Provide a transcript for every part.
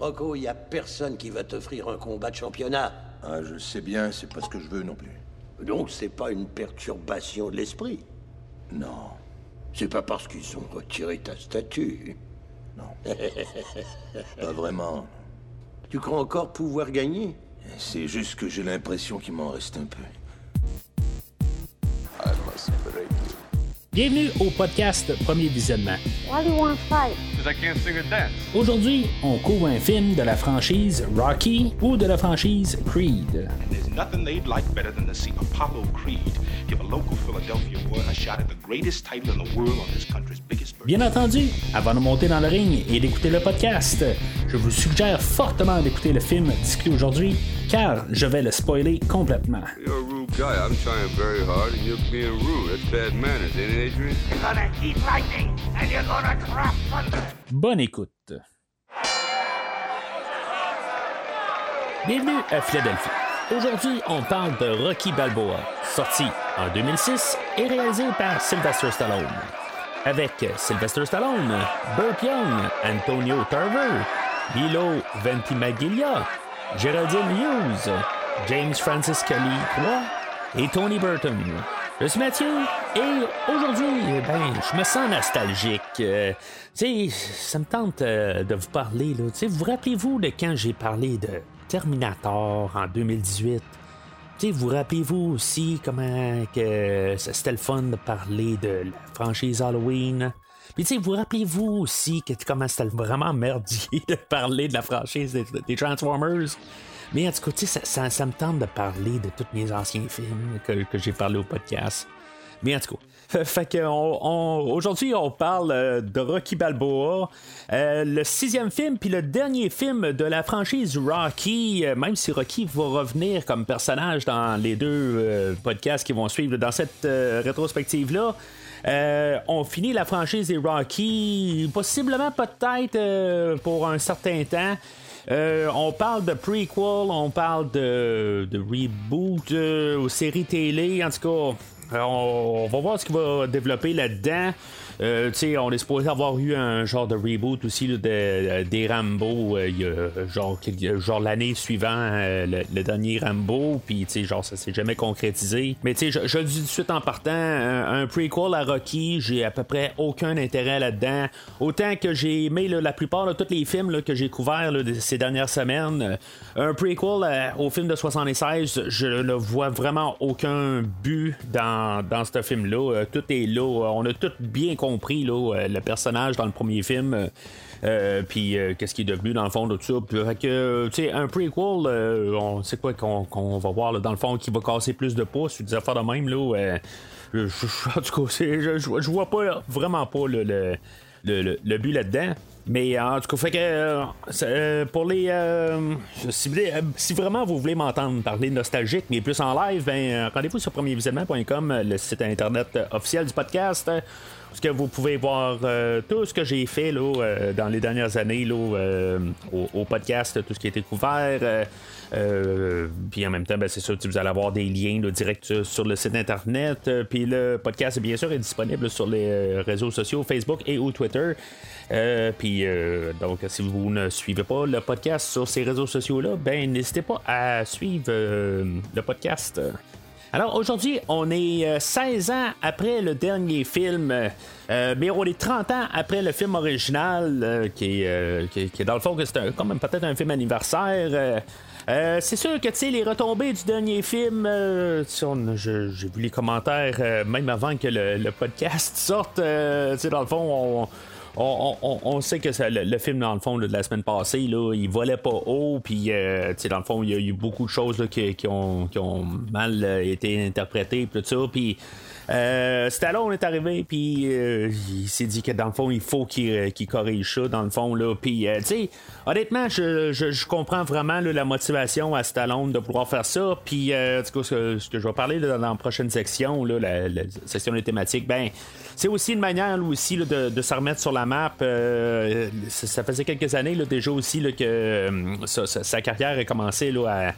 Rocco, y a personne qui va t'offrir un combat de championnat. Ah, je sais bien, c'est pas ce que je veux non plus. Donc c'est pas une perturbation de l'esprit. Non. C'est pas parce qu'ils ont retiré ta statue. Non. Pas vraiment. Tu crois encore pouvoir gagner? C'est juste que j'ai l'impression qu'il m'en reste un peu. Bienvenue au podcast Premier Visionnement. Why do you want to fight? Because I can't sing or dance. Aujourd'hui, on couvre un film de la franchise Rocky ou de la franchise Creed. There's nothing they'd like better than to see Apollo Creed give a local Philadelphia boy a shot at the greatest title in the world on this country's biggest bird. Bien entendu, avant de monter dans le ring et d'écouter le podcast, je vous suggère fortement d'écouter le film discuté aujourd'hui, car je vais le spoiler complètement. You're a rude guy. I'm trying very hard, and you're being rude. That's bad manners, ain't it, Adrian? You're gonna keep lightning, and you're gonna drop thunder. Bonne écoute. Bienvenue à Philadelphie. Aujourd'hui, on parle de Rocky Balboa, sorti en 2006 et réalisé par Sylvester Stallone. Avec Sylvester Stallone, Burt Young, Antonio Tarver, Milo Ventimiglia, Geraldine Hughes, James Francis Kelly III et Tony Burton. Je suis Mathieu et aujourd'hui, je me sens nostalgique. Ça me tente de vous parler. Là. Vous rappelez-vous de quand j'ai parlé de Terminator en 2018? Vous rappelez-vous aussi comment que c'était le fun de parler de la franchise Halloween? Puis vous rappelez-vous aussi comment c'était vraiment merdier de parler de la franchise des Transformers? Mais en tout cas, ça me tente de parler de tous mes anciens films que j'ai parlé au podcast. Mais en tout cas, fait que aujourd'hui, on parle de Rocky Balboa, le 6e film, puis le dernier film de la franchise Rocky, même si Rocky va revenir comme personnage dans les deux podcasts qui vont suivre dans cette rétrospective-là. On finit la franchise des Rocky, possiblement peut-être pour un certain temps. On parle de prequel, on parle de reboot aux séries télé, en tout cas. On va voir ce qu'il va développer là-dedans. On est supposé avoir eu un genre de reboot aussi là, des Rambo. Genre l'année suivant le dernier Rambo. Puis ça s'est jamais concrétisé. Mais je le dis tout de suite en partant, un prequel à Rocky, j'ai à peu près aucun intérêt là-dedans. Autant que j'ai aimé la plupart de tous les films là, que j'ai couverts ces dernières semaines. Un prequel au film de 76, je ne vois vraiment aucun but dans ce film-là. Tout est là. On a tout bien compris là, le personnage dans le premier film. Puis qu'est-ce qui est devenu dans le fond de tout ça. Fait que, un prequel, on sait quoi qu'on va voir là, dans le fond qui va casser plus de pouces ou des affaires de même. Là, en tout cas, je vois pas vraiment pas le but là-dedans. Mais en tout cas, fait que pour les si vraiment vous voulez m'entendre parler nostalgique, mais plus en live, rendez-vous sur premiervisionnement.com, le site internet officiel du podcast, où que vous pouvez voir tout ce que j'ai fait là, dans les dernières années là, au podcast, tout ce qui a été couvert. Puis en même temps, c'est sûr que vous allez avoir des liens là, directs sur le site internet. Puis le podcast, bien sûr, est disponible sur les réseaux sociaux, Facebook et ou Twitter. Puis donc, si vous ne suivez pas le podcast sur ces réseaux sociaux-là, n'hésitez pas à suivre le podcast. Alors aujourd'hui, on est 16 ans après le dernier film, mais on est 30 ans après le film original, qui est dans le fond que c'est quand même peut-être un film anniversaire. C'est sûr que les retombées du dernier film, j'ai vu les commentaires même avant que le podcast sorte. Dans le fond, on sait que le film, dans le fond, là, de la semaine passée, là, il volait pas haut, puis dans le fond, il y a eu beaucoup de choses là, qui ont mal été interprétées, tout ça, puis Stallone est arrivé, puis il s'est dit que dans le fond, il faut qu'il corrige ça, dans le fond, là, puis honnêtement, je comprends vraiment là, la motivation à Stallone de pouvoir faire ça, puis ce que je vais parler là, dans la prochaine section, là, la section des thématiques, c'est aussi une manière là, aussi là, de se remettre sur la map. Ça faisait quelques années là, déjà aussi là, que sa carrière a commencé là,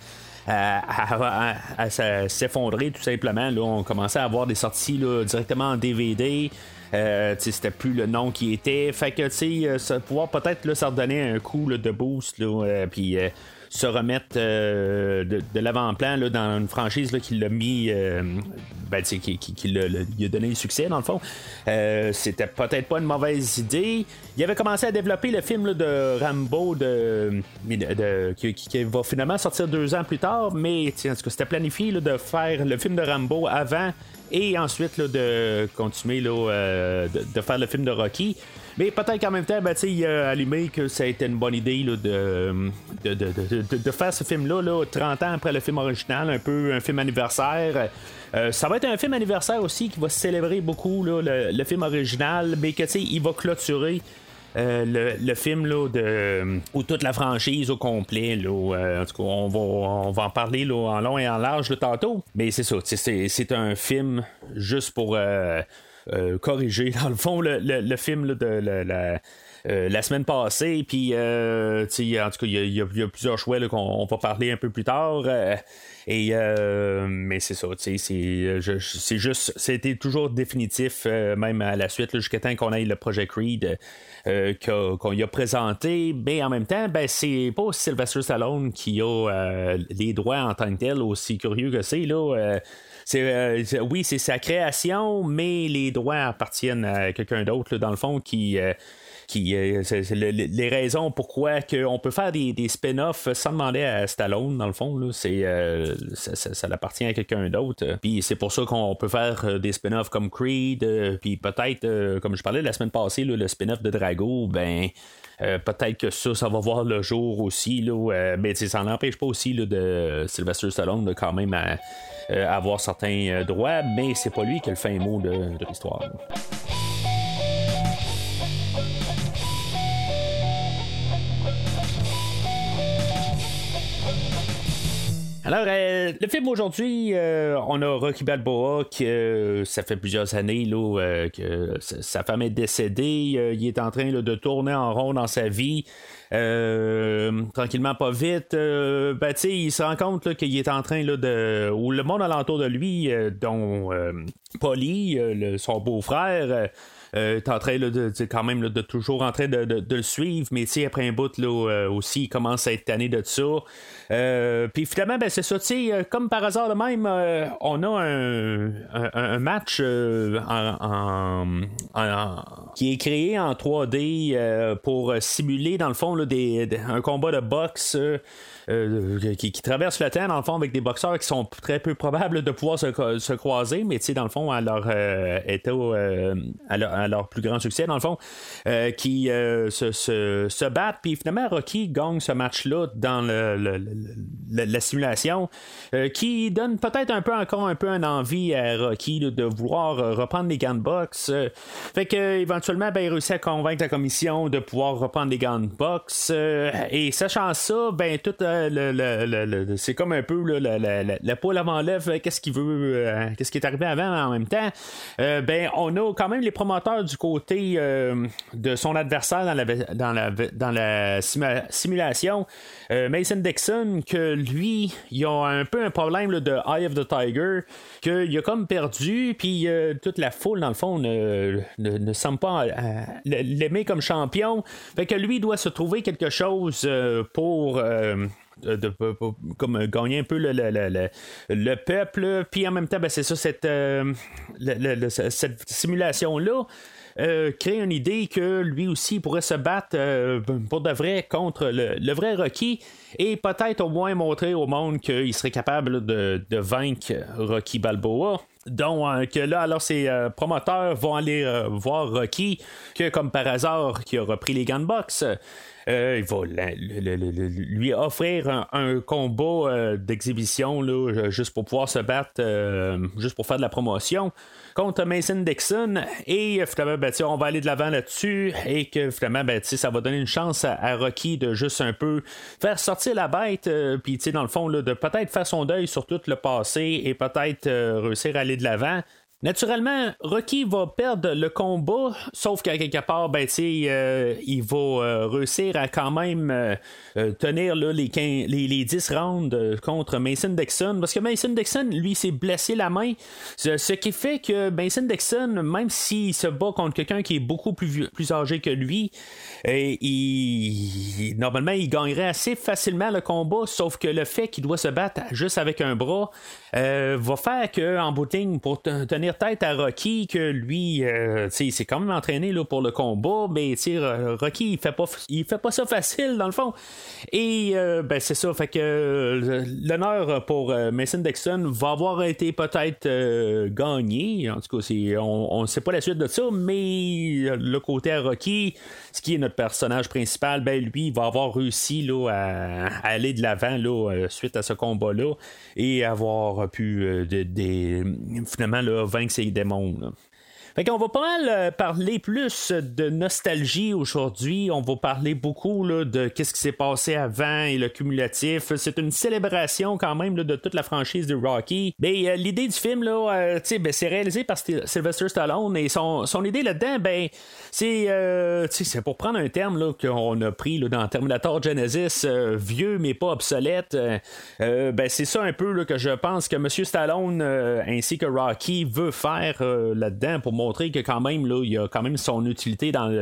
à s'effondrer tout simplement. Là, on commençait à avoir des sorties là, directement en DVD. C'était plus le nom qui était. Fait que, pouvoir peut-être là, ça redonner un coup là, de boost, puis se remettre de l'avant-plan là, dans une franchise là, qui l'a mis, qui a donné le succès dans le fond. C'était peut-être pas une mauvaise idée. Il avait commencé à développer le film là, de Rambo qui va finalement sortir 2 ans plus tard, mais en tout cas, c'était planifié là, de faire le film de Rambo avant et ensuite là, de continuer là, de faire le film de Rocky. Mais peut-être qu'en même temps, il a allumé que ça a été une bonne idée là, de faire ce film-là là, 30 ans après le film original, un peu un film anniversaire. Ça va être un film anniversaire aussi qui va célébrer beaucoup là, le film original, mais que il va clôturer le film là, ou toute la franchise au complet. Là, en tout cas, on va en parler là, en long et en large là, tantôt. Mais c'est ça, c'est un film juste pour corriger, dans le fond, le film là, de la semaine passée. Puis, en tout cas, il y a plusieurs choix là, qu'on va parler un peu plus tard. Mais c'est ça, c'est juste, c'était toujours définitif, même à la suite, là, jusqu'à temps qu'on ait le projet Creed qu'on y a présenté. Mais en même temps, c'est pas Sylvester Stallone qui a les droits en tant que tel, aussi curieux que c'est, là. Oui, c'est sa création, mais les droits appartiennent à quelqu'un d'autre, là, dans le fond, c'est les raisons pourquoi on peut faire des spin-offs sans demander à Stallone, dans le fond, là, ça appartient à quelqu'un d'autre. Puis c'est pour ça qu'on peut faire des spin-offs comme Creed, puis peut-être, comme je parlais la semaine passée, là, le spin-off de Drago, peut-être que ça va voir le jour aussi, là, mais ça n'empêche pas aussi là, de Sylvester Stallone de quand même avoir certains droits, mais c'est pas lui qui a le fin mot de l'histoire. Alors, le film aujourd'hui, on a Rocky Balboa qui, ça fait plusieurs années là, que sa femme est décédée. Il est en train là, de tourner en rond dans sa vie. Tranquillement, pas vite. Il se rend compte là, qu'il est en train là, où le monde alentour de lui, dont Polly, son beau-frère, est en train là, quand même là, de toujours en train de le suivre, mais après un bout là, aussi il commence à être tanné de ça. Puis finalement, c'est ça, comme par hasard de même, on a un match qui est créé en 3D pour simuler dans le fond là, un combat de boxe qui traverse le temps dans le fond avec des boxeurs qui sont très peu probables de pouvoir se croiser, mais dans le fond à leur état, à leur plus grand succès dans le fond, qui se battent. Puis finalement Rocky gagne ce match-là dans la simulation, qui donne peut-être encore un peu une envie à Rocky là, de vouloir reprendre les gants de boxe. Fait que éventuellement il réussit à convaincre la commission de pouvoir reprendre les gants de boxe, et sachant ça, tout c'est comme un peu là, la poule avant l'œuf, qu'est-ce qu'il veut, qu'est-ce qui est arrivé avant en même temps. On a quand même les promoteurs du côté de son adversaire dans la simulation, Mason Dixon, que lui il a un peu un problème là, de Eye of the Tiger, qu'il a comme perdu, puis toute la foule dans le fond ne semble pas l'aimer comme champion. Fait que lui doit se trouver quelque chose pour comme gagner un peu le peuple. Puis en même temps, c'est ça, cette simulation-là crée une idée que lui aussi pourrait se battre pour de vrai contre le vrai Rocky, et peut-être au moins montrer au monde qu'il serait capable de vaincre Rocky Balboa. Donc que là, alors ces promoteurs vont aller voir Rocky, que comme par hasard qui a repris les gants de boxe, il va lui offrir un combat d'exhibition là, juste pour pouvoir se battre, juste pour faire de la promotion contre Mason Dixon. Et finalement, on va aller de l'avant là-dessus, et que finalement, ça va donner une chance à Rocky de juste un peu faire sortir la bête, puis dans le fond là, de peut-être faire son deuil sur tout le passé, et peut-être réussir à aller de l'avant Naturellement, Rocky va perdre le combat, sauf qu'à quelque part, il va réussir à quand même tenir là, les 10 rounds contre Mason Dixon, parce que Mason Dixon, lui, s'est blessé la main, ce qui fait que Mason Dixon, même s'il se bat contre quelqu'un qui est beaucoup plus âgé que lui, normalement, il gagnerait assez facilement le combat, sauf que le fait qu'il doit se battre juste avec un bras va faire qu'en bout de ligne, pour tenir tête à Rocky, que lui, il s'est quand même entraîné là, pour le combat, mais Rocky, il fait pas ça facile, dans le fond. Et c'est ça, fait que l'honneur pour Mason Dixon va avoir été peut-être gagné. En tout cas, on ne sait pas la suite de ça, mais le côté à Rocky, ce qui est notre personnage principal, lui, il va avoir réussi là, à aller de l'avant là, suite à ce combat-là et avoir pu finalement là, vaincre ses démons. Là. Fait qu'on va pas mal parler plus de nostalgie aujourd'hui. On va parler beaucoup là, de qu'est-ce qui s'est passé avant et le cumulatif. C'est une célébration quand même là, de toute la franchise de Rocky. Mais l'idée du film, là, c'est réalisé par Sylvester Stallone et son idée là-dedans, c'est pour prendre un terme là, qu'on a pris là, dans Terminator Genesis, vieux mais pas obsolète. C'est ça un peu là, que je pense que M. Stallone ainsi que Rocky veut faire là-dedans pour montrer que quand même là, il y a quand même son utilité dans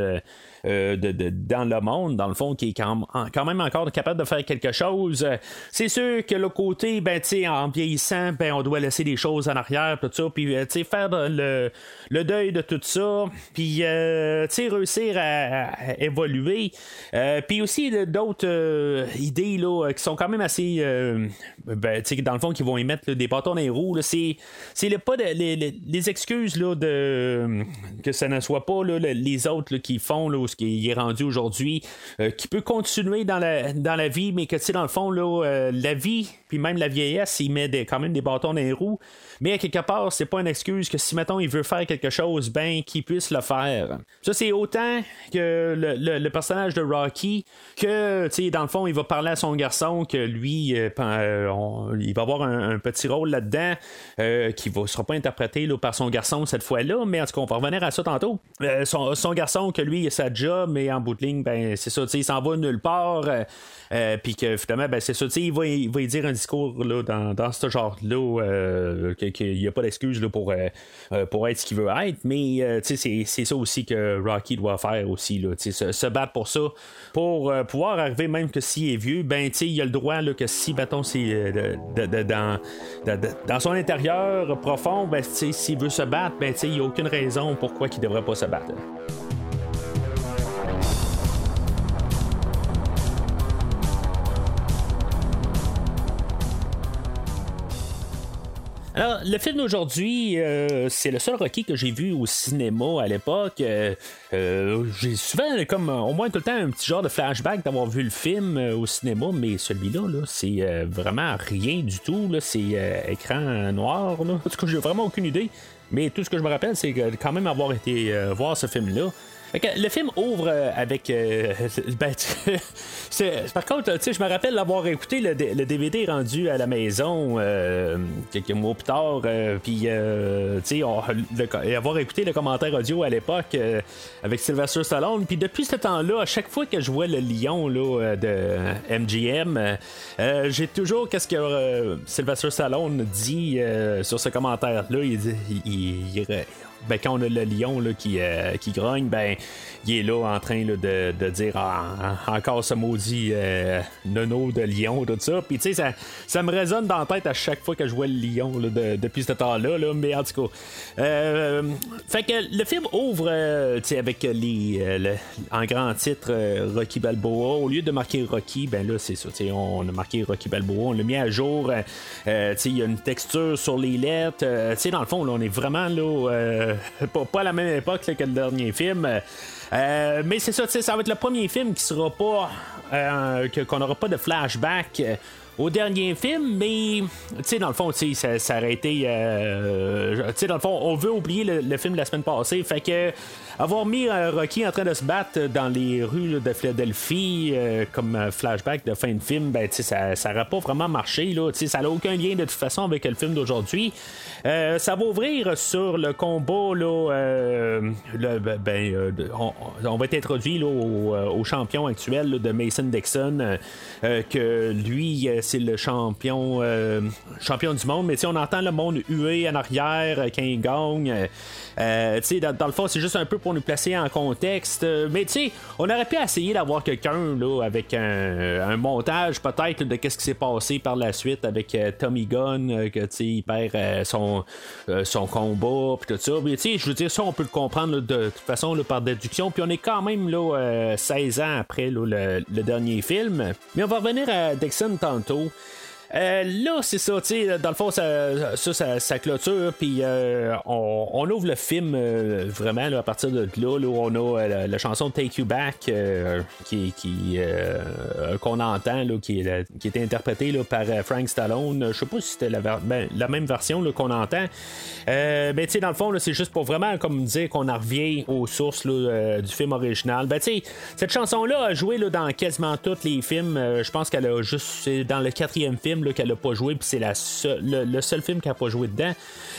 le monde, dans le fond, qui est quand même encore capable de faire quelque chose. C'est sûr que le côté, en vieillissant, on doit laisser des choses en arrière, tout ça, puis faire le deuil de tout ça, puis réussir à évoluer. Puis aussi d'autres idées là, qui sont quand même assez, dans le fond, qui vont émettre là, des bâtons dans les roues. Là. C'est pas les excuses là, que ça ne soit pas là, les autres là, qui font là, ce qui est rendu aujourd'hui, qui peut continuer dans la vie, mais que tu sais, dans le fond, là, la vie, puis même la vieillesse, il met quand même des bâtons dans les roues, mais à quelque part, c'est pas une excuse que si, mettons, il veut faire quelque chose, qu'il puisse le faire. Ça, c'est autant que le personnage de Rocky, que, tu sais, dans le fond, il va parler à son garçon, que lui, il va avoir un petit rôle là-dedans, qui ne sera pas interprété là, par son garçon cette fois-là, mais en tout cas, on va revenir à ça tantôt. Son garçon, que lui, il a sa job, mais en bout de ligne, c'est ça, il s'en va nulle part, puis que finalement, c'est ça, il va y dire un discours là, dans ce genre-là, qu'il n'y a pas d'excuse là, pour être ce qu'il veut être, mais c'est ça aussi que Rocky doit faire aussi, là, se battre pour ça, pour pouvoir arriver, même que s'il est vieux, il a le droit là, que si, mettons, c'est dans son intérieur profond, s'il veut se battre, il n'y a aucune raison pourquoi il ne devrait pas se battre. Alors, le film d'aujourd'hui, c'est le seul Rocky que j'ai vu au cinéma à l'époque. J'ai souvent, comme au moins tout le temps, un petit genre de flashback d'avoir vu le film au cinéma, mais celui-là, là, c'est vraiment rien du tout. Là, c'est écran noir. Là. En tout cas, j'ai vraiment aucune idée. Mais tout ce que je me rappelle, c'est quand même avoir été voir ce film-là. Le film ouvre avec par contre, je me rappelle l'avoir écouté le DVD rendu à la maison quelques mois plus tard, puis avoir écouté le commentaire audio à l'époque avec Sylvester Stallone, puis depuis ce temps-là, à chaque fois que je vois le lion là, de MGM, j'ai toujours qu'est-ce que Sylvester Stallone dit sur ce commentaire-là. Quand on a le lion là, qui grogne, il est là en train là, de dire encore ce maudit nono de lion, tout ça. Puis tu sais, ça me résonne dans la tête à chaque fois que je vois le lion là, depuis ce temps-là. Là, mais en tout cas, fait que le film ouvre avec en grand titre Rocky Balboa. Au lieu de marquer Rocky, là c'est ça. On a marqué Rocky Balboa, on l'a mis à jour. Il y a une texture sur les lettres. Dans le fond, là, on est vraiment là. Pas à la même époque là, que le dernier film. Mais c'est ça, ça va être le premier film qui sera pas qu'on n'aura pas de flashback au dernier film, mais dans le fond, ça aurait été. Dans le fond, on veut oublier le film de la semaine passée. Fait que avoir mis Rocky en train de se battre dans les rues de Philadelphie comme flashback de fin de film, ça n'aurait pas vraiment marché. Là, ça n'a aucun lien de toute façon avec le film d'aujourd'hui. Ça va ouvrir sur le combat. Là, on va être introduit là, au champion actuel là, de Mason Dixon, que lui, c'est le champion du monde. Mais on entend le monde huer en arrière quand il gagne. Dans le fond, c'est juste un peu pour nous placer en contexte. Mais on aurait pu essayer d'avoir quelqu'un là, avec un montage peut-être de qu'est-ce qui s'est passé par la suite avec Tommy Gunn, que il perd son combat puis tout ça. Mais je veux dire, ça on peut le comprendre là, de toute façon là, par déduction. Puis on est quand même là, 16 ans après là, le dernier film. Mais on va revenir à Dixon tantôt. Là, c'est ça, tu sais, dans le fond, ça clôture, puis on ouvre le film vraiment là, à partir de là, où on a la chanson Take You Back qu'on entend, là, qui était interprétée là, par Frank Stallone. Je sais pas si c'était la même version là, qu'on entend. Mais tu sais, dans le fond, là, c'est juste pour vraiment comme dire qu'on en revient aux sources là, du film original. Tu sais, cette chanson-là a joué là, dans quasiment tous les films. Je pense qu'elle a juste, c'est dans le 4e film là, qu'elle n'a pas joué, puis c'est le seul film qu'elle n'a pas joué dedans.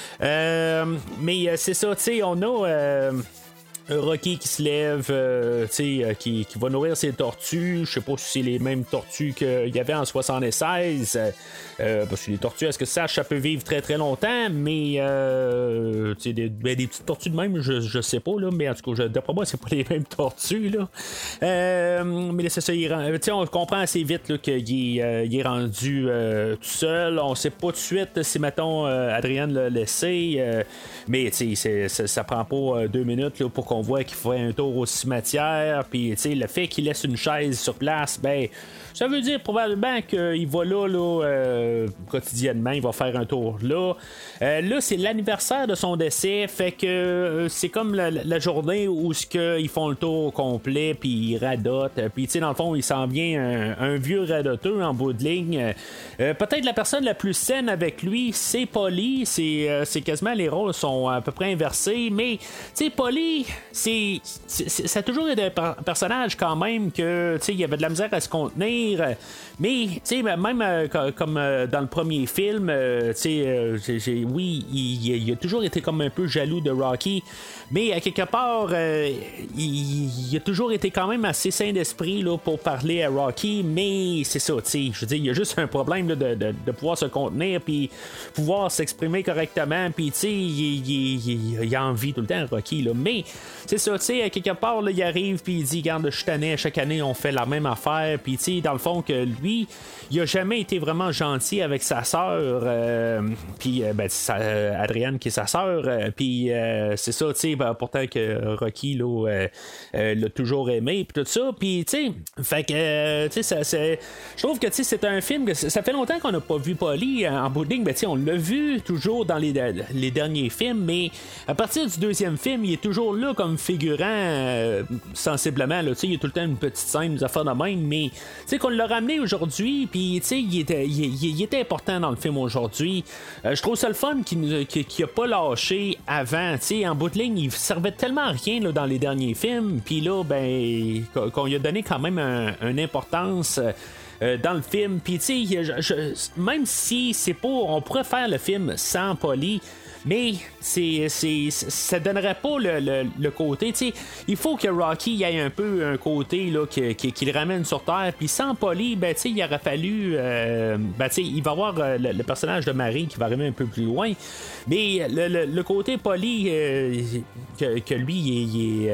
Mais c'est ça, tu sais, on a Rocky qui se lève, qui va nourrir ses tortues. Je sais pas si c'est les mêmes tortues qu'il y avait en 76. Parce que les tortues, est-ce que ça peut vivre très très longtemps? Mais des petites tortues de même, je sais pas, là, mais en tout cas, d'après moi, c'est pas les mêmes tortues. Là. Mais c'est ça, on comprend assez vite là, qu'il est rendu tout seul. On sait pas tout de suite si, mettons, Adrian l'a laissé. Mais ça prend pas 2 minutes là, pour qu'on voit qu'il fait un tour au cimetière. Puis le fait qu'il laisse une chaise sur place, ça veut dire probablement qu'il va là, quotidiennement, il va faire un tour là. Là, c'est l'anniversaire de son décès, fait que c'est comme la journée où ils font le tour complet, puis ils radotent. Puis dans le fond, il s'en vient un vieux radoteux en bout de ligne. Peut-être la personne la plus saine avec lui, c'est Polly. C'est quasiment, les rôles sont à peu près inversés, mais Polly, ça a toujours été un personnage quand même que il y avait de la misère à se contenir. Mais même comme dans le premier film, oui, il a toujours été comme un peu jaloux de Rocky, mais à quelque part, il a toujours été quand même assez sain d'esprit là, pour parler à Rocky. Mais c'est ça, je veux dire, il y a juste un problème là, de pouvoir se contenir puis pouvoir s'exprimer correctement. Puis il a envie tout le temps Rocky là. Mais c'est ça, à quelque part là, il arrive puis il dit, regarde, je suis tanné, à chaque année on fait la même affaire. Puis dans le fond que lui, il a jamais été vraiment gentil avec sa sœur, puis Adrienne qui est sa sœur, puis c'est ça, pourtant que Rocky là, l'a toujours aimé, puis tout ça, puis fait que je trouve que c'est un film que ça fait longtemps qu'on n'a pas vu Polly en bout de ligne. On l'a vu toujours dans les derniers films, mais à partir du 2e film, il est toujours là comme figurant sensiblement là, il y a tout le temps une petite scène, des affaires de même, mais qu'on l'a ramené aujourd'hui, puis il était important dans le film aujourd'hui. Je trouve ça le fun qu'il a pas lâché avant. En bout de ligne, il servait tellement à rien là, dans les derniers films, puis là, qu'on lui a donné quand même une importance dans le film. Puis même si c'est pas, on pourrait faire le film sans Polly, mais ça donnerait pas le côté, il faut que Rocky ait un peu un côté là, qui le ramène sur terre. Puis sans Polly, il aurait fallu il va y avoir le personnage de Marie qui va arriver un peu plus loin, mais le côté Polly que lui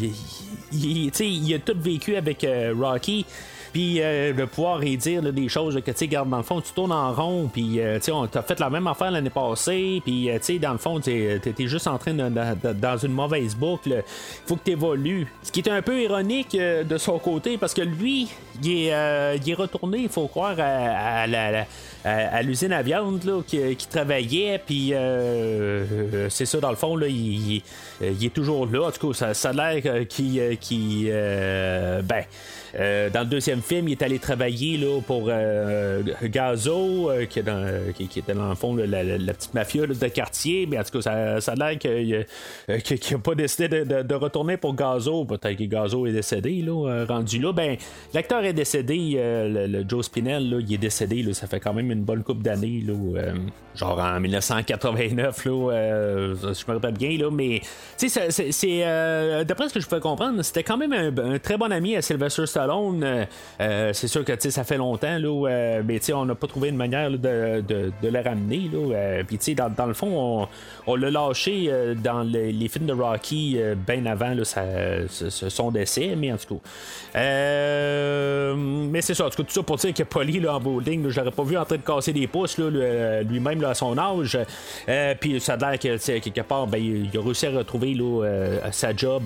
il a tout vécu avec Rocky. Puis de pouvoir y dire là, des choses que, regarde, dans le fond, tu tournes en rond, puis on t'a fait la même affaire l'année passée, puis dans le fond, t'es juste en train dans une mauvaise boucle. Il faut que tu évolues. Ce qui est un peu ironique de son côté, parce que lui, il est retourné, il faut croire, à l'usine à viande là, qui travaillait, puis c'est ça, dans le fond, là, il est toujours là. En tout cas, ça a l'air qu'il dans le 2e film, il est allé travailler là, pour Gazzo, qui était dans le fond la petite mafia là, de quartier. Mais en tout cas, ça a l'air qu'il n'a pas décidé de retourner pour Gazzo. Peut-être que Gazzo est décédé, là, rendu là. Ben, l'acteur est décédé, le Joe Spinell, là, il est décédé. Là, ça fait quand même une bonne couple d'années, là, genre en 1989, là, je me rappelle bien. Là, mais c'est d'après ce que je pouvais comprendre, c'était quand même un très bon ami à Sylvester Stallone. C'est sûr que ça fait longtemps, là, mais on n'a pas trouvé une manière là, de le ramener. Puis dans le fond, on l'a lâché dans les films de Rocky bien avant là, son décès, mais en tout cas. Mais c'est ça, en tout cas, tout ça pour dire que Paulie là, en bowling, je l'aurais pas vu en train de casser des pouces là, lui-même là, à son âge. Puis ça a l'air que quelque part, ben, il a réussi à retrouver là, sa job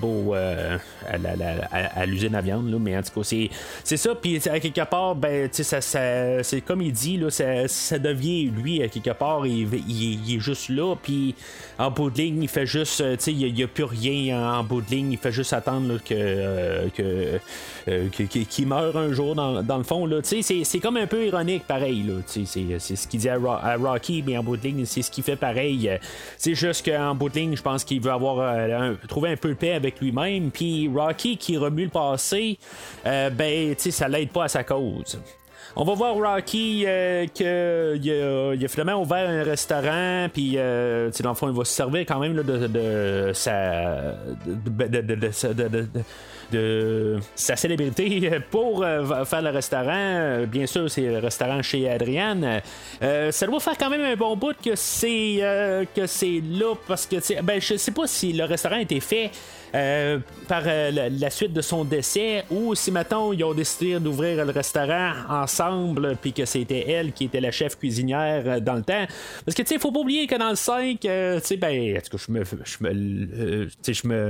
à l'usine à viande, là, mais en tout cas, c'est ça. Puis à quelque part, ben, c'est comme il dit, là, ça devient lui, à quelque part, il est juste là. Puis en bout de ligne, il fait juste, il n'y a plus rien en bout de ligne, il fait juste attendre là, qu'il meure un jour dans le fond. Là, c'est comme un peu ironique, pareil. Là, c'est ce qu'il dit à Rocky, mais en bout de ligne, c'est ce qu'il fait pareil. C'est juste qu'en bout de ligne, je pense qu'il veut trouver un peu de paix avec lui-même. Puis Rocky qui remue le passé, ben, ça l'aide pas à sa cause. On va voir Rocky qu'il a finalement ouvert un restaurant, puis dans le fond, il va se servir quand même là, de sa célébrité pour faire le restaurant. Bien sûr, c'est le restaurant chez Adrian. Ça doit faire quand même un bon bout que c'est là, parce que je sais pas si le restaurant a été fait par la suite de son décès, ou si mettons ils ont décidé d'ouvrir le restaurant ensemble, puis que c'était elle qui était la chef cuisinière dans le temps, parce que faut pas oublier que dans le 5 ben, en tout cas,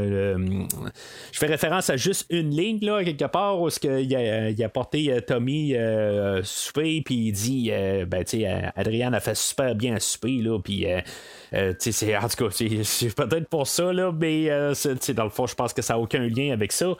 je fais référence à juste une ligne là, quelque part, où il a porté Tommy souper, puis il dit Adrian a fait super bien à souper là, puis en tout cas, c'est peut-être pour ça, là, mais dans le fond, je pense que ça n'a aucun lien avec ça.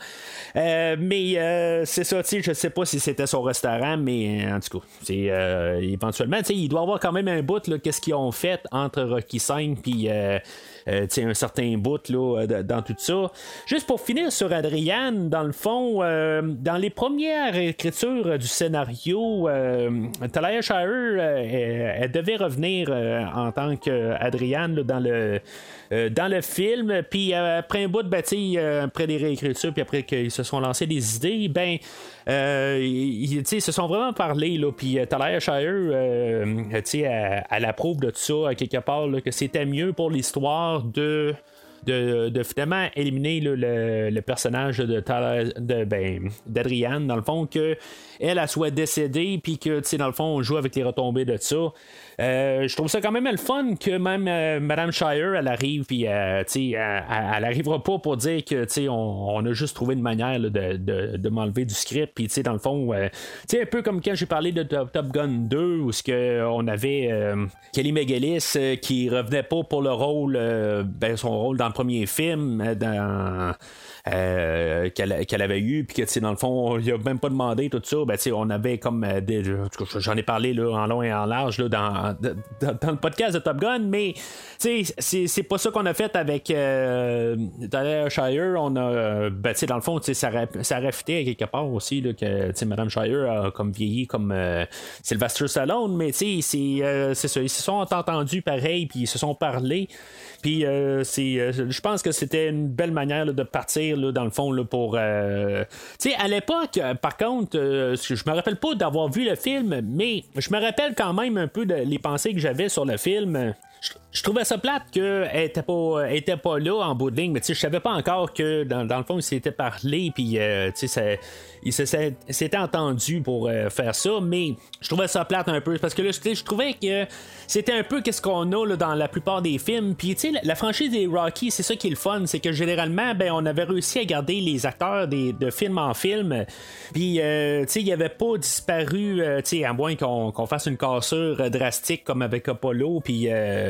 Mais c'est ça, je sais pas si c'était son restaurant, mais en tout cas, éventuellement, il doit y avoir quand même un bout, là, qu'est-ce qu'ils ont fait entre Rocky 5 puis un certain bout là, dans tout ça. Juste pour finir sur Adrian, dans le fond, dans les premières écritures du scénario, Talia Shire, elle devait revenir en tant qu'Adrian dans le film, puis après un bout, après des réécritures, puis après qu'ils se sont lancés des idées, ils se sont vraiment parlé, là, puis Talia Shire, elle approuve de tout ça, à quelque part, là, que c'était mieux pour l'histoire de finalement éliminer là, le personnage d'Adrian, dans le fond, que elle soit décédée, puis que dans le fond on joue avec les retombées de ça. Je trouve ça quand même le fun que même Madame Shire, elle arrive, puis elle arrivera pas pour dire que on a juste trouvé une manière là, de m'enlever du script, puis dans le fond, un peu comme quand j'ai parlé de Top Gun 2, où on avait Kelly McGillis qui revenait pas pour le rôle, son rôle dans le premier film, qu'elle avait eu, puis que dans le fond, il a même pas demandé tout ça. On avait comme j'en ai parlé là, en long et en large là, dans le podcast de Top Gun, mais c'est pas ça qu'on a fait avec Talia Shire. On a dans le fond, ça a réfuté à quelque part aussi là, que Madame Shire a comme vieilli comme Sylvester Stallone, mais c'est ça, ils se sont entendus pareil, puis ils se sont parlé. Puis je pense que c'était une belle manière là, de partir là, dans le fond là, pour à l'époque, par contre, je me rappelle pas d'avoir vu le film, mais je me rappelle quand même un peu les pensées que j'avais sur le film. Je trouvais ça plate qu'elle était pas là en bout de ligne, mais je savais pas encore que dans le fond il s'était parlé, puis il s'était entendu pour faire ça, mais je trouvais ça plate un peu, parce que là je trouvais que c'était un peu qu'est-ce qu'on a là, dans la plupart des films, puis la franchise des Rocky, c'est ça qui est le fun, c'est que généralement on avait réussi à garder les acteurs de film en film, puis il n'y avait pas disparu, à moins qu'on fasse une cassure drastique comme avec Apollo, puis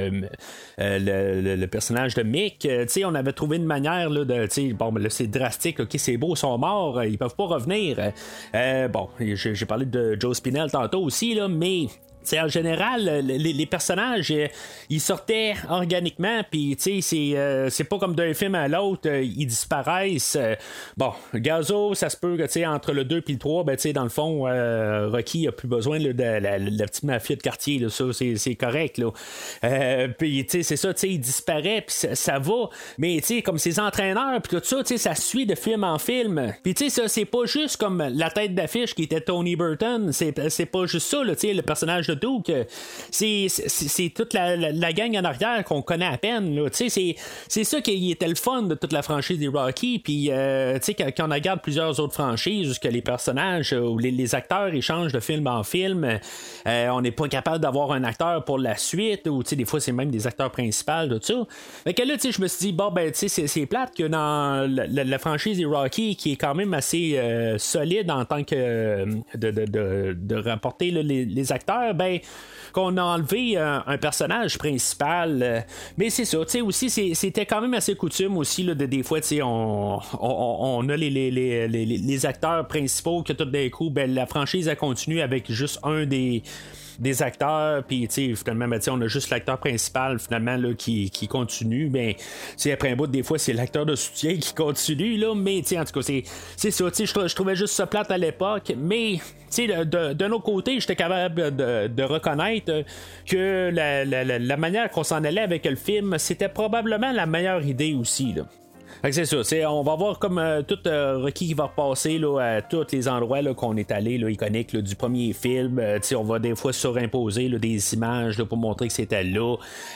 le personnage de Mick. On avait trouvé une manière là, de, bon, là, c'est drastique, ok, c'est beau, ils sont morts, ils peuvent pas revenir. Bon, j'ai parlé de Joe Spinell tantôt aussi, là, mais t'sais, en général, les personnages, ils sortaient organiquement, puis c'est pas comme d'un film à l'autre, ils disparaissent. Bon, Gazzo, ça se peut que entre le 2 et le 3, ben, dans le fond, Rocky a plus besoin là, de la petite mafia de quartier, là, ça, c'est correct. Puis, c'est ça, il disparaît, puis ça va. Mais, comme ses entraîneurs, puis tout ça, ça suit de film en film. Puis, ça, c'est pas juste comme la tête d'affiche qui était Tony Burton, c'est pas juste ça, là, le personnage de Duke, c'est toute la gang en arrière qu'on connaît à peine. Là. C'est ça qui était le fun de toute la franchise des Rocky. Puis quand on regarde plusieurs autres franchises où que les personnages ou les acteurs ils changent de film en film, on n'est pas capable d'avoir un acteur pour la suite, ou des fois c'est même des acteurs principaux, tout ça. Fait que là, je me suis dit, bon, ben, c'est plate que dans la franchise des Rocky, qui est quand même assez solide en tant que de rapporter là, les acteurs, ben, qu'on a enlevé un personnage principal. Mais c'est ça, aussi, c'était quand même assez coutume aussi, là, des fois, on a les acteurs principaux que tout d'un coup, ben, la franchise a continué avec juste un des acteurs, puis finalement ben, on a juste l'acteur principal finalement là, qui continue, mais après un bout des fois c'est l'acteur de soutien qui continue là, mais en tout cas c'est ça, je trouvais juste ça plate à l'époque, mais d'un autre côté j'étais capable de reconnaître que la manière qu'on s'en allait avec le film, c'était probablement la meilleure idée aussi là. Fait que c'est ça, on va voir comme tout Rocky qui va repasser là, à tous les endroits là, qu'on est allé là, iconiques là, du premier film. On va des fois surimposer là, des images là, pour montrer que c'était là.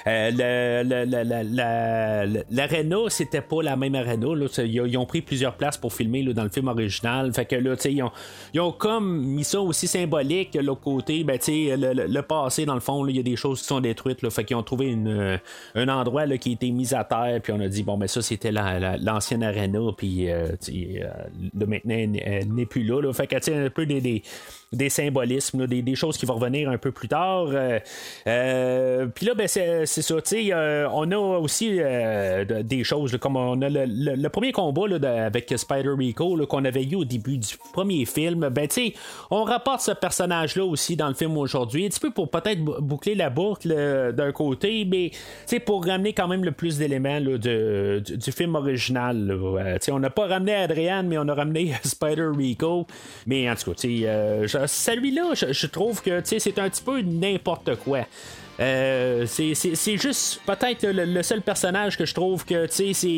L'aréna, c'était pas la même aréna. Là, ils ont pris plusieurs places pour filmer là, dans le film original. Fait que là, ils ont comme mis ça aussi symbolique. L'autre côté, ben, le passé, dans le fond, il y a des choses qui sont détruites. Là, fait qu'ils ont trouvé un endroit là, qui a été mis à terre. Puis on a dit, bon, ben ça, c'était l'ancienne arena, puis là, maintenant, elle n'est plus là. Fait que, un peu des symbolismes, là, des choses qui vont revenir un peu plus tard. Puis là, ben, c'est ça, on a aussi des choses, là, comme on a le premier combat là, avec Spider Rico là, qu'on avait eu au début du premier film. Ben, on rapporte ce personnage-là aussi dans le film aujourd'hui, un petit peu pour peut-être boucler la boucle d'un côté, mais pour ramener quand même le plus d'éléments là, du film original. On n'a pas ramené Adrian, mais on a ramené Spider Rico. Mais en tout cas, celui-là, je trouve que c'est un petit peu n'importe quoi. C'est juste peut-être le seul personnage que je trouve que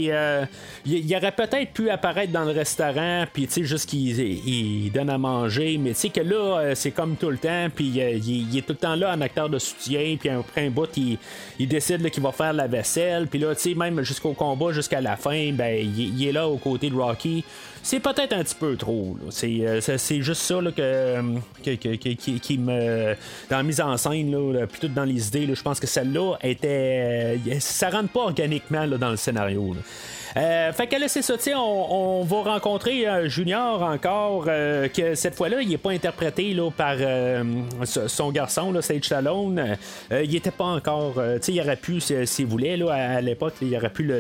il aurait peut-être pu apparaître dans le restaurant, puis juste qu'il donne à manger, mais que là c'est comme tout le temps, puis il est tout le temps là en acteur de soutien, puis après un bout il décide là, qu'il va faire la vaisselle, puis là même jusqu'au combat, jusqu'à la fin, ben il est là aux côtés de Rocky. C'est peut-être un petit peu trop. C'est juste ça là, qui me. Dans la mise en scène, là, puis tout dans les idées, là, je pense que celle-là était. Ça rentre pas organiquement là, dans le scénario. Là. Fait que là, c'est ça, on va rencontrer Junior encore, que cette fois-là, il n'est pas interprété là, par son garçon, là, Sage Stallone. Il n'était pas encore. Il aurait pu, s'il voulait, là, à l'époque, il aurait pu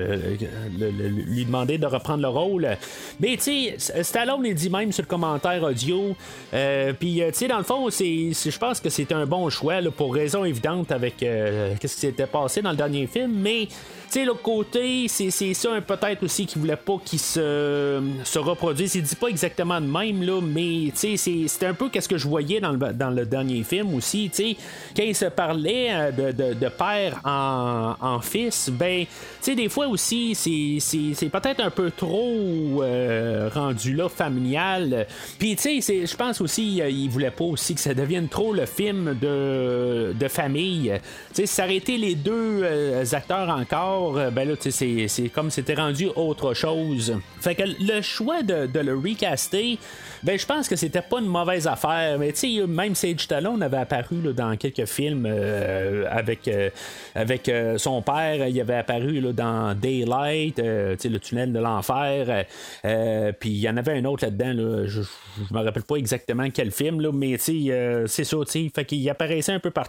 lui demander de reprendre le rôle. Mais, Stallone, il dit même sur le commentaire audio. Puis, dans le fond, je pense que c'était un bon choix là, pour raison évidente avec qu'est-ce qui s'était passé dans le dernier film. Mais, l'autre côté, c'est ça peut-être aussi qu'il voulait pas qu'il se reproduise. Il dit pas exactement de même, là, mais c'était un peu qu'est-ce que je voyais dans le dernier film aussi. Quand il se parlait de père en fils, ben, des fois aussi, c'est peut-être un peu trop rendu là, familial. Puis, je pense aussi, il voulait pas aussi que ça devienne trop le film de famille. Si ça aurait été les deux acteurs encore, ben là, c'est comme c'était rendu autre chose. Fait que le choix de le recaster, ben je pense que c'était pas une mauvaise affaire. Mais même Sage Stallone avait apparu là, dans quelques films avec son père. Il avait apparu là, dans Daylight, le tunnel de l'enfer. Puis il y en avait un autre là-dedans. Là, je me rappelle pas exactement quel film, là, mais c'est ça. Fait qu'il apparaissait un peu partout.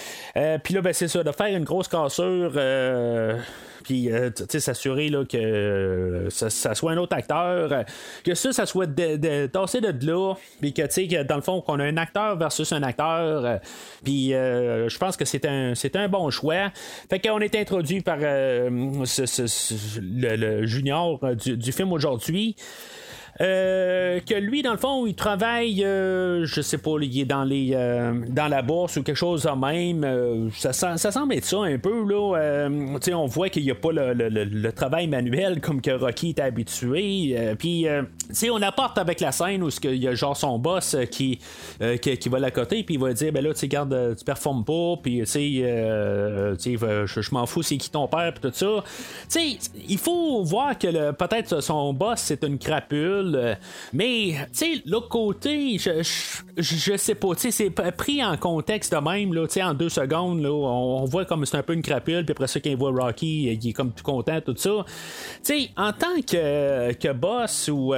Puis là, ben, c'est ça, de faire une grosse cassure. Puis, tu sais, s'assurer là, que ça soit un autre acteur, que ça soit tassé de là, puis que, tu sais, que dans le fond, qu'on a un acteur versus un acteur, puis je pense que c'est un bon choix. Fait qu'on est introduit par le junior du film aujourd'hui. Que lui, dans le fond, il travaille, je sais pas, il est dans la bourse ou quelque chose de même. Ça semble être ça un peu, là. On voit qu'il n'y a pas le travail manuel comme que Rocky était habitué. Puis, on apporte avec la scène où il y a genre son boss qui va la coter, puis il va dire, ben là, tu garde, tu performes pas, puis je m'en fous, c'est qui ton père, puis tout ça. Il faut voir que peut-être son boss, c'est une crapule. Mais, tu sais, l'autre côté, je sais pas, tu sais, c'est pris en contexte de même, là, tu sais, en 2 secondes, là, on voit comme c'est un peu une crapule, puis après ça, quand il voit Rocky, il est comme tout content, tout ça. Tu sais, en tant que boss ou.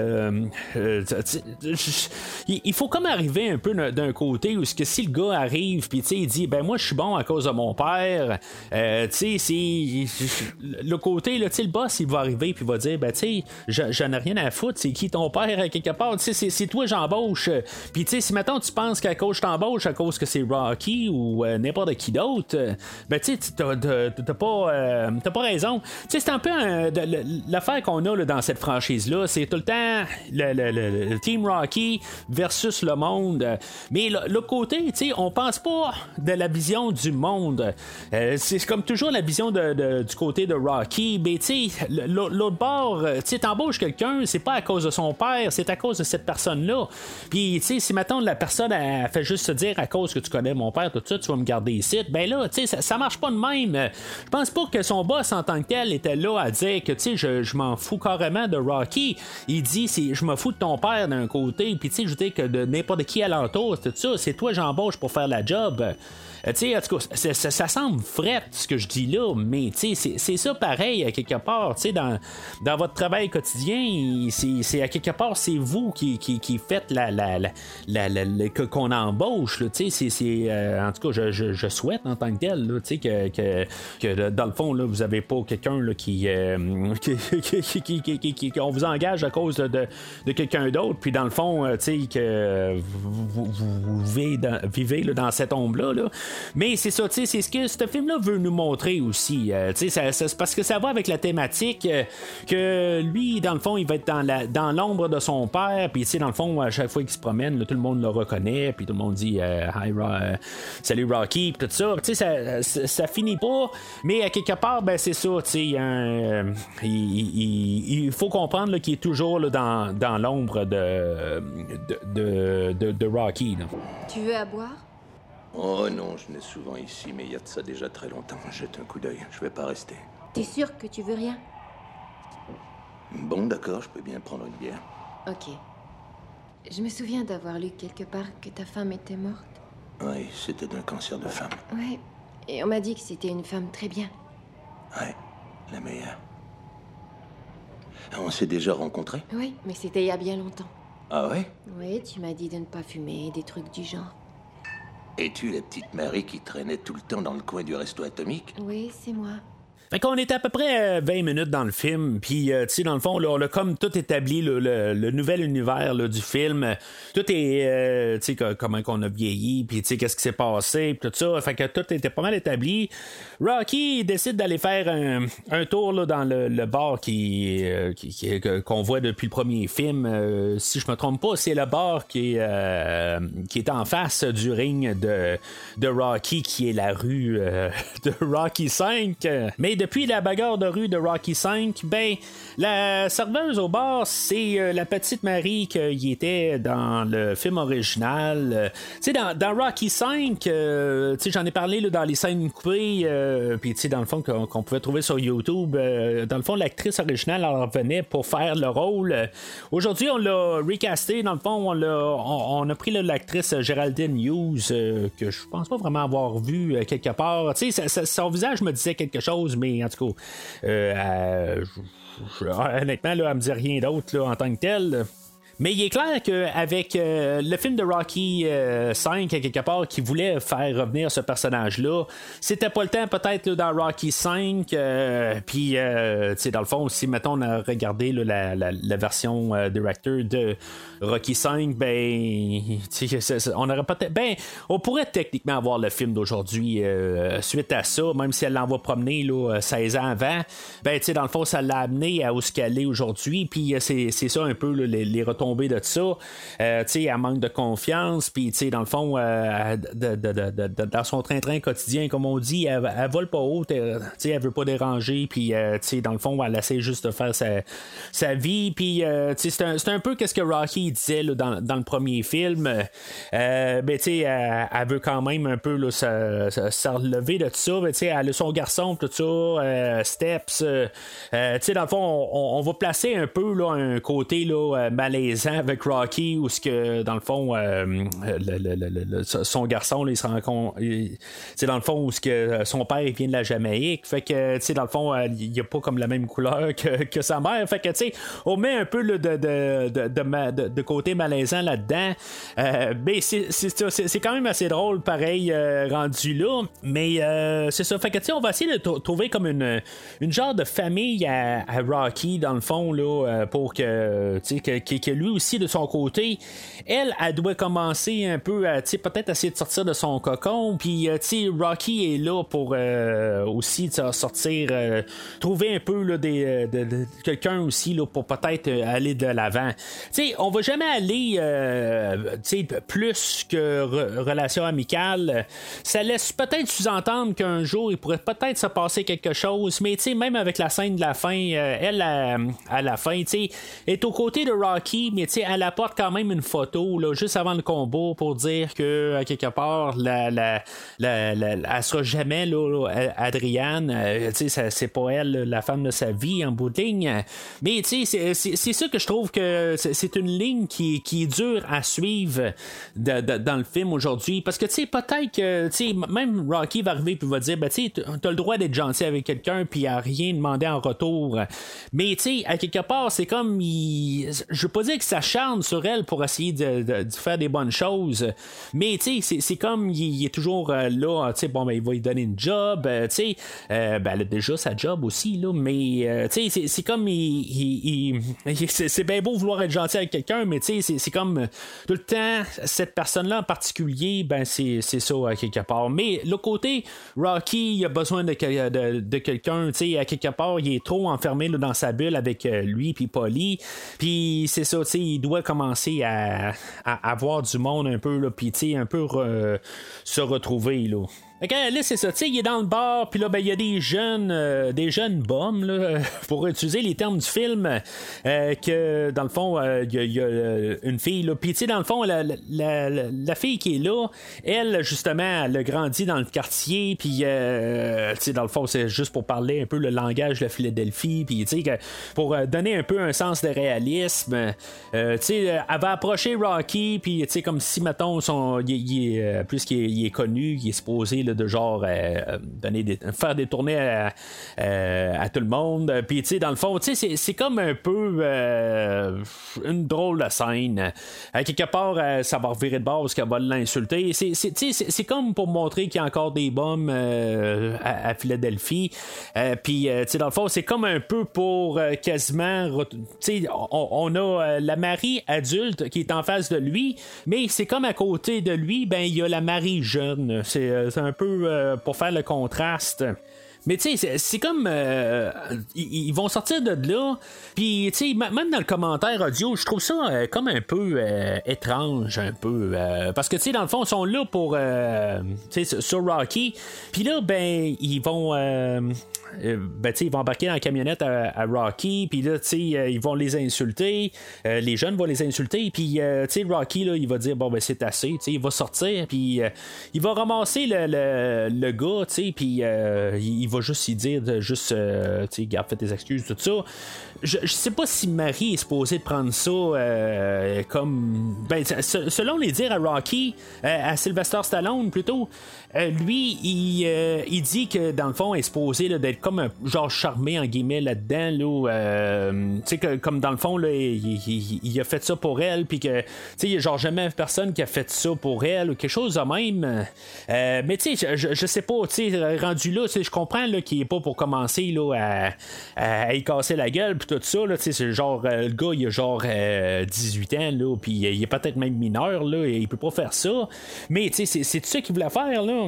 Il faut comme arriver un peu d'un côté où si le gars arrive, puis tu sais, il dit, ben moi, je suis bon à cause de mon père, tu sais, c'est. Le côté, là, tu sais, le boss, il va arriver, puis il va dire, ben tu sais, j'en ai rien à foutre, c'est qui ton père quelque part, tu sais, c'est toi j'embauche, puis tu sais, si maintenant tu penses qu'à cause je t'embauche à cause que c'est Rocky ou n'importe qui d'autre, ben tu sais, t'as pas raison. Tu sais, c'est un peu l'affaire qu'on a là, dans cette franchise là, c'est tout le temps le Team Rocky versus le monde, mais le côté, tu sais, on pense pas de la vision du monde, c'est comme toujours la vision du côté de Rocky, mais tu sais, l'autre bord, tu sais, t'embauches quelqu'un, c'est pas à cause de son père, c'est à cause de cette personne-là. Puis, tu sais, si maintenant la personne elle fait juste se dire à cause que tu connais mon père, tout ça, tu vas me garder ici, ben là, tu sais, ça marche pas de même. Je pense pas que son boss en tant que tel était là à dire que, tu sais, je m'en fous carrément de Rocky. Il dit, je m'en fous de ton père d'un côté, puis, tu sais, je dis que de n'importe qui alentour, tout ça, c'est toi j'embauche pour faire la job. Tu sais, en tout cas, ça semble fret ce que je dis là, mais tu sais, c'est ça pareil à quelque part. Tu sais, dans votre travail quotidien, c'est à quelque part, c'est vous qui faites qu'on embauche. Tu sais, en tout cas, je souhaite en tant que tel, tu sais, que dans le fond, là, vous avez pas quelqu'un là, qui on vous engage à cause de quelqu'un d'autre, puis dans le fond, tu sais, que vous vivez là, dans cette ombre là. Mais c'est ça, tu sais, c'est ce que ce film-là veut nous montrer aussi. Tu sais, c'est parce que ça va avec la thématique que lui, dans le fond, il va être dans l'ombre de son père. Puis, tu sais, dans le fond, à chaque fois qu'il se promène, là, tout le monde le reconnaît. Puis tout le monde dit Hi, salut Rocky, puis tout ça. Tu sais, ça finit pas. Mais à quelque part, ben c'est ça, tu sais, il faut comprendre là, qu'il est toujours là, dans l'ombre de Rocky. Là. Tu veux à boire? Oh non, je venais souvent ici, mais il y a de ça déjà très longtemps. Jette un coup d'œil, je vais pas rester. T'es sûr que tu veux rien? Bon, d'accord, je peux bien prendre une bière. Ok. Je me souviens d'avoir lu quelque part que ta femme était morte. Oui, c'était d'un cancer de femme. Ouais, et on m'a dit que c'était une femme très bien. Ouais, la meilleure. On s'est déjà rencontrés? Oui, mais c'était il y a bien longtemps. Ah ouais? Oui, tu m'as dit de ne pas fumer, des trucs du genre. Es-tu la petite Marie qui traînait tout le temps dans le coin du resto atomique? Oui, c'est moi. Fait qu'on est à peu près 20 minutes dans le film, puis tu sais, dans le fond, là, on a comme tout établi le nouvel univers là, du film. Tout est, tu sais, comment qu'on a vieilli, puis tu sais, qu'est-ce qui s'est passé, puis tout ça. Fait que tout était pas mal établi. Rocky décide d'aller faire un tour là, dans le bar qu'on voit depuis le premier film. Si je me trompe pas, c'est le bar qui est en face du ring de Rocky, qui est la rue de Rocky 5. Mais depuis la bagarre de rue de Rocky 5, ben, la serveuse au bar, c'est la petite Marie qui était dans le film original. Tu sais, dans Rocky 5, tu sais, j'en ai parlé là, dans les scènes coupées, puis tu sais, dans le fond, qu'on pouvait trouver sur YouTube. Dans le fond, l'actrice originale, elle revenait pour faire le rôle. Aujourd'hui, on l'a recasté. Dans le fond, on a pris là, l'actrice Geraldine Hughes, que je pense pas vraiment avoir vu quelque part. Tu sais, son visage me disait quelque chose, mais en tout cas, honnêtement, là, elle me dit rien d'autre là, en tant que tel. Mais il est clair qu'avec le film de Rocky 5, quelque part, qui voulait faire revenir ce personnage-là, c'était pas le temps peut-être là, dans Rocky 5. Puis, dans le fond, si mettons on a regardé là, la version director de Rocky 5, ben, on aurait peut-être. Ben, on pourrait techniquement avoir le film d'aujourd'hui suite à ça, même si elle l'envoie promener là, 16 ans avant. Ben, dans le fond, ça l'a amené à où ce qu'elle est aujourd'hui. Puis, c'est ça un peu là, les retombées de ça. Elle manque de confiance. Puis, dans le fond, dans son train-train quotidien, comme on dit, elle vole pas haut. Elle veut pas déranger. Puis, dans le fond, elle essaie juste de faire sa vie. Puis, c'est un peu qu'est-ce que Rocky disait là, dans le premier film. Elle veut quand même un peu là, se relever de tout ça. Mais, elle a son garçon, tout ça, Steps. Dans le fond, on va placer un peu là, un côté là, malaisant avec Rocky, où ce que dans le fond, son garçon, là, il se rend compte. Dans le fond, où ce que son père il vient de la Jamaïque. Fait que dans le fond, il n'y a pas comme la même couleur que sa mère. Fait que on met un peu là, de côté malaisant là-dedans. Mais c'est quand même assez drôle, pareil, rendu là. Mais c'est ça. Fait que on va essayer de trouver comme une genre de famille à Rocky, dans le fond, là, pour que lui aussi, de son côté, elle doit commencer un peu à peut-être essayer de sortir de son cocon. Puis, Rocky est là pour aussi sortir, trouver un peu là, de quelqu'un aussi là, pour peut-être aller de l'avant. On va jamais aller plus que relation amicale. Ça laisse peut-être sous-entendre qu'un jour il pourrait peut-être se passer quelque chose, mais même avec la scène de la fin, elle à la fin est aux côtés de Rocky, mais elle apporte quand même une photo là, juste avant le combat pour dire que à quelque part elle sera jamais là, Adrienne, c'est pas elle la femme de sa vie en bout de ligne, mais c'est ça que je trouve que c'est une ligne qui est dure à suivre dans le film aujourd'hui, parce que peut-être que même Rocky va arriver et va dire t'as le droit d'être gentil avec quelqu'un puis à rien demander en retour, mais à quelque part c'est comme je veux pas dire que ça charne sur elle pour essayer de faire des bonnes choses, mais c'est comme il est toujours là, il va lui donner une job, elle a déjà sa job aussi là, mais c'est comme c'est bien beau vouloir être gentil avec quelqu'un, mais c'est comme tout le temps cette personne-là en particulier, ben c'est ça à quelque part. Mais l'autre côté, Rocky il a besoin de quelqu'un, à quelque part il est trop enfermé là, dans sa bulle avec lui puis Polly, puis c'est ça, il doit commencer à avoir du monde un peu là, puis un peu se retrouver là. Fait que là, c'est ça, il est dans le bar, puis là, ben, il y a des jeunes bombes, là, pour utiliser les termes du film, que dans le fond, il y a une fille, là, puis dans le fond, la fille qui est là, elle, justement, elle a grandi dans le quartier, puis dans le fond, c'est juste pour parler un peu le langage de Philadelphie, puis pour donner un peu un sens de réalisme, elle va approcher Rocky, puis comme si, mettons, plus qu'il est connu, il est supposé de genre faire des tournées à tout le monde, puis dans le fond c'est comme un peu une drôle de scène à quelque part, ça va revirer de bord parce qu'elle va l'insulter, c'est comme pour montrer qu'il y a encore des bombes à Philadelphie, puis dans le fond c'est comme un peu pour quasiment on a la Marie adulte qui est en face de lui, mais c'est comme à côté de lui, ben il y a la Marie jeune, c'est un peu pour faire le contraste. Mais tu sais, c'est comme ils vont sortir de là, puis tu sais, même dans le commentaire audio, je trouve ça comme un peu étrange, un peu, parce que tu sais, dans le fond, ils sont là pour, tu sais, sur Rocky, puis là, ben, ils vont ils vont embarquer dans la camionnette à Rocky, puis là, ils vont les insulter, les jeunes vont les insulter, puis Rocky, là, il va dire, bon, ben, c'est assez, il va sortir, puis il va ramasser le gars, puis il va va juste y dire de juste, tu sais, garde, fais tes excuses, tout ça. Je sais pas si Marie est supposée de prendre ça comme. Ben, selon les dires à Rocky, à Sylvester Stallone plutôt, lui, il dit que dans le fond, elle est supposée là, d'être comme un genre charmé en guillemets là-dedans, là, tu sais, comme dans le fond, là, il a fait ça pour elle, puis que, tu sais, il y a genre jamais personne qui a fait ça pour elle, ou quelque chose de même. Mais tu sais, je sais pas, tu sais, rendu là, je comprends là, qu'il est pas pour commencer là, à y casser la gueule, puis tout ça, là, tu sais, c'est genre, le gars, il a genre 18 ans, là, puis il est peut-être même mineur, là, et il peut pas faire ça. Mais tu sais, c'est tout ça qu'il voulait faire, là.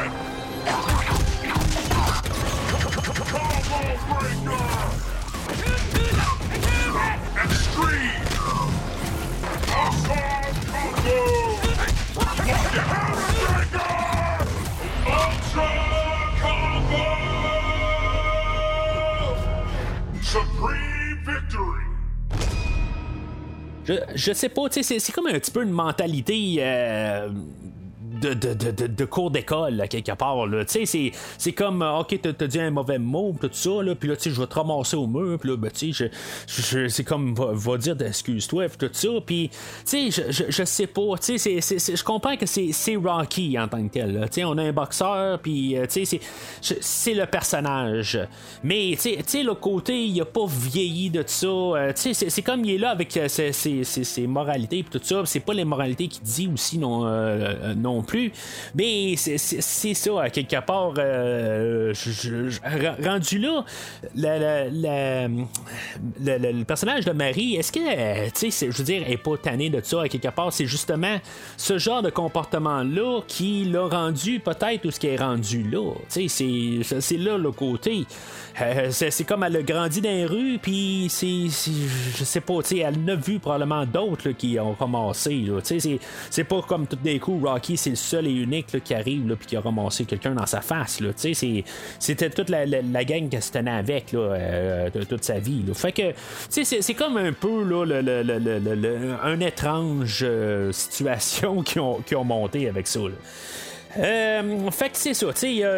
Je sais pas, tu sais, c'est comme un petit peu une mentalité de cours d'école, là, quelque part, là. Tu sais, c'est comme, ok, t'as dit un mauvais mot, tout ça, là, puis là, tu sais, je vais te ramasser au mur, puis là, ben, tu sais, c'est comme, va dire excuse-toi, puis tout ça, puis, tu sais, je sais pas, tu sais, je comprends que c'est Rocky en tant que tel, tu sais, on a un boxeur, puis, tu sais, c'est le personnage, mais, tu sais, le côté, il a pas vieilli de ça, tu sais, c'est comme il est là avec ses moralités, puis tout ça, c'est pas les moralités qu'il dit aussi non plus, mais c'est ça, à quelque part, rendu là, le personnage de Marie, est-ce que, tu sais, je veux dire, elle est pas tannée de ça, à quelque part, c'est justement ce genre de comportement-là qui l'a rendu peut-être où ce qui est rendu là, tu sais, c'est là le côté. C'est comme elle a grandi dans les rues, puis je sais pas, tu sais, elle en a vu probablement d'autres là, qui ont ramassé, tu sais, c'est pas comme tout d'un coup Rocky, c'est le seul et unique là, qui arrive là, puis qui a ramassé quelqu'un dans sa face, là, tu sais, c'était toute la gang qu'elle se tenait avec là, toute sa vie, là. Fait que, tu sais, c'est comme un peu là, un étrange situation qui ont monté avec ça, là. Fait que c'est ça, tu sais,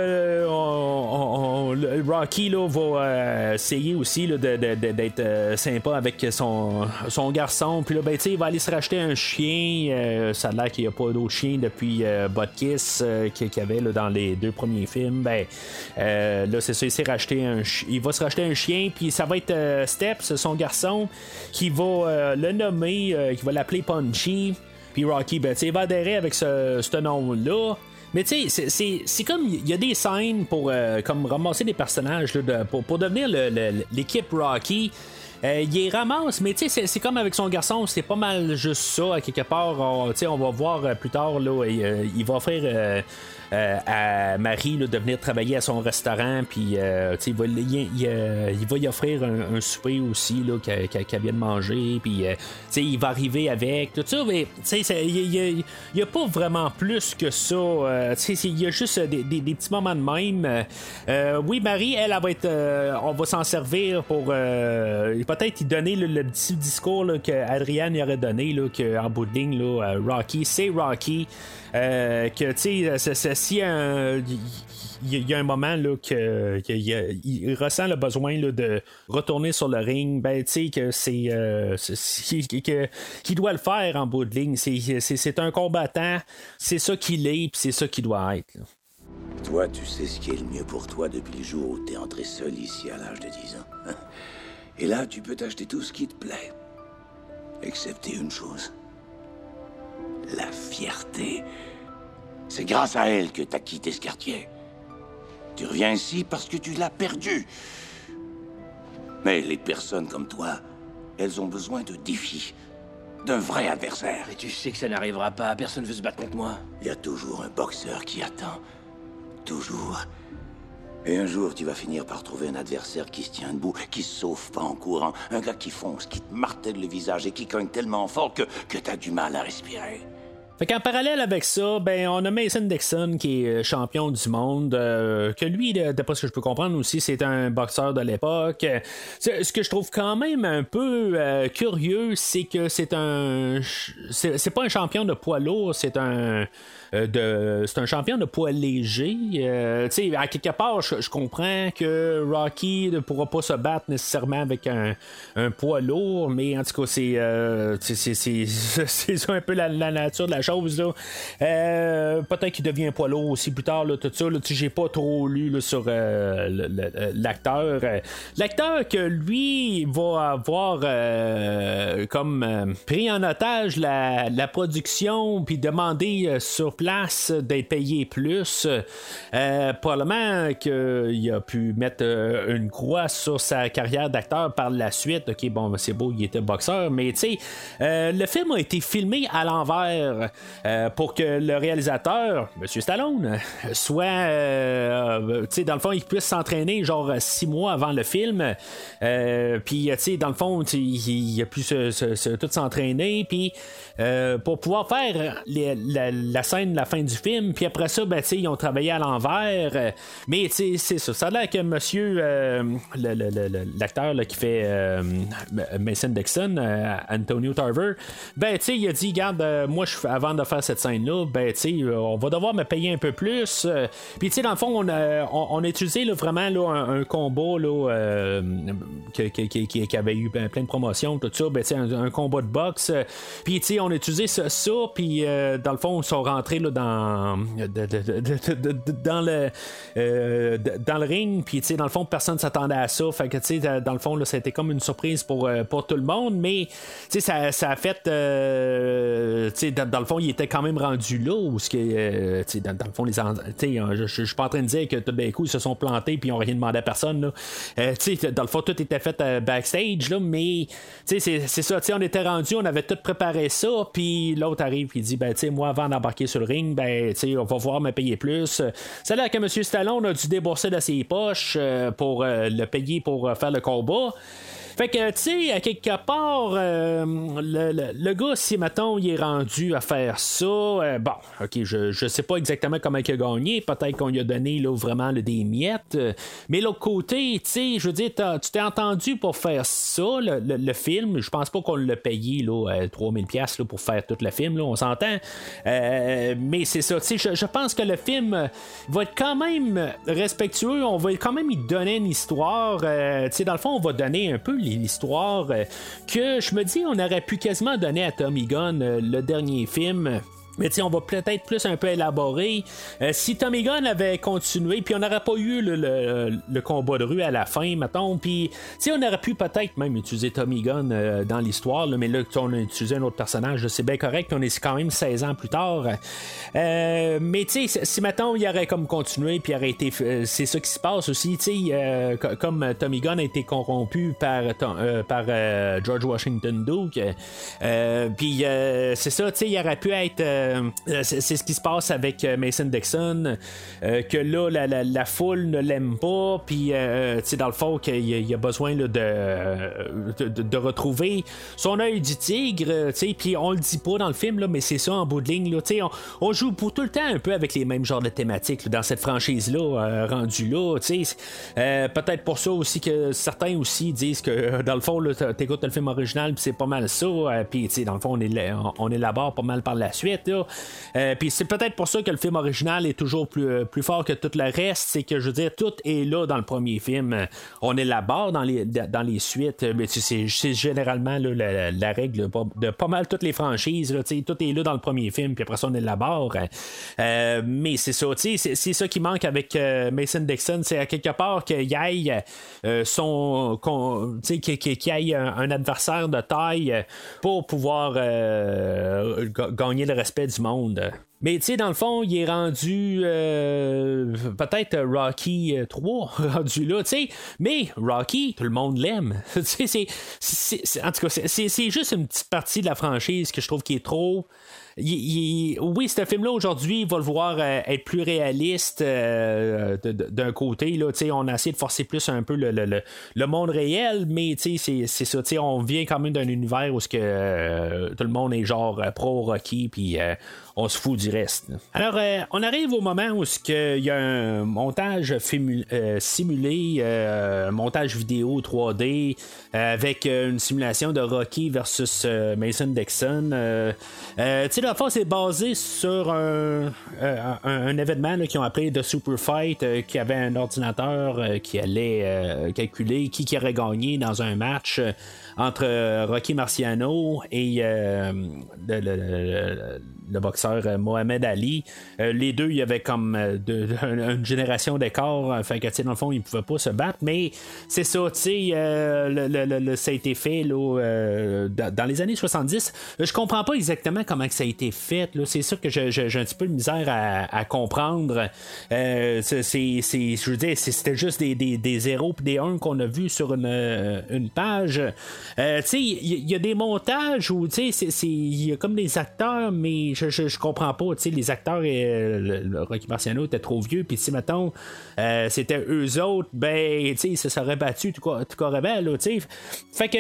Rocky là, va essayer aussi là, d'être sympa avec son garçon, puis là, ben, tu sais, il va aller se racheter un chien. Ça a l'air qu'il n'y a pas d'autre chien depuis Butkus qu'il y avait là, dans les 2 premiers films. Ben, là, c'est ça, il va se racheter un chien, puis ça va être Steps, son garçon, qui va le nommer, qui va l'appeler Punchy. Puis Rocky, ben, tu sais, il va adhérer avec ce nom-là. Mais tu sais, c'est comme il y a des scènes pour comme ramasser des personnages là, pour devenir l'équipe Rocky. Il les ramasse, mais tu sais, c'est comme avec son garçon, c'est pas mal juste ça, à quelque part. On va voir plus tard, là, il va offrir à Marie là, de venir travailler à son restaurant, puis il va y offrir un souper aussi là, qu'elle vient de manger, puis il va arriver avec tout ça, mais il y a pas vraiment plus que ça. Il y a juste des petits moments de même. Oui, Marie, elle va être, on va s'en servir pour peut-être y donner le petit discours là, que Adrian y aurait donné, là, qu'en bout de ligne, là, Rocky, c'est Rocky. Que tu sais, si il y a un moment là il ressent le besoin là, de retourner sur le ring, ben tu sais que qu'il doit le faire en bout de ligne. C'est un combattant, c'est ça qu'il est, puis c'est ça qu'il doit être, là. Toi, tu sais ce qui est le mieux pour toi depuis le jour où t'es entré seul ici à l'âge de 10 ans. Et là, tu peux t'acheter tout ce qui te plaît. Excepté une chose. La fierté. C'est grâce à elle que t'as quitté ce quartier. Tu reviens ici parce que tu l'as perdue. Mais les personnes comme toi, elles ont besoin de défis. D'un vrai adversaire. Mais tu sais que ça n'arrivera pas. Personne ne veut se battre contre moi. Il y a toujours un boxeur qui attend. Toujours. Et un jour, tu vas finir par trouver un adversaire qui se tient debout, qui se sauve pas en courant. Un gars qui fonce, qui te martèle le visage et qui cogne tellement fort que t'as du mal à respirer. Fait qu'en parallèle avec ça, ben on a Mason Dixon qui est champion du monde, que lui, d'après ce que je peux comprendre aussi, c'est un boxeur de l'époque. Ce que je trouve quand même un peu curieux, c'est que c'est pas un champion de poids lourd, c'est un champion de poids léger. À quelque part, je comprends que Rocky ne pourra pas se battre nécessairement avec un poids lourd, mais en tout cas, c'est ça un peu la nature de la chose. Là. Peut-être qu'il devient poids lourd aussi plus tard, là, tout ça. Là, j'ai pas trop lu là, sur l'acteur. L'acteur que lui va avoir comme pris en otage la production, puis demander sur place d'être payé plus. Probablement qu'il a pu mettre une croix sur sa carrière d'acteur par la suite. Ok, bon, c'est beau, il était boxeur, mais tu sais, le film a été filmé à l'envers pour que le réalisateur, M. Stallone, soit, tu sais, dans le fond, il puisse s'entraîner genre 6 mois avant le film. Puis, tu sais, dans le fond, il a pu tout s'entraîner, puis pour pouvoir faire la scène, la fin du film, puis après ça, ben, tu sais, ils ont travaillé à l'envers. Mais, tu sais, c'est ça. Ça a l'air que monsieur, l'acteur là, qui fait Mason Dixon, Antonio Tarver, ben, tu sais, il a dit, regarde, moi, avant de faire cette scène-là, ben, tu sais, on va devoir me payer un peu plus. Puis, tu sais, dans le fond, on a utilisé là, vraiment là, un combat là, qui avait eu plein de promotions, tout ça, ben, tu sais, un combat de boxe. Puis, tu sais, on a utilisé ça, puis dans le fond, ils sont rentrés là, dans le ring, puis, tu sais, dans le fond, personne ne s'attendait à ça. Fait que, tu sais, dans le fond, là, c'était comme une surprise pour tout le monde, mais, tu sais, ça a fait, tu sais, dans le fond, il était quand même rendu là, où ce que, tu sais, dans le fond, je suis pas en train de dire que tout d'un coup, ils se sont plantés, puis ils ont rien demandé à personne, là. Tu sais, dans le fond, tout était fait backstage, là, mais, tu sais, c'est ça, tu sais, on était rendu, on avait tout préparé ça, puis l'autre arrive, puis il dit, ben, tu sais, moi, avant d'embarquer sur le ring, ben, tu sais, on va voir me payer plus. C'est là que M. Stallone a dû débourser de ses poches pour le payer pour faire le combat. Fait que, tu sais, à quelque part, le gars, si, mettons, il est rendu à faire ça, bon, ok, je sais pas exactement comment il a gagné, peut-être qu'on lui a donné, là, vraiment, là, des miettes, mais l'autre côté, tu sais, je veux dire, tu t'es entendu pour faire ça, le film, je pense pas qu'on l'a payé, là, 3000$ là, pour faire tout le film, là, on s'entend, mais c'est ça, tu sais, je pense que le film va être quand même respectueux, on va quand même y donner une histoire, tu sais, dans le fond, on va donner un peu l'histoire que je me dis on aurait pu quasiment donner à Tommy Gunn le dernier film. Mais on va peut-être plus un peu élaborer. Si Tommy Gunn avait continué, puis on n'aurait pas eu le combat de rue à la fin, mettons, puis on aurait pu peut-être même utiliser Tommy Gunn dans l'histoire, là, mais là, on a utilisé un autre personnage, c'est bien correct, on est quand même 16 ans plus tard. Mais si, mettons, il aurait comme continué, puis aurait été... c'est ça qui se passe aussi, comme Tommy Gunn a été corrompu par George Washington Duke, puis c'est ça, il aurait pu être... c'est ce qui se passe avec Mason Dixon, que là la foule ne l'aime pas, puis dans le fond qu'il a besoin là, de retrouver son œil du tigre, puis on le dit pas dans le film là, mais c'est ça en bout de ligne là, on joue pour tout le temps un peu avec les mêmes genres de thématiques là, dans cette franchise là, rendu là, peut-être pour ça aussi que certains aussi disent que dans le fond là, t'écoutes le film original puis c'est pas mal ça, puis dans le fond on élabore pas mal par la suite là. Puis c'est peut-être pour ça que le film original est toujours plus fort que tout le reste, c'est que je veux dire tout est là dans le premier film, on élabore dans les suites, mais c'est généralement là, la règle de pas mal toutes les franchises là, tout est là dans le premier film puis après ça on élabore, mais c'est ça, c'est ça qui manque avec Mason Dixon, c'est à quelque part qu'il y ait qu'il y ait un adversaire de taille pour pouvoir gagner le respect du monde. Mais tu sais, dans le fond, il est rendu peut-être Rocky 3 rendu là, tu sais. Mais Rocky, tout le monde l'aime. En tout cas, c'est juste une petite partie de la franchise que je trouve qui est trop oui, ce film-là aujourd'hui, il va le voir être plus réaliste d'un côté. Là, on a essayé de forcer plus un peu le monde réel, mais c'est ça. On vient quand même d'un univers où tout le monde est genre pro-Rocky, puis on se fout du reste. Alors, on arrive au moment où il y a un montage simulé, un montage vidéo 3D avec une simulation de Rocky versus Mason Dixon. La fois, c'est basé sur un événement là, qu'ils ont appelé The Super Fight, qui avait un ordinateur qui allait calculer qui aurait gagné dans un match entre Rocky Marciano et le boxeur Mohamed Ali. Les deux, il y avait comme une génération d'écart, fait que dans le fond, ils ne pouvaient pas se battre, mais c'est ça, ça a été fait là, dans les années 70. Je comprends pas exactement comment que ça a été fait, là. C'est sûr que j'ai un petit peu de misère à comprendre. Je veux dire, c'était juste des 0 et des 1 qu'on a vu sur une page. Il y a des montages où il y a comme des acteurs, mais je comprends pas. Les acteurs et le Rocky Marciano étaient trop vieux, puis si mettons c'était eux autres, ben ils se seraient battus tout carrément, là. Fait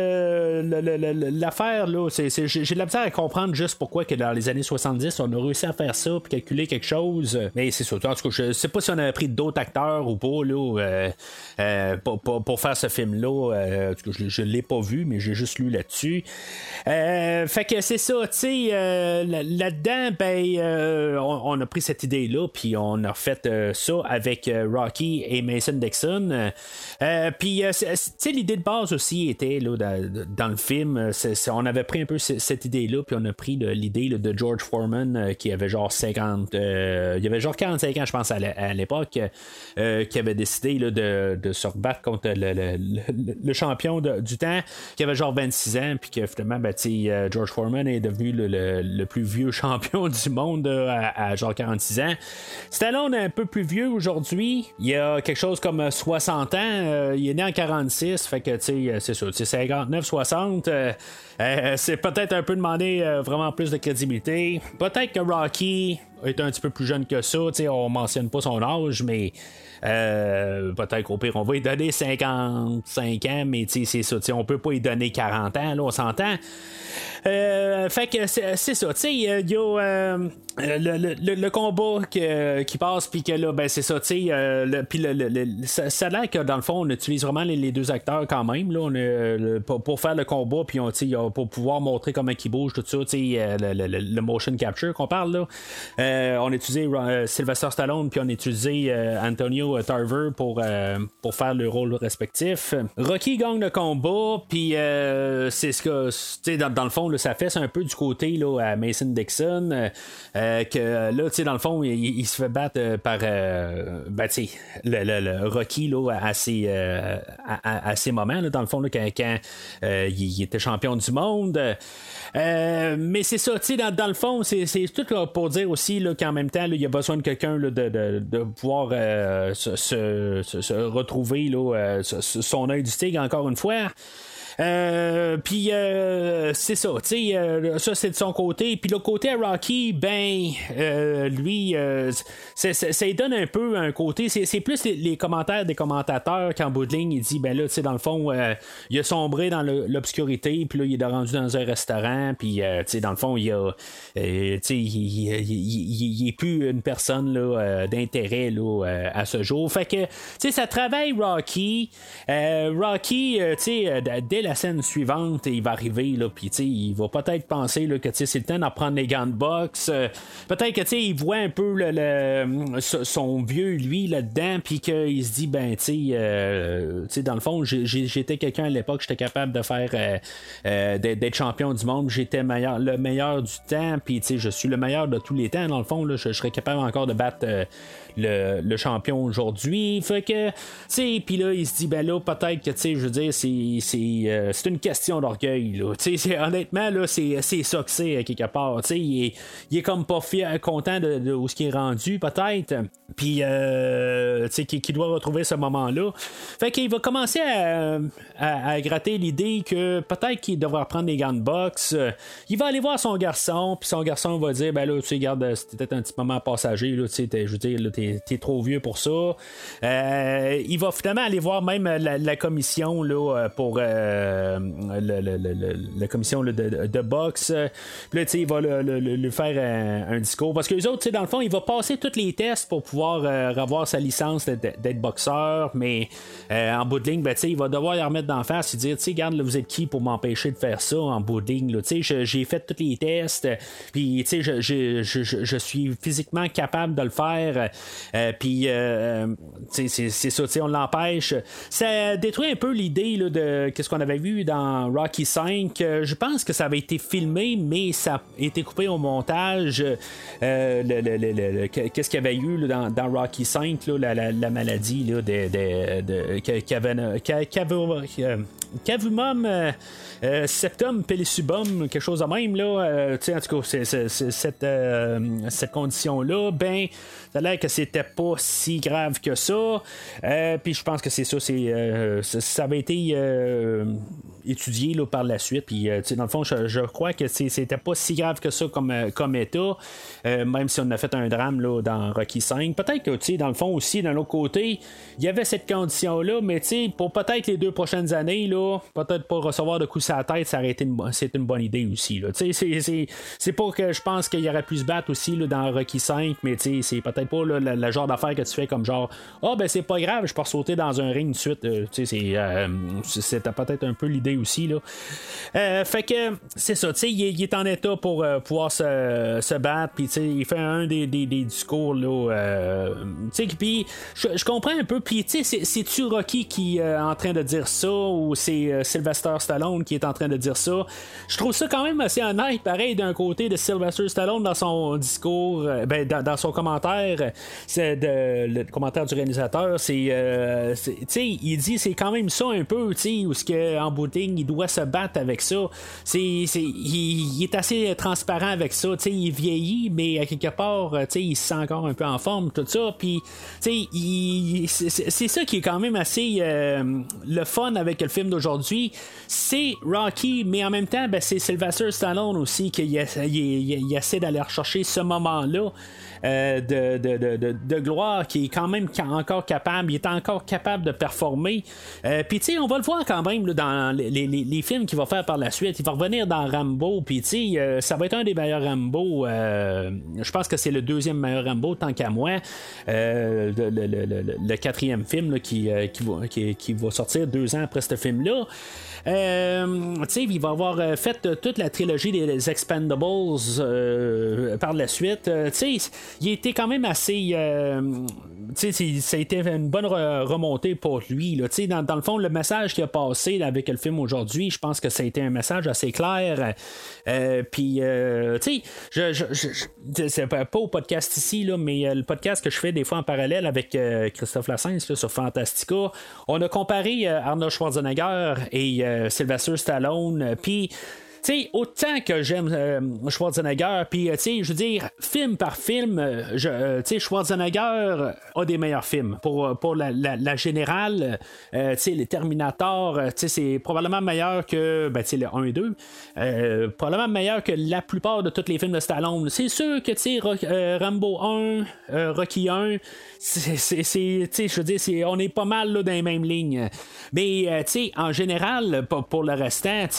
que l'affaire là, j'ai de la misère à comprendre juste pourquoi que dans les années 70 on a réussi à faire ça puis calculer quelque chose, mais c'est ça. En tout cas, je sais pas si on avait pris d'autres acteurs ou pas là, pour faire ce film là. Je l'ai pas vu, mais j'ai juste lu là-dessus. Fait que c'est ça, là-dedans, on a pris cette idée-là, puis on a refait ça avec Rocky et Mason Dixon. Puis, l'idée de base aussi était là, dans le film, on avait pris un peu cette idée-là, puis on a pris l'idée là, de George Foreman, qui avait genre 50, il y avait genre 45 ans, je pense, à l'époque, qui avait décidé là, de se rebattre contre le champion du temps, qui avait genre 26 ans, puis que finalement, George Foreman est devenu le plus vieux champion du monde à genre 46 ans. Stallone est un peu plus vieux aujourd'hui. Il a quelque chose comme 60 ans. Il est né en 46. Fait que, c'est ça. 59-60. C'est peut-être un peu demander vraiment plus de crédibilité. Peut-être que Rocky est un petit peu plus jeune que ça. On mentionne pas son âge, mais peut-être qu'au pire, on va lui donner 55 ans, mais c'est ça. On peut pas lui donner 40 ans. Là, on s'entend. Fait que c'est ça, il y a le combat qui passe, puis que là, c'est ça, puis ça a l'air que dans le fond, on utilise vraiment les deux acteurs quand même, là, pour faire le combat, puis pour pouvoir montrer comment ils bougent, tout ça, le motion capture qu'on parle, là. On a utilisé Sylvester Stallone, puis on a utilisé Antonio Tarver pour faire le rôle respectif. Rocky gagne le combat, puis c'est ce que, dans le fond, là, ça fait un peu du côté là, à Mason Dixon, que là, dans le fond, il se fait battre par le Rocky là, à ses moments, là, dans le fond, là, quand il était champion du monde. Mais c'est ça, dans le fond, c'est tout là, pour dire aussi là, qu'en même temps, là, il y a besoin de quelqu'un là, de pouvoir se retrouver là, son œil du tigre encore une fois. Puis c'est ça, ça c'est de son côté. Puis l'autre côté à Rocky, lui, ça lui donne un peu un côté. C'est plus les commentaires des commentateurs qu'en bout de ligne, il dit dans le fond, il a sombré dans l'obscurité. Puis là, il est rendu dans un restaurant. Puis dans le fond, il est plus une personne là, d'intérêt là, à ce jour. Fait que ça travaille Rocky. Rocky, dès la scène suivante, il va arriver là, puis il va peut-être penser là, que c'est le temps d'en prendre les gants de boxe. Peut-être que il voit un peu son vieux lui là-dedans, puis qu'il se dit dans le fond, j'étais quelqu'un à l'époque, j'étais capable de faire d'être champion du monde, j'étais le meilleur du temps, puis je suis le meilleur de tous les temps. Dans le fond, là, je serais capable encore de battre le champion aujourd'hui. Fait que puis là, il se dit là, peut-être que je veux dire, c'est c'est une question d'orgueil. Là. Honnêtement, là, c'est ça que c'est quelque part. Il est comme pas content de où ce qui est rendu, peut-être. Puis, qu'il doit retrouver ce moment-là. Fait qu'il va commencer à gratter l'idée que peut-être qu'il devrait reprendre les gants de boxe. Il va aller voir son garçon, puis son garçon va dire, ben là, tu sais, regarde, c'était peut-être un petit moment passager, là, je veux dire, là, t'es trop vieux pour ça. Il va finalement aller voir même la commission là, pour la commission là, de boxe. Puis là, tu sais, il va lui faire un discours. Parce que les autres, tu sais, dans le fond, il va passer tous les tests pour pouvoir revoir sa licence d'être boxeur, mais en bout de ligne, ben, tu sais, il va devoir y remettre d'en face et dire, tu sais, regarde, là, vous êtes qui pour m'empêcher de faire ça en bout de ligne, là, tu sais, j'ai fait tous les tests, puis, tu sais, je suis physiquement capable de le faire, puis, c'est ça, tu sais, on l'empêche. Ça détruit un peu l'idée là, de qu'est-ce qu'on avait vu dans Rocky V. Je pense que ça avait été filmé, mais ça a été coupé au montage. Qu'est-ce qu'il y avait eu là, dans Rocky V, là, la maladie là, cavumum septum pellicubum, quelque chose de même là. En tout cas, c'est cette condition-là, ben, ça a l'air que c'était pas si grave que ça. Puis je pense que c'est ça, ça avait été étudié là, par la suite. Puis dans le fond, je crois que c'était pas si grave que ça comme état. Même si on a fait un drame là, dans Rocky V. Peut-être que dans le fond aussi, d'un autre côté, il y avait cette condition-là, mais pour peut-être les 2 prochaines années, là, peut-être pas recevoir de coups à la tête, ça aurait été c'est une bonne idée aussi. Là. C'est pas que je pense qu'il aurait pu se battre aussi là, dans Rocky V, mais c'est peut-être pas là, le genre d'affaire que tu fais comme genre ben c'est pas grave, je peux sauter dans un ring tout de suite. C'était peut-être un peu l'idée aussi. Là. Fait que c'est ça, il est en état pour pouvoir se battre, puis il fait un des discours là. Puis je comprends un peu, puis c'est-tu Rocky qui est en train de dire ça ou c'est Sylvester Stallone qui est en train de dire ça? Je trouve ça quand même assez honnête, pareil d'un côté de Sylvester Stallone dans son discours, dans son commentaire, c'est le commentaire du réalisateur, il dit c'est quand même ça un peu, où ce que en bout de ligne, il doit se battre avec ça. Il est assez transparent avec ça, il vieillit, mais à quelque part, il se sent encore un peu en forme, tout ça, puis c'est ça qui est quand même assez le fun avec le film d'aujourd'hui. C'est Rocky, mais en même temps, c'est Sylvester Stallone aussi qui il essaie d'aller rechercher ce moment-là de gloire, qui est quand même encore capable, il est encore capable de performer. Puis on va le voir quand même là, dans les films qu'il va faire par la suite. Il va revenir dans Rambo, puis ça va être un des meilleurs Rambo. Je pense que c'est le 2e meilleur Rambo, tant qu'à moi. Le 4e film là, qui va sortir 2 ans après ce film-là. Il va avoir fait toute la trilogie des Expendables par la suite. Il était quand même assez ça a été une bonne remontée pour lui là. Dans le fond, le message qui a passé là, avec le film aujourd'hui, je pense que ça a été un message assez clair. Puis c'est pas au podcast ici là, mais le podcast que je fais des fois en parallèle avec Christophe Lassens là, sur Fantastica, on a comparé Arnold Schwarzenegger et Sylvester Stallone, puis autant que j'aime Schwarzenegger, puis je veux dire, film par film, Schwarzenegger a des meilleurs films. Pour la générale, les Terminator, c'est probablement meilleur que le 1 et 2. Probablement meilleur que la plupart de tous les films de Stallone. C'est sûr que Rambo 1, Rocky 1, je veux dire, on est pas mal là, dans les mêmes lignes. Mais en général, pour le restant,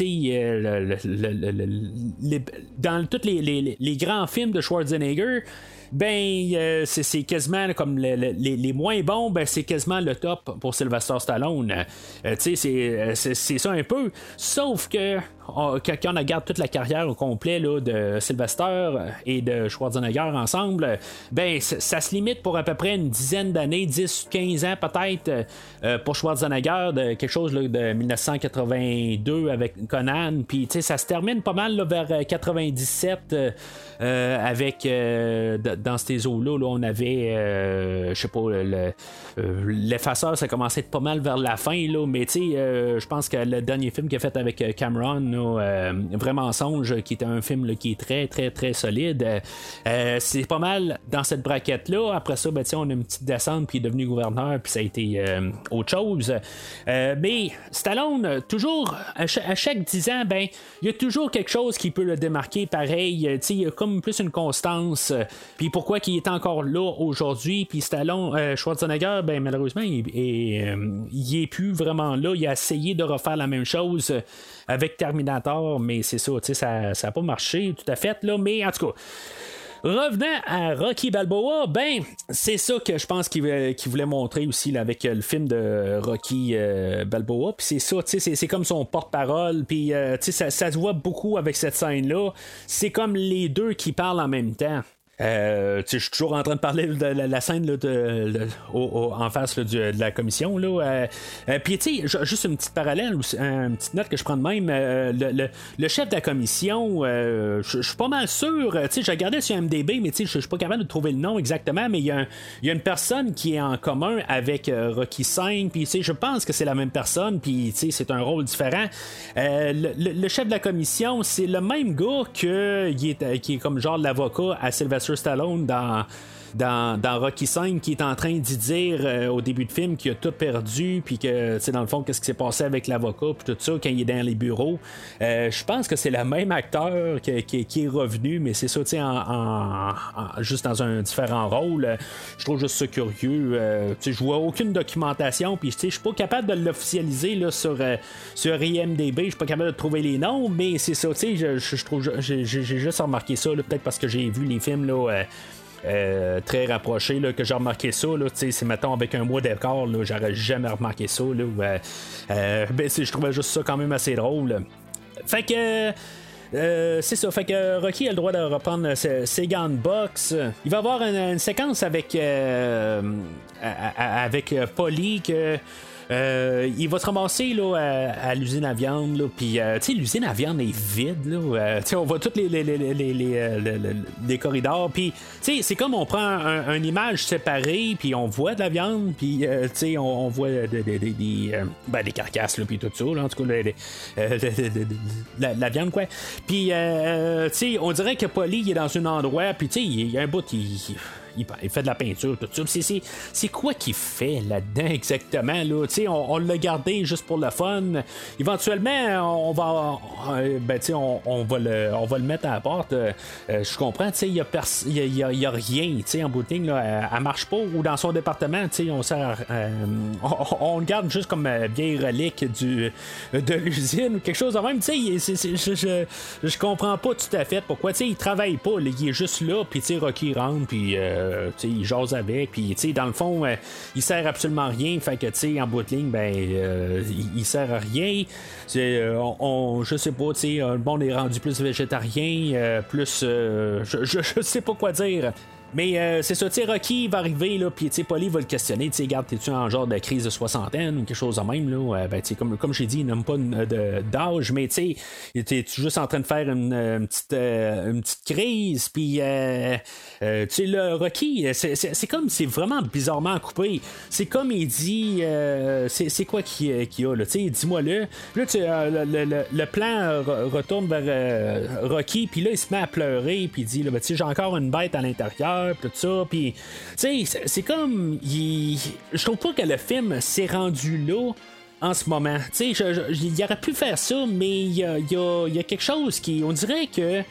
dans tous les grands films de Schwarzenegger, c'est quasiment comme les moins bons, c'est quasiment le top pour Sylvester Stallone. C'est ça un peu. Sauf que quand on regarde toute la carrière au complet là, de Sylvester et de Schwarzenegger ensemble, ben ça se limite pour à peu près une dizaine d'années, 10-15 ans peut-être, pour Schwarzenegger, de quelque chose là, de 1982 avec Conan, puis ça se termine pas mal là, vers 97 avec dans ces eaux-là, on avait je sais pas, l'effaceur, ça commençait à être pas mal vers la fin, là, mais je pense que le dernier film qu'il a fait avec Cameron, là, Vraiment Mensonge, qui était un film là, qui est très très très solide, c'est pas mal dans cette braquette-là. Après ça, ben, on a une petite descente, puis il est devenu gouverneur, puis ça a été autre chose. Mais Stallone, toujours, à chaque 10 ans, ben, il y a toujours quelque chose qui peut le démarquer pareil. Il y a comme plus une constance. Puis pourquoi il est encore là aujourd'hui, puis Stallone, Schwarzenegger, ben, malheureusement, il est plus vraiment là. Il a essayé de refaire la même chose avec Terminator, mais c'est ça, ça n'a pas marché tout à fait, là, mais en tout cas. Revenant à Rocky Balboa, ben, c'est ça que je pense qu'il voulait montrer aussi là, avec le film de Rocky Balboa. Puis c'est ça, c'est comme son porte-parole. Puis ça se voit beaucoup avec cette scène-là. C'est comme les deux qui parlent en même temps. Je suis toujours en train de parler de la scène là, en face là, de la commission. Puis, juste une petite parallèle, une petite note que je prends de même. Le chef de la commission, je suis pas mal sûr. Je regardais sur MDB, mais je suis pas capable de trouver le nom exactement. Mais il y a une personne qui est en commun avec Rocky V. Puis, je pense que c'est la même personne. Puis, c'est un rôle différent. Le chef de la commission, c'est le même gars qui est comme genre l'avocat à Sylvester Stallone dans Rocky V, qui est en train d'y dire au début de film qu'il a tout perdu, puis que dans le fond qu'est-ce qui s'est passé avec l'avocat puis tout ça quand il est dans les bureaux. Je pense que c'est le même acteur qui est revenu, mais c'est ça, juste dans un différent rôle. Je trouve juste ça curieux. Je vois aucune documentation, puis je suis pas capable de l'officialiser là, sur IMDb. Je suis pas capable de trouver les noms, mais c'est ça, je trouve, j'ai juste remarqué ça là, peut-être parce que j'ai vu les films là. Très rapproché là, que j'ai remarqué ça là, c'est mettons avec un mois d'écart là, j'aurais jamais remarqué ça là, je trouvais juste ça quand même assez drôle. Fait que c'est ça, fait que Rocky a le droit de reprendre ses gants de boxe. Il va y avoir une séquence avec Paulie que il va se ramasser là, à l'usine à viande, puis l'usine à viande est vide là, on voit tous les corridors, puis c'est comme on prend une image séparée, puis on voit de la viande, puis on voit des carcasses là, puis tout ça là, en tout cas la viande quoi, puis on dirait que Paulie il est dans un endroit, puis il y a un bout il fait de la peinture, tout ça. C'est quoi qu'il fait là-dedans exactement? Là? On l'a gardé juste pour le fun. Éventuellement, on va le mettre à la porte. Je comprends, il n'y a rien en bout de ligne. Là, elle marche pas. Ou dans son département, on le garde juste comme vieille relique de l'usine ou quelque chose de même. Je comprends pas tout à fait pourquoi. Il travaille pas. Là, il est juste là. Puis Rocky rentre. Puis il jase avec, puis dans le fond il sert absolument à rien, fait que en bout de ligne il sert à rien. Je sais pas, le monde est rendu plus végétarien, plus je sais pas quoi dire. Mais c'est ça, Rocky va arriver, là, puis Paulie va le questionner, regarde, t'es-tu en genre de crise de soixantaine ou quelque chose de même, là? Comme j'ai dit, il n'a pas d'âge, mais t'es juste en train de faire une petite crise, puis le Rocky, c'est comme, c'est vraiment bizarrement coupé. C'est comme il dit, c'est quoi qu'il y a, là, dis-moi-le. Puis là, le plan retourne vers Rocky, puis là, il se met à pleurer, puis il dit, j'ai encore une bête à l'intérieur, tout ça, puis c'est comme je trouve pas que le film s'est rendu là en ce moment. Il aurait pu faire ça, mais il y a quelque chose qui, on dirait que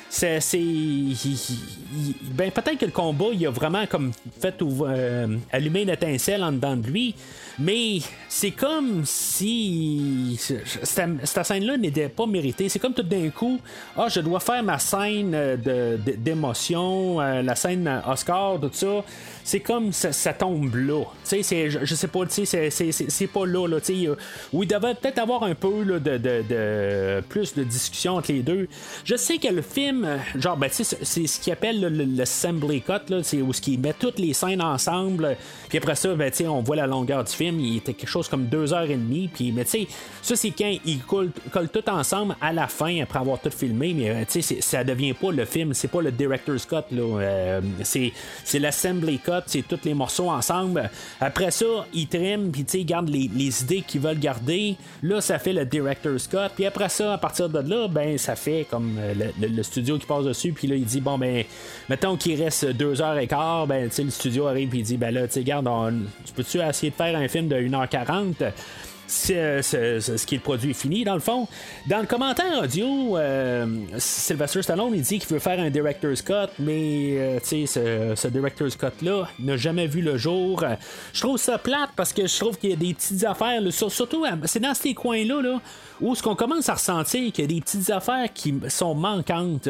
ben, peut-être que le combat, il a vraiment comme fait allumer une étincelle en dedans de lui. Mais c'est comme si cette scène-là n'était pas méritée. C'est comme tout d'un coup, je dois faire ma scène d'émotion, la scène Oscar, tout ça. C'est comme ça tombe là. Je sais pas, c'est pas là. Où il devait peut-être avoir un peu là, de plus de discussion entre les deux. Je sais que le film, genre, ben, c'est ce qu'il appelle l'assembly cut, là, c'est où il met toutes les scènes ensemble. Puis après ça, ben, on voit la longueur du film. Il était quelque chose comme 2h30. Puis, mais tu sais, ça, c'est quand ils collent tout ensemble à la fin, après avoir tout filmé. Mais ça devient pas le film, c'est pas le director's cut. Là, c'est l'assembly cut. C'est tous les morceaux ensemble. Après ça, ils triment, puis ils gardent les idées qu'ils veulent garder. Là, ça fait le director's cut. Puis après ça, à partir de là, ben ça fait comme le studio qui passe dessus. Puis là, il dit, bon, ben, mettons qu'il reste 2h15, ben, le studio arrive, puis il dit, ben là, garde, tu peux-tu essayer de faire un film de 1h40? Ce qui est le produit fini dans le fond. Dans le commentaire audio, Sylvester Stallone il dit qu'il veut faire un director's cut, mais ce director's cut là n'a jamais vu le jour. Je trouve ça plate parce que je trouve qu'il y a des petites affaires là, surtout c'est dans ces coins là où ce qu'on commence à ressentir qu'il y a des petites affaires qui sont manquantes.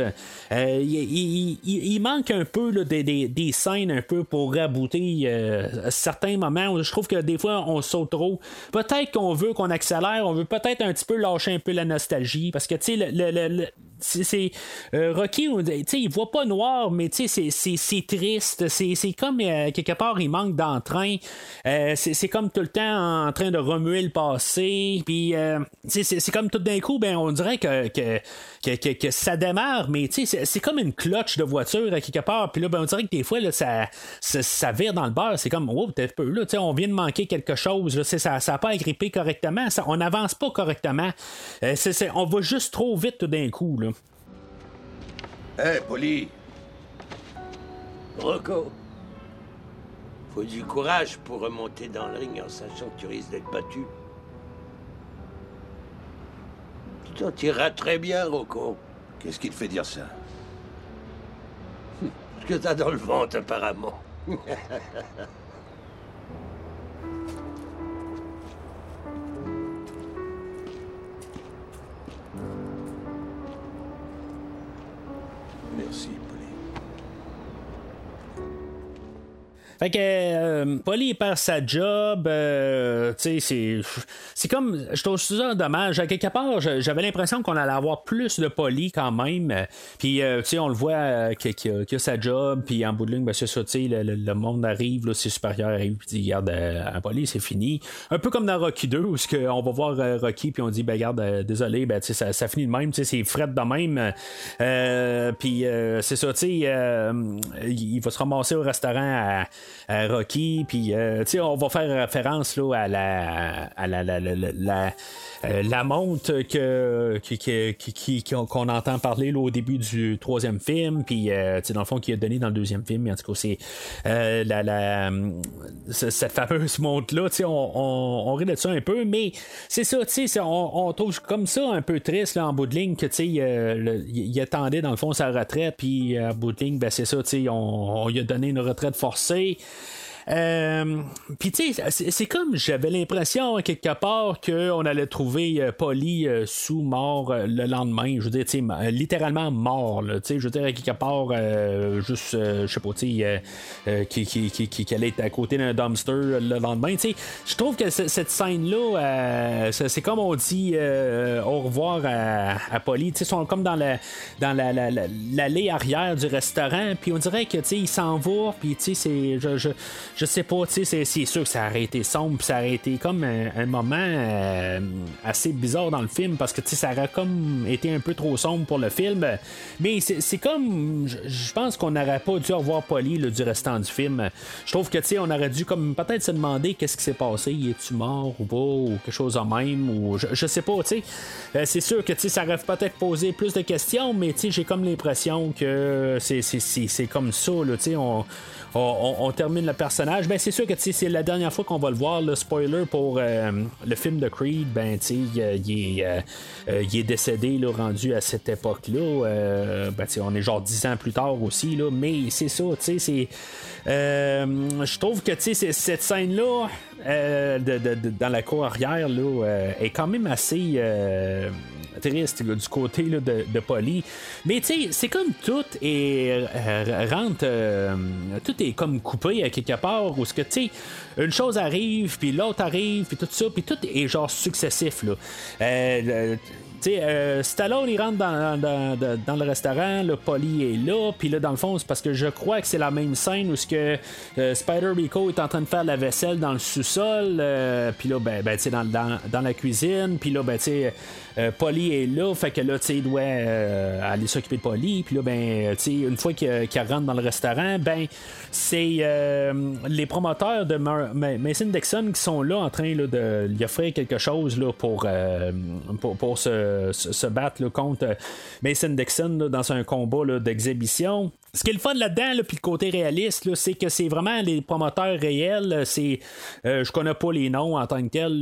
Il manque un peu là, des scènes un peu pour rabouter certains moments où je trouve que des fois on saute trop. Peut-être qu'on veut qu'on accélère, on veut peut-être un petit peu lâcher un peu la nostalgie parce que tu sais c'est Rocky, il voit pas noir, mais c'est triste, c'est comme quelque part il manque d'entrain, c'est comme tout le temps en train de remuer le passé, puis c'est comme tout d'un coup, ben on dirait que ça démarre, mais c'est comme une cloche de voiture à quelque part, puis là ben on dirait que des fois là, ça vire dans le beurre, c'est comme peut-être peu là, on vient de manquer quelque chose, là, ça n'a pas agrippé correctement, on n'avance pas correctement, on va juste trop vite tout d'un coup là. Hey, Polly! Rocco! Faut du courage pour remonter dans le ring en sachant que tu risques d'être battu. Tu t'en tireras très bien, Rocco. Qu'est-ce qui te fait dire ça? Ce que t'as dans le ventre, apparemment. Merci, Polly. Fait que Polly perd sa job, tu sais, c'est comme, je trouve ça dommage. À quelque part, j'avais l'impression qu'on allait avoir plus de Polly quand même. Puis, tu sais, on le voit qu'il a sa job, puis en bout de ligne, ben, c'est ça, tu sais, le monde arrive, là, ses supérieurs arrivent, puis dit, regarde, à Polly, c'est fini. Un peu comme dans Rocky 2, où on va voir Rocky, puis on dit, ben, regarde, désolé, ben, tu sais, ça finit de même, tu sais, c'est fret de même. Puis, c'est ça, tu sais, il va se ramasser au restaurant à Rocky, puis tu sais, on va faire référence là, à la montre qu'on entend parler là, au début du troisième film, puis dans le fond qui est donné dans le deuxième film, mais en tout cas c'est cette fameuse montre là, on rit de ça un peu, mais c'est ça, on trouve comme ça un peu triste là, en bout de ligne que il attendait dans le fond sa retraite, puis en bout de ligne, ben, c'est ça, on lui a donné une retraite forcée. Puis tu sais, c'est comme j'avais l'impression quelque part qu'on allait trouver Polly sous mort le lendemain. Je veux dire, tu sais, littéralement mort. Tu sais, je veux dire quelque part juste, je sais pas, tu sais, qui allait être à côté d'un dumpster le lendemain. Tu sais, je trouve que cette scène-là, c'est comme on dit au revoir à Polly. Tu sais, ils sont comme dans l'allée arrière du restaurant. Puis on dirait que tu sais, il s'en va. Puis tu sais, je sais pas, tu sais, c'est sûr que ça aurait été sombre, puis ça aurait été comme un moment assez bizarre dans le film, parce que tu sais, ça aurait comme été un peu trop sombre pour le film. Mais c'est comme, je pense qu'on n'aurait pas dû revoir Polly là, du restant du film. Je trouve que tu sais, on aurait dû comme peut-être se demander qu'est-ce qui s'est passé, es-tu mort ou pas, ou quelque chose de même, ou je sais pas, tu sais. C'est sûr que tu sais, ça aurait peut-être posé plus de questions, mais tu sais, j'ai comme l'impression que c'est comme ça, là, tu sais, on termine le personnage personnage. Ben, c'est sûr que c'est la dernière fois qu'on va le voir. Le spoiler pour le film de Creed, ben, il est décédé là, rendu à cette époque-là. Ben, on est genre 10 ans plus tard aussi, là, mais c'est ça, je trouve que cette scène-là dans la cour arrière là, est quand même assez triste là, du côté là, de Polly. Mais c'est comme tout est rentre, tout est comme coupé à quelque part où ce que une chose arrive puis l'autre arrive puis tout ça puis tout est genre successif là. Stallone il rentre dans le restaurant, le Polly est là, puis là dans le fond c'est parce que je crois que c'est la même scène où ce que Spider Rico est en train de faire la vaisselle dans le sous-sol, puis là dans la cuisine, puis là Polly est là, fait que là il doit aller s'occuper de Polly, puis là une fois qu'il rentre dans le restaurant, c'est les promoteurs de Mason Dixon qui sont là en train là, de lui offrir quelque chose là, pour se battre là, contre Mason Dixon là, dans un combat là, d'exhibition. Ce qui est le fun là-dedans, là, puis le côté réaliste, là, c'est que c'est vraiment les promoteurs réels. Je connais pas les noms en tant que tels.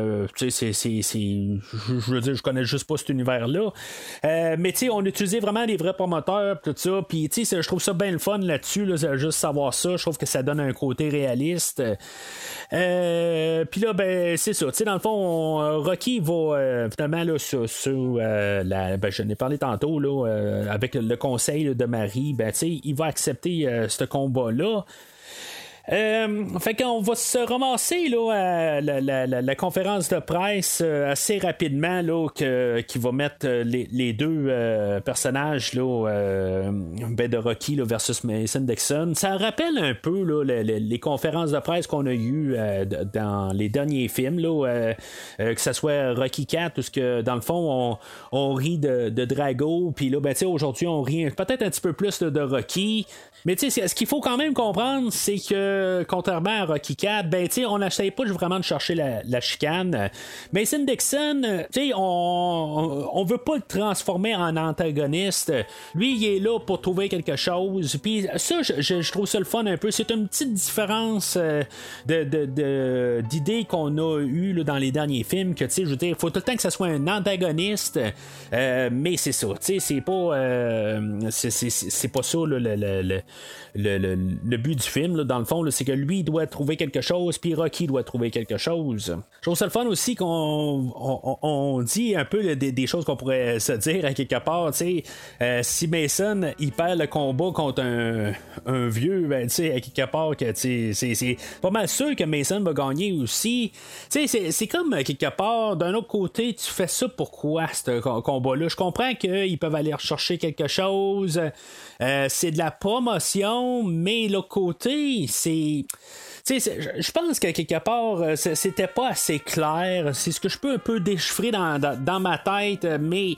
Je veux dire, je connais juste pas cet univers-là. Mais on utilisait vraiment les vrais promoteurs, tout ça. Puis je trouve ça bien le fun là-dessus. Là, juste savoir ça, je trouve que ça donne un côté réaliste. Puis là, c'est ça. Dans le fond, Rocky va finalement là, sur je n'ai parlé tantôt là, avec le conseil là, de Marie. Il va accepter ce combat-là. Fait qu'on va se ramasser là, à la conférence de presse assez rapidement là, qui va mettre les deux personnages là, de Rocky là, versus Mason Dixon. Ça rappelle un peu là, les conférences de presse qu'on a eues dans les derniers films là, que ce soit Rocky 4 où que, dans le fond on rit de Drago, puis là aujourd'hui on rit peut-être un petit peu plus là, de Rocky. Mais ce qu'il faut quand même comprendre, c'est que contrairement à Rocky 4, on n'essayait pas vraiment de chercher la chicane. Mason Dixon, on veut pas le transformer en antagoniste. Lui, il est là pour trouver quelque chose. Puis ça, je trouve ça le fun un peu. C'est une petite différence d'idées qu'on a eues là, dans les derniers films. Que je veux dire, il faut tout le temps que ce soit un antagoniste. Mais c'est ça. C'est pas c'est pas ça là, le but du film, là, dans le fond, là, c'est que lui doit trouver quelque chose, puis Rocky doit trouver quelque chose. Je trouve ça le fun aussi qu'on dit un peu des choses qu'on pourrait se dire à quelque part. Si Mason il perd le combat contre un vieux, à quelque part, que c'est pas mal sûr que Mason va gagner aussi. C'est comme quelque part, d'un autre côté, tu fais ça pourquoi ce combat-là? Je comprends qu'ils peuvent aller rechercher quelque chose. C'est de la promotion, mais l'autre côté, c'est... Je pense que quelque part, c'était pas assez clair. C'est ce que je peux un peu déchiffrer dans ma tête, mais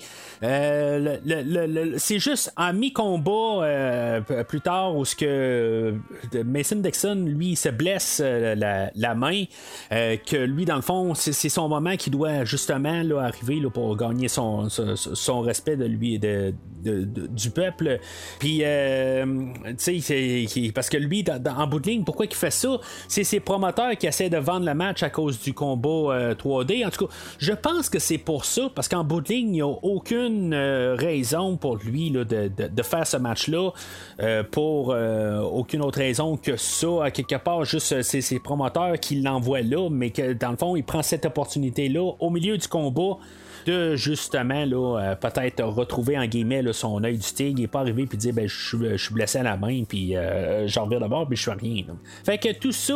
c'est juste en mi-combat plus tard où ce que Mason Dixon, lui, se blesse la main, que lui, dans le fond, c'est son moment qui doit justement là, arriver là, pour gagner son respect de lui du peuple. Puis, parce que lui, en bout de ligne, pourquoi il fait ça? C'est ses promoteurs qui essaient de vendre le match à cause du combat 3D. En tout cas, je pense que c'est pour ça, parce qu'en bout de ligne, il n'y a aucune raison pour lui là, de faire ce match-là pour aucune autre raison que ça. À quelque part, juste c'est ses promoteurs qui l'envoient là, mais que dans le fond, il prend cette opportunité-là au milieu du combat de justement là, peut-être retrouver en guillemets là, son œil du tigre et pas arriver puis dire je suis blessé à la main puis j'en reviens d'abord puis je fais rien là. Fait que tout ça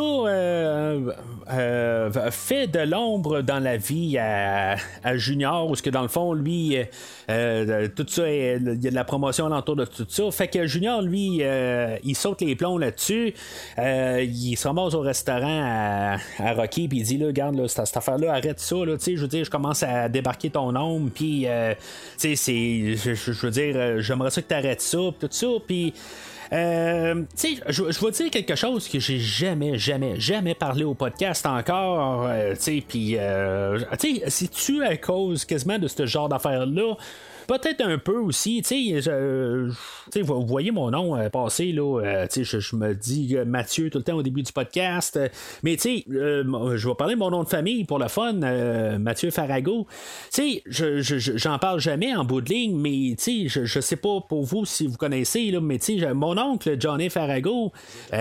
fait de l'ombre dans la vie à Junior où ce que dans le fond lui tout ça il y a de la promotion alentour de tout ça, fait que Junior lui il saute les plombs là-dessus, il se ramasse au restaurant à Rocky puis il dit là regarde là, cette affaire là arrête ça là, je veux dire je commence à débarquer ton nombre, puis je veux dire j'aimerais ça que t'arrêtes ça, tout ça, puis sais, je vais dire quelque chose que j'ai jamais parlé au podcast encore. Tu sais, puis, tu sais, c'est-tu à cause quasiment de ce genre d'affaires-là? Peut-être un peu aussi, tu sais, vous voyez mon nom passer, là, tu sais, je me dis Mathieu tout le temps au début du podcast, mais tu sais, je vais parler de mon nom de famille pour le fun, Mathieu Farago. Tu sais, j'en parle jamais en bout de ligne, mais tu sais, je sais pas pour vous si vous connaissez, là, mais tu sais, mon oncle Johnny Farago, dans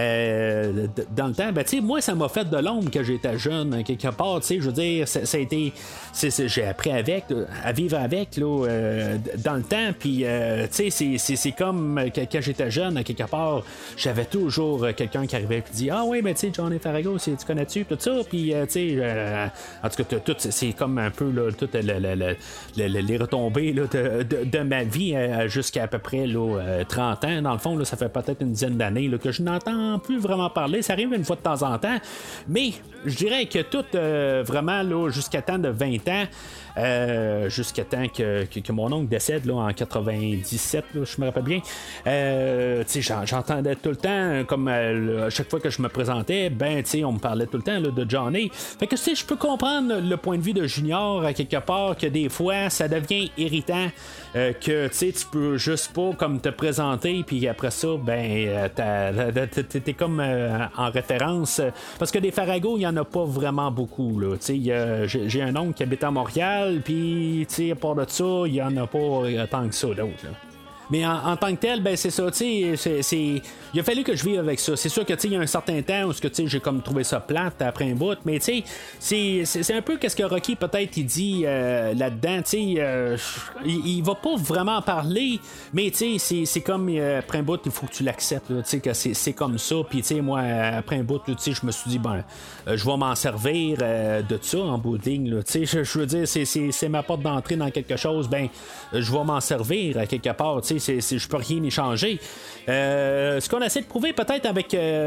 le temps, ben tu sais, moi, ça m'a fait de l'ombre que j'étais jeune, quelque part, tu sais, je veux dire, ça a été, j'ai appris à vivre avec, là, dans le temps, puis tu sais, c'est comme quand j'étais jeune, à quelque part, j'avais toujours quelqu'un qui arrivait et qui dit ah oui, mais tu sais, Johnny Farago, tu connais-tu tout ça, puis tu sais, en tout cas, tout c'est comme un peu là, toutes les retombées là, de ma vie jusqu'à à peu près là, 30 ans, dans le fond, là, ça fait peut-être une dizaine d'années là, que je n'entends plus vraiment parler, ça arrive une fois de temps en temps, mais je dirais que tout vraiment là, jusqu'à temps de 20 ans, jusqu'à temps que mon oncle décède là, en 97, là, je me rappelle bien. J'entendais tout le temps, comme à chaque fois que je me présentais, ben, on me parlait tout le temps là, de Johnny. Fait que je peux comprendre le point de vue de Junior à quelque part, que des fois ça devient irritant, que tu peux juste pas comme te présenter, puis après ça, ben, t'es comme en référence. Parce que des Farago, il y en a pas vraiment beaucoup. Là. J'ai un oncle qui habite à Montréal, puis à part de ça, il y en a pas tant que ça d'autres. Mais en tant que tel, ben c'est ça, tu sais, il a fallu que je vive avec ça. C'est sûr que il y a un certain temps où j'ai comme trouvé ça plate après un bout, mais tu sais, c'est un peu qu'est-ce que Rocky peut-être il dit là-dedans, tu sais, il va pas vraiment parler, mais tu sais, c'est comme après un bout, il faut que tu l'acceptes, tu sais, que c'est comme ça, puis tu sais, moi, après un bout, tu sais, je me suis dit, ben, je vais m'en servir de ça en bout de ligne, tu sais, je veux dire, c'est ma porte d'entrée dans quelque chose, ben, je vais m'en servir à quelque part, tu sais, je peux rien y changer. Ce qu'on essaie de prouver peut-être avec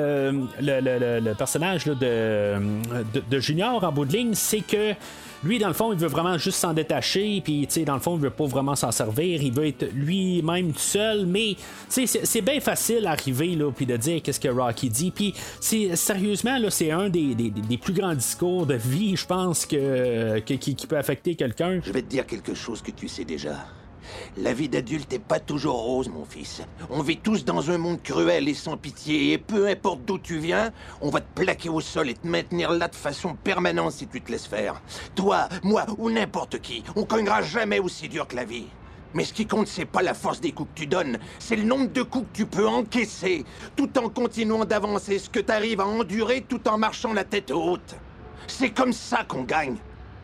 le personnage là, de Junior en bout de ligne, c'est que lui, dans le fond, il veut vraiment juste s'en détacher, puis dans le fond, il veut pas vraiment s'en servir, il veut être lui-même tout seul, mais c'est bien facile d'arriver là, puis de dire qu'est-ce que Rocky dit, puis sérieusement, là, c'est un des plus grands discours de vie, je pense, qui peut affecter quelqu'un. Je vais te dire quelque chose que tu sais déjà. La vie d'adulte n'est pas toujours rose, mon fils. On vit tous dans un monde cruel et sans pitié, et peu importe d'où tu viens, on va te plaquer au sol et te maintenir là de façon permanente si tu te laisses faire. Toi, moi ou n'importe qui, on cognera jamais aussi dur que la vie. Mais ce qui compte, c'est pas la force des coups que tu donnes, c'est le nombre de coups que tu peux encaisser, tout en continuant d'avancer ce que tu arrives à endurer tout en marchant la tête haute. C'est comme ça qu'on gagne.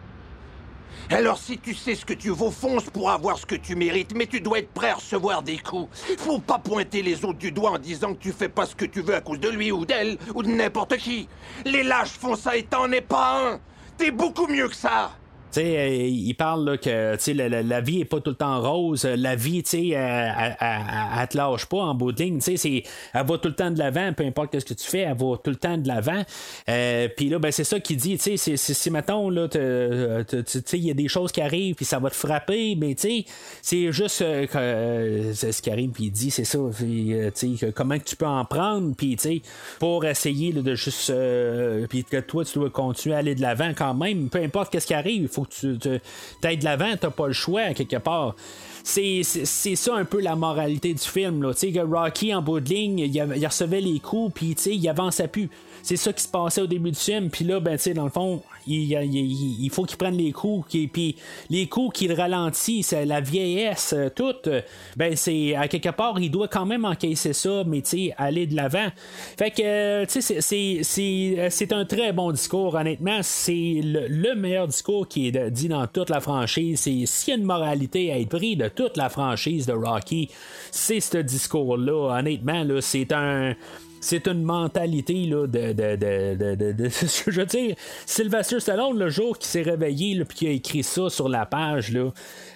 Alors si tu sais ce que tu vaux, fonce pour avoir ce que tu mérites, mais tu dois être prêt à recevoir des coups. Faut pas pointer les autres du doigt en disant que tu fais pas ce que tu veux à cause de lui ou d'elle, ou de n'importe qui. Les lâches font ça et t'en es pas un. T'es beaucoup mieux que ça. Tu sais, il parle là, que la vie est pas tout le temps rose. La vie, tu sais, elle te lâche pas en bout de ligne. Tu sais, elle va tout le temps de l'avant. Peu importe ce que tu fais, elle va tout le temps de l'avant. Puis là, ben c'est ça qu'il dit. Tu sais, si mettons là, tu sais, il y a des choses qui arrivent, puis ça va te frapper, mais tu sais, c'est juste ce qui arrive. Puis il dit, c'est ça. Tu sais, comment que tu peux en prendre, puis tu sais, pour essayer là, de juste, puis que toi, tu dois continuer à aller de l'avant quand même. Peu importe ce qui arrive, il faut que tu ailles de l'avant, t'as pas le choix quelque part. C'est ça un peu la moralité du film là. Tu sais, Rocky en bout de ligne, il recevait les coups, puis tu sais, il avançait plus. C'est ça qui se passait au début du film, puis là, ben tu sais, dans le fond, il faut qu'il prenne les coups, puis les coups qu'il ralentit, c'est la vieillesse, tout. Ben c'est à quelque part, il doit quand même encaisser ça, mais tu sais, aller de l'avant. Fait que tu sais, c'est un très bon discours, honnêtement. C'est le meilleur discours qui est dit dans toute la franchise. C'est s'il y a une moralité à être pris de toute la franchise de Rocky, c'est ce discours-là. Honnêtement, là, c'est une mentalité là, je veux dire, Sylvester Stallone, le jour qu'il s'est réveillé puis qu'il a écrit ça sur la page là,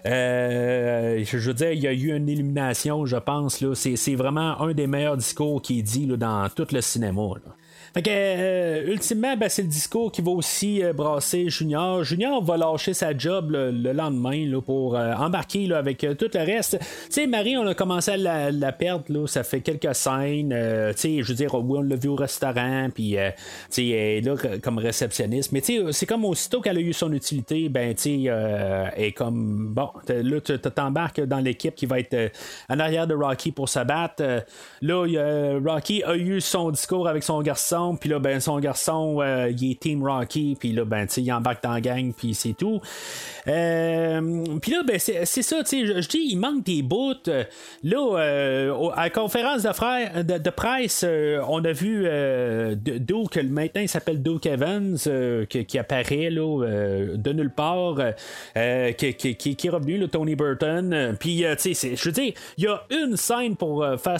je veux dire, il y a eu une illumination, je pense là. C'est vraiment un des meilleurs discours qui est dit là, dans tout le cinéma là. Fait que, ultimement, ben, c'est le discours qui va aussi brasser Junior. Junior va lâcher sa job le lendemain là, pour embarquer là, avec tout le reste. Tu sais, Marie, on a commencé à la perdre. Là, ça fait quelques scènes. Tu sais, je veux dire, oui, on l'a vu au restaurant. Puis, tu sais, elle est là comme réceptionniste. Mais tu sais, c'est comme aussitôt qu'elle a eu son utilité, ben, tu sais, elle est comme, bon, là, tu t'embarques dans l'équipe qui va être en arrière de Rocky pour se battre. Là, Rocky a eu son discours avec son garçon. Puis là, ben, son garçon, il est Team Rocky, puis là, ben, tu sais, il embarque dans la gang, puis c'est tout. Puis là, ben, c'est ça, tu sais, je dis, il manque des bouts. Là, à la conférence de presse, on a vu Duke, maintenant il s'appelle Duke Evans, qui apparaît, là, de nulle part, qui est revenu, là, Tony Burton. Puis, tu sais, je veux dire, il y a une scène pour faire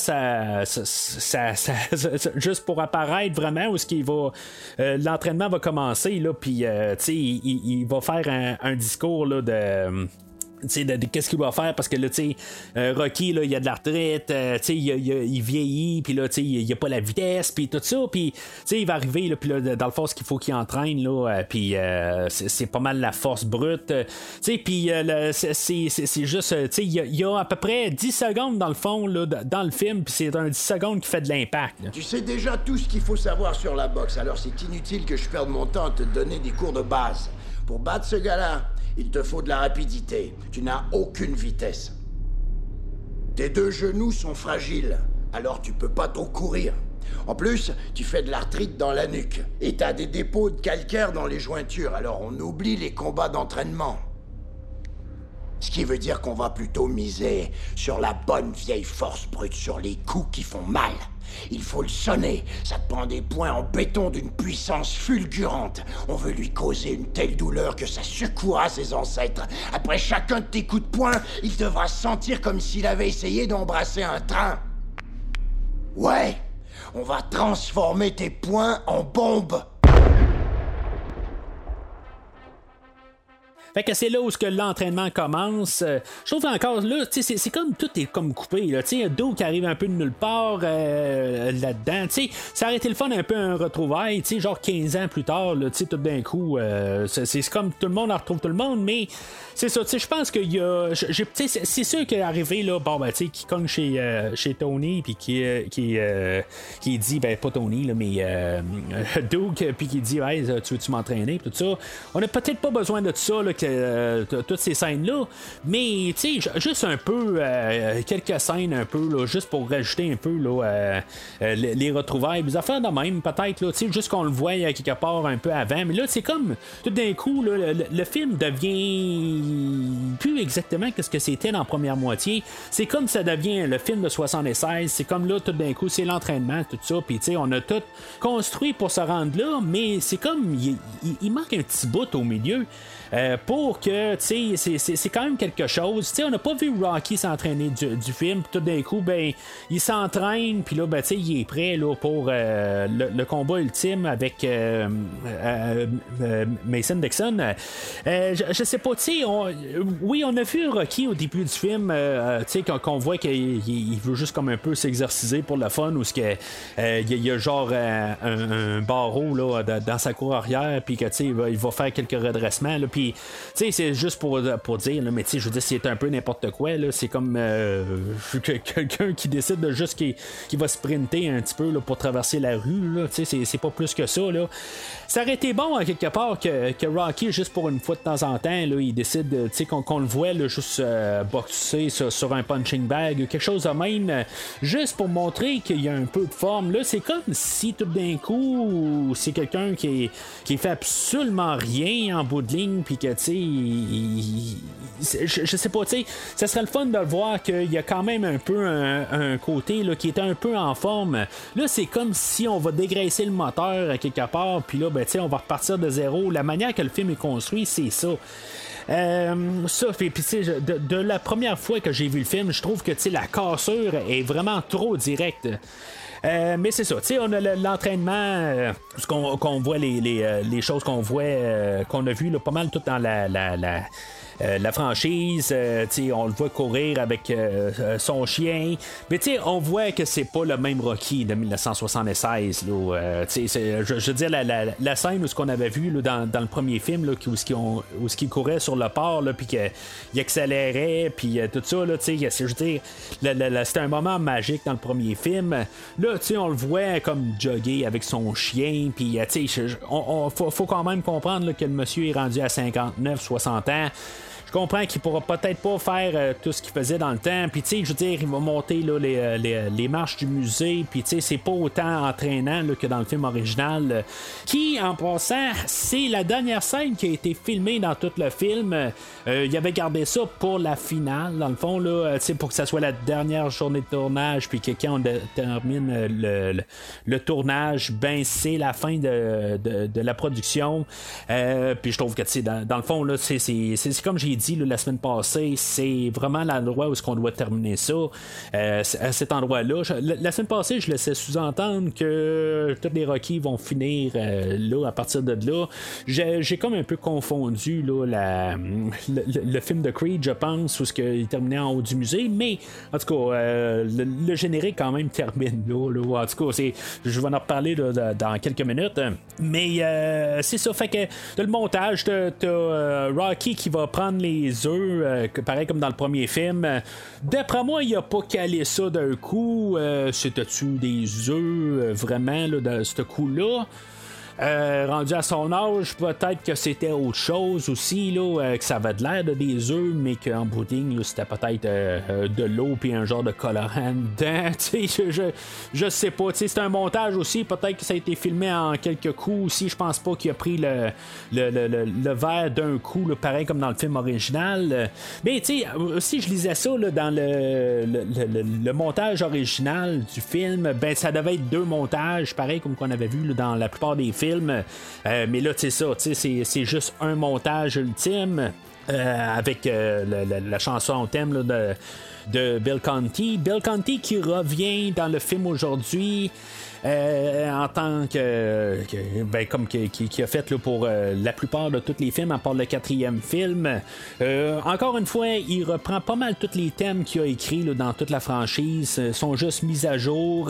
juste pour apparaître vraiment où ce qu'il va l'entraînement va commencer là, puis tu sais il va faire un discours là de qu'est-ce qu'il doit faire parce que là, tu sais, Rocky, là, il a de la retraite, tu sais, il vieillit, puis là, tu sais, il a pas la vitesse, puis tout ça, puis tu sais, il va arriver, là, puis là, dans le fond, ce qu'il faut qu'il entraîne, là, puis c'est pas mal la force brute, tu sais, puis c'est juste, tu sais, il y a à peu près 10 secondes dans le fond, là, dans le film, puis c'est un 10 secondes qui fait de l'impact. Là. Tu sais déjà tout ce qu'il faut savoir sur la boxe, alors c'est inutile que je perde mon temps à te donner des cours de base. Pour battre ce gars-là, il te faut de la rapidité. Tu n'as aucune vitesse. Tes deux genoux sont fragiles, alors tu peux pas trop courir. En plus, tu fais de l'arthrite dans la nuque. Et t'as des dépôts de calcaire dans les jointures, alors on oublie les combats d'entraînement. Ce qui veut dire qu'on va plutôt miser sur la bonne vieille force brute, sur les coups qui font mal. Il faut le sonner, ça te prend des points en béton d'une puissance fulgurante. On veut lui causer une telle douleur que ça secouera ses ancêtres. Après chacun de tes coups de poing, il devra se sentir comme s'il avait essayé d'embrasser un train. Ouais, on va transformer tes poings en bombes. Fait que c'est là où l'entraînement commence. Je trouve encore là, c'est comme tout est comme coupé. Là, Do qui arrive un peu de nulle part là-dedans. Ça aurait été le fun un peu un retrouvaille, genre 15 ans plus tard, là, tout d'un coup. C'est comme tout le monde en retrouve tout le monde, mais c'est ça. Je pense qu'il y a. C'est sûr qu'il est arrivé là, bon, ben, qui cogne chez Tony, puis qui dit, ben, pas Tony, là, mais Duke, puis qui dit, hey, tu veux-tu m'entraîner, tout ça. On a peut-être pas besoin de ça, là, toutes ces scènes-là, mais juste un peu, quelques scènes un peu, là, juste pour rajouter un peu là, les retrouvailles, des affaires de même, peut-être, là, juste qu'on le voit quelque part un peu avant, mais là, c'est comme, tout d'un coup, là, le film devient plus exactement ce que c'était dans la première moitié. C'est comme ça devient le film de 76, c'est comme là, tout d'un coup, c'est l'entraînement, tout ça, puis on a tout construit pour se rendre là, mais c'est comme, il manque un petit bout au milieu. Pour que, c'est quand même quelque chose. On n'a pas vu Rocky s'entraîner du film, tout d'un coup, ben, il s'entraîne, puis là, ben, il est prêt là, pour le combat ultime avec Mason Dixon. Je sais pas, oui, on a vu Rocky au début du film, qu'on voit qu'il veut juste comme un peu s'exerciser pour le fun, ou il y a genre un barreau là, dans sa cour arrière, puis que il va faire quelques redressements, là, puis c'est juste pour dire là, mais je veux dire, c'est un peu n'importe quoi là. C'est comme quelqu'un qui décide de juste qui va sprinter un petit peu là, pour traverser la rue là. C'est pas plus que ça là. Ça aurait été bon à quelque part que Rocky, juste pour une fois de temps en temps là, il décide qu'on le voit là, juste boxer sur un punching bag ou quelque chose de même, juste pour montrer qu'il y a un peu de forme là. C'est comme si tout d'un coup c'est quelqu'un qui fait absolument rien en bout de ligne, puis que je sais pas, ça serait le fun de le voir qu'il y a quand même un peu un côté là, qui est un peu en forme. Là, c'est comme si on va dégraisser le moteur à quelque part, puis là, ben, on va repartir de zéro. La manière que le film est construit, c'est ça. Ça, puis de la première fois que j'ai vu le film, je trouve que la cassure est vraiment trop directe. Mais c'est ça, on a l'entraînement, qu'on voit les choses qu'on voit, qu'on a vu là, pas mal tout dans la franchise. On le voit courir avec son chien. Mais on voit que c'est pas le même Rocky de 1976. Je veux dire, la scène où ce qu'on avait vu là, dans le premier film, là, où il courait sur le port, puis qu'il accélérait, puis tout ça, là, je veux dire, c'était un moment magique dans le premier film. Là, on le voit comme jogger avec son chien, puis faut quand même comprendre là, que le monsieur est rendu à 59, 60 ans. Je comprends qu'il pourra peut-être pas faire tout ce qu'il faisait dans le temps. Puis, je veux dire, il va monter là, les marches du musée. Puis, c'est pas autant entraînant là, que dans le film original. Qui, en passant, c'est la dernière scène qui a été filmée dans tout le film. Il avait gardé ça pour la finale, dans le fond, là, pour que ça soit la dernière journée de tournage. Puis, que quand on termine le tournage, ben, c'est la fin de la production. Puis, je trouve que, dans le fond, là, c'est comme j'ai dit là, la semaine passée, c'est vraiment l'endroit où est-ce qu'on doit terminer ça. À cet endroit-là. La semaine passée, je laissais sous-entendre que tous les Rocky vont finir là, à partir de là. J'ai comme un peu confondu là, le film de Creed, je pense, où il terminait en haut du musée, mais en tout cas, le générique quand même termine là. En tout cas, je vais en reparler là, dans quelques minutes. Mais c'est ça, fait que t'as le montage, t'as Rocky qui va prendre les œufs, pareil comme dans le premier film. D'après moi, il a pas calé ça d'un coup. C'était-tu des œufs vraiment là, de ce coup-là? Rendu à son âge, peut-être que c'était autre chose aussi, là, que ça avait de l'air de des œufs, mais qu'en bout de ligne, c'était peut-être de l'eau puis un genre de colorant dedans. Je sais pas. C'est un montage aussi. Peut-être que ça a été filmé en quelques coups aussi. Je pense pas qu'il a pris le verre d'un coup, là, pareil comme dans le film original. Mais si je lisais ça là, dans le montage original du film, ben ça devait être 2 montages, pareil comme qu'on avait vu là, dans la plupart des films. Mais là, c'est ça, c'est juste un montage ultime avec la chanson au thème là, de Bill Conti. Bill Conti qui revient dans le film aujourd'hui. En tant que comme qui a fait là, pour la plupart de tous les films, à part le 4e film. Encore une fois, il reprend pas mal tous les thèmes qu'il a écrits là, dans toute la franchise, sont juste mis à jour.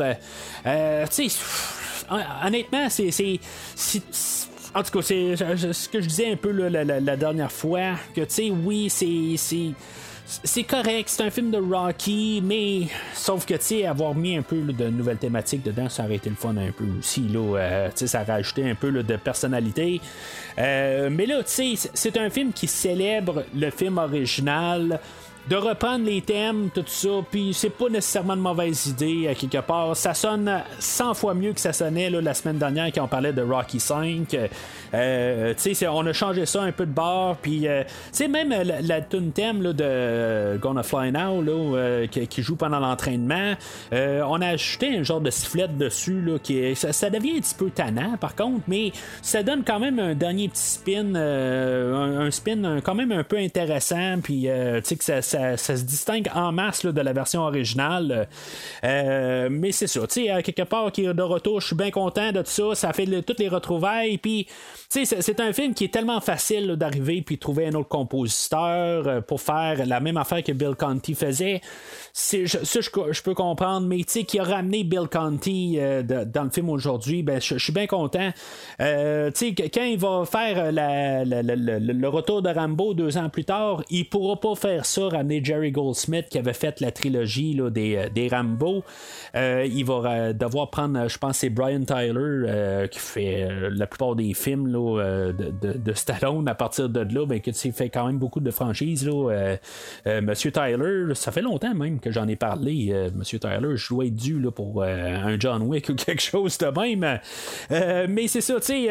Honnêtement, c'est en tout cas, c'est ce que je disais un peu là, la dernière fois, que oui, c'est correct, c'est un film de Rocky, mais sauf que avoir mis un peu là, de nouvelles thématiques dedans, ça aurait été le fun un peu aussi là, ça aurait ajouté un peu là, de personnalité. Mais là, c'est un film qui célèbre le film original. De reprendre les thèmes, tout ça, puis c'est pas nécessairement une mauvaise idée à quelque part. Ça sonne 100 fois mieux que ça sonnait là, la semaine dernière quand on parlait de Rocky 5. On a changé ça un peu de bord, puis même la tune thème là, de Gonna Fly Now là, qui joue pendant l'entraînement, on a ajouté un genre de sifflet dessus là, ça devient un petit peu tannant par contre, mais ça donne quand même un dernier petit spin, un spin quand même un peu intéressant, puis que ça se distingue en masse là, de la version originale. Mais c'est ça, quelque part qui est de retour, je suis bien content de tout ça. Ça fait toutes les retrouvailles. Puis, c'est un film qui est tellement facile là, d'arriver puis trouver un autre compositeur pour faire la même affaire que Bill Conti faisait. Je peux comprendre, mais qui a ramené Bill Conti dans le film aujourd'hui, ben je suis bien content. Quand il va faire le retour de Rambo 2 ans plus tard, il pourra pas faire ça, ramener Jerry Goldsmith qui avait fait la trilogie là, des Rambo. Il va devoir prendre, je pense c'est Brian Tyler qui fait la plupart des films là, de Stallone. À partir de là, ben, il fait quand même beaucoup de franchises là. Monsieur Tyler, ça fait longtemps même que j'en ai parlé. Monsieur Tyler, je dois être dû là, pour un John Wick ou quelque chose de même. Mais c'est ça, tu sais.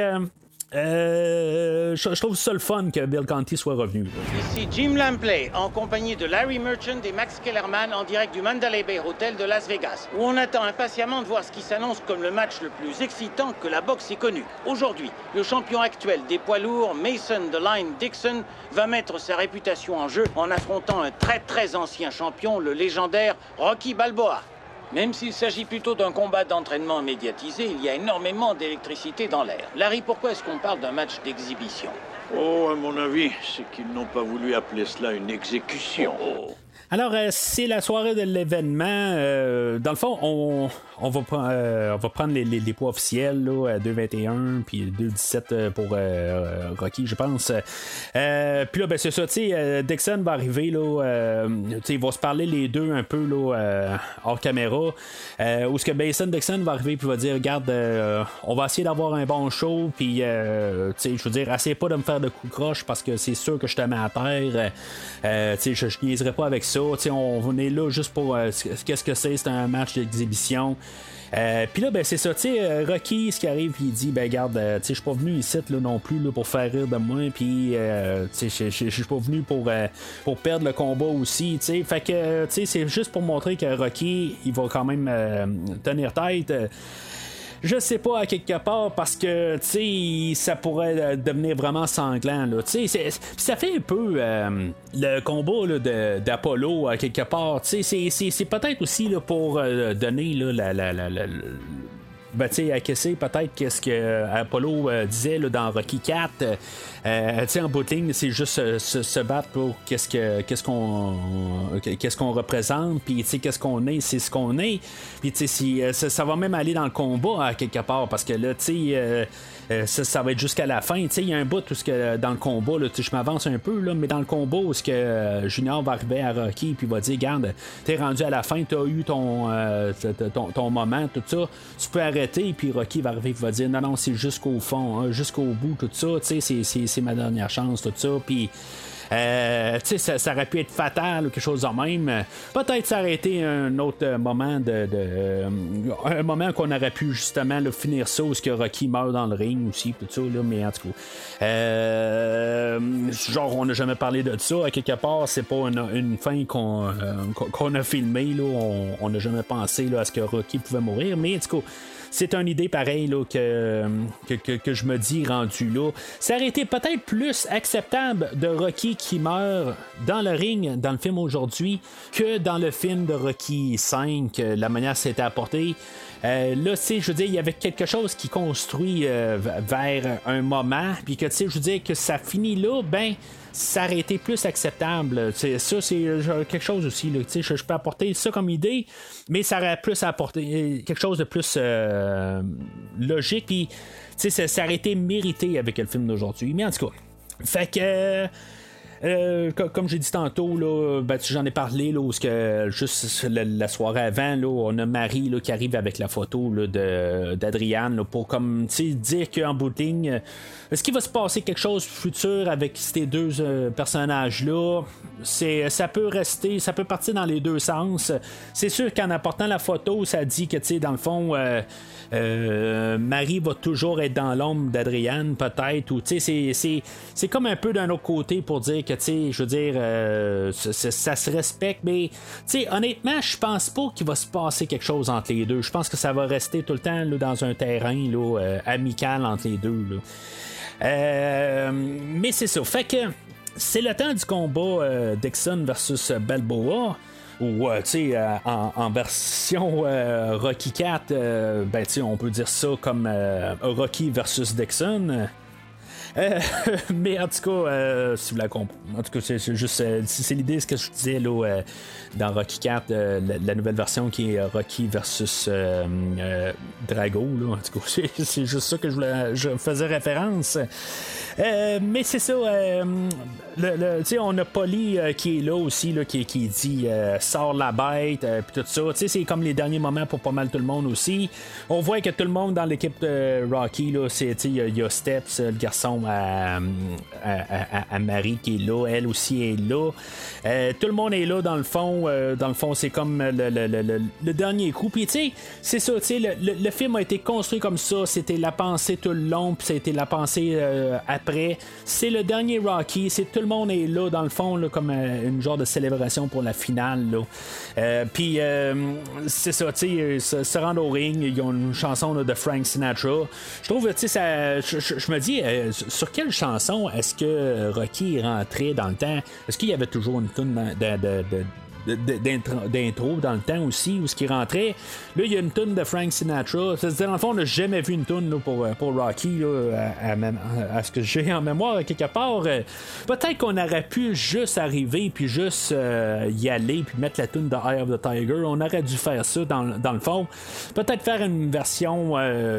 Je trouve ça le fun que Bill Conti soit revenu. Ici Jim Lampley, en compagnie de Larry Merchant et Max Kellerman, en direct du Mandalay Bay Hotel de Las Vegas, où on attend impatiemment de voir ce qui s'annonce comme le match le plus excitant que la boxe ait connu. Aujourd'hui, le champion actuel des poids lourds, Mason The Line Dixon, va mettre sa réputation en jeu en affrontant un très très ancien champion, le légendaire Rocky Balboa. Même s'il s'agit plutôt d'un combat d'entraînement médiatisé, il y a énormément d'électricité dans l'air. Larry, pourquoi est-ce qu'on parle d'un match d'exhibition? Oh, à mon avis, c'est qu'ils n'ont pas voulu appeler cela une exécution. Alors, c'est la soirée de l'événement. Dans le fond, on va prendre les poids officiels, là, 2,21 puis 2,17 pour Rocky, je pense. Puis là, ben, c'est ça, tu sais, Dixon va arriver, là, ils vont se parler les deux un peu là, hors caméra. Où ce que Mason Dixon va arriver puis va dire, regarde, on va essayer d'avoir un bon show, puis, je veux dire, essayez pas de me faire de coups croches parce que c'est sûr que je te mets à terre. Je niaiserai pas avec ça. On est là juste pour qu'est-ce que c'est un match d'exhibition. Puis là, ben, c'est ça, Rocky, ce qui arrive, puis il dit, ben, garde, je suis pas venu ici là, non plus là, pour faire rire de moi, puis je suis pas venu pour perdre le combat aussi, fait que c'est juste pour montrer que Rocky, il va quand même tenir tête. Je sais pas à quelque part parce que ça pourrait devenir vraiment sanglant là. Ça fait un peu le combat là, d'Apollo à quelque part. C'est peut-être aussi là, pour donner là, ben, à Kessé, peut-être qu'est-ce que Apollo disait là, dans Rocky 4. En bout de ligne, c'est juste se battre pour qu'est-ce qu'on représente, puis qu'est-ce qu'on est, c'est ce qu'on est. Puis si, ça va même aller dans le combat à quelque part, parce que là, ça va être jusqu'à la fin. Il y a un bout où dans le combat, là, je m'avance un peu, là, mais dans le combat où Junior va arriver à Rocky puis va dire, garde, t'es rendu à la fin, t'as eu ton moment, tout ça, tu peux arrêter, puis Rocky va arriver et va dire, non, c'est jusqu'au fond, hein, jusqu'au bout, tout ça, c'est ma dernière chance, tout ça, puis ça aurait pu être fatal ou quelque chose de même. Peut-être ça aurait été un autre moment un moment qu'on aurait pu justement là, finir ça où ce que Rocky meurt dans le ring aussi, tout ça, là, mais en tout cas genre on n'a jamais parlé de ça à quelque part, c'est pas une fin qu'on a filmée là, on n'a jamais pensé là, à ce que Rocky pouvait mourir, mais en tout cas c'est une idée pareille là, que je me dis rendu là. Ça aurait été peut-être plus acceptable de Rocky qui meurt dans le ring, dans le film aujourd'hui, que dans le film de Rocky 5, la manière c'était apporté. Là, je veux dire, il y avait quelque chose qui construit vers un moment, puis que, je veux dire, que ça finit là, ben, ça aurait été plus acceptable. Ça, c'est quelque chose aussi, là, je peux apporter ça comme idée, mais ça aurait plus apporté quelque chose de plus logique, puis ça aurait été mérité avec le film d'aujourd'hui. Mais en tout cas, fait que... comme j'ai dit tantôt, là, ben, j'en ai parlé là, où juste la soirée avant, là, on a Marie là, qui arrive avec la photo là, d'Adriane là, pour comme dire qu'en bout de ligne, est-ce qu'il va se passer quelque chose futur avec ces deux personnages-là? Ça peut rester, ça peut partir dans les deux sens. C'est sûr qu'en apportant la photo, ça dit que dans le fond Marie va toujours être dans l'ombre d'Adriane, peut-être, ou c'est comme un peu d'un autre côté pour dire que je veux dire ça se respecte, mais honnêtement je pense pas qu'il va se passer quelque chose entre les deux. Je pense que ça va rester tout le temps là, dans un terrain là, amical entre les deux là. Mais c'est ça, fait que c'est le temps du combat Dixon versus Balboa, ou en version Rocky 4, ben on peut dire ça comme Rocky versus Dixon. Mais en tout cas, si vous la comprenez, en tout cas, c'est juste c'est l'idée, ce que je disais là, dans Rocky 4, la nouvelle version qui est Rocky versus Drago. Là, en tout cas, c'est juste ça que je faisais référence. Mais c'est ça, on a Polly qui est là aussi, là, qui dit sors la bête, puis tout ça. C'est comme les derniers moments pour pas mal tout le monde aussi. On voit que tout le monde dans l'équipe de Rocky, il y a Steps, le garçon à Marie qui est là, elle aussi est là. Tout le monde est là dans le fond. Dans le fond, c'est comme le dernier coup. Puis c'est ça, le film a été construit comme ça. C'était la pensée tout le long, puis c'était la pensée après. C'est le dernier Rocky. C'est tout le monde est là dans le fond, là, comme une genre de célébration pour la finale. Puis c'est ça, se rendre au ring. Ils ont une chanson là, de Frank Sinatra. Je trouve, je me dis, sur quelle chanson est-ce que Rocky est rentré dans le temps? Est-ce qu'il y avait toujours une tune d'intro dans le temps aussi, où ce qui rentrait. Là, il y a une tune de Frank Sinatra. C'est-à-dire, dans le fond, on n'a jamais vu une tune pour Rocky, là, à ce que j'ai en mémoire, quelque part. Peut-être qu'on aurait pu juste arriver, puis juste y aller, puis mettre la tune de Eye of the Tiger. On aurait dû faire ça dans le fond. Peut-être faire une version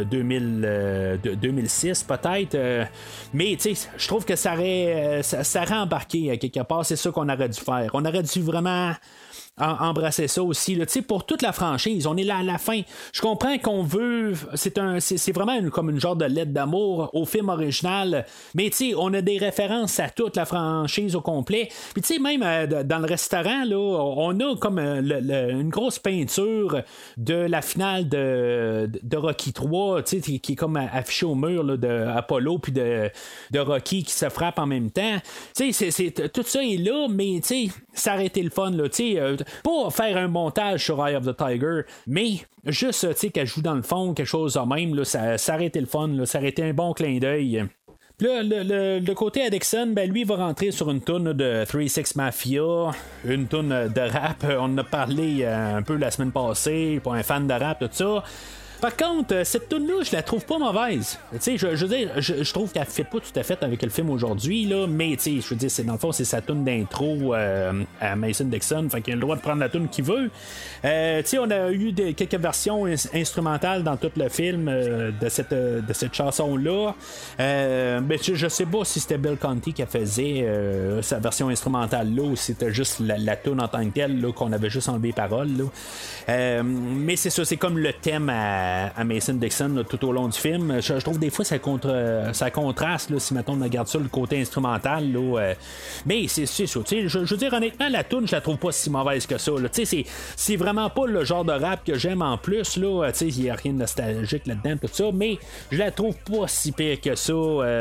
2006, peut-être. Mais, tu sais, je trouve que ça aurait embarqué quelque part. C'est ça qu'on aurait dû faire. On aurait dû vraiment embrasser ça aussi là. Pour toute la franchise, on est là à la fin. Je comprends qu'on veut, c'est vraiment comme une genre de lettre d'amour au film original, mais on a des références à toute la franchise au complet. Puis même dans le restaurant là, on a comme une grosse peinture de la finale de Rocky 3, qui est comme affichée au mur là, de Apollo puis de Rocky qui se frappe en même temps. Tout ça est là, mais ça aurait été le fun là, pas faire un montage sur Eye of the Tiger, mais juste qu'elle joue dans le fond quelque chose de même là, ça aurait été le fun là, ça aurait été un bon clin d'œil. Là, le côté Addiction, ben lui, il va rentrer sur une toune de 3-6 Mafia, une toune de rap. On en a parlé un peu la semaine passée, pour un fan de rap, tout ça. Par contre, cette tune-là, je la trouve pas mauvaise. Je veux dire, je trouve qu'elle fait pas tout à fait avec le film aujourd'hui, là, mais je veux dire, dans le fond, c'est sa tune d'intro à Mason Dixon, fait qu'il a le droit de prendre la tune qu'il veut. On a eu quelques versions instrumentales dans tout le film de cette chanson-là. Mais je sais pas si c'était Bill Conti qui faisait sa version instrumentale-là ou si c'était juste la tune en tant que telle, là, qu'on avait juste enlevé les paroles. Là. Mais c'est ça, c'est comme le thème à Mason Dixon là, tout au long du film. Je trouve des fois ça contraste là, si mettons on regarde ça le côté instrumental là, mais c'est ça. Je veux dire honnêtement la tune je la trouve pas si mauvaise que ça là. C'est vraiment pas le genre de rap que j'aime en plus là. Il y a rien de nostalgique là-dedans tout ça, mais je la trouve pas si pire que ça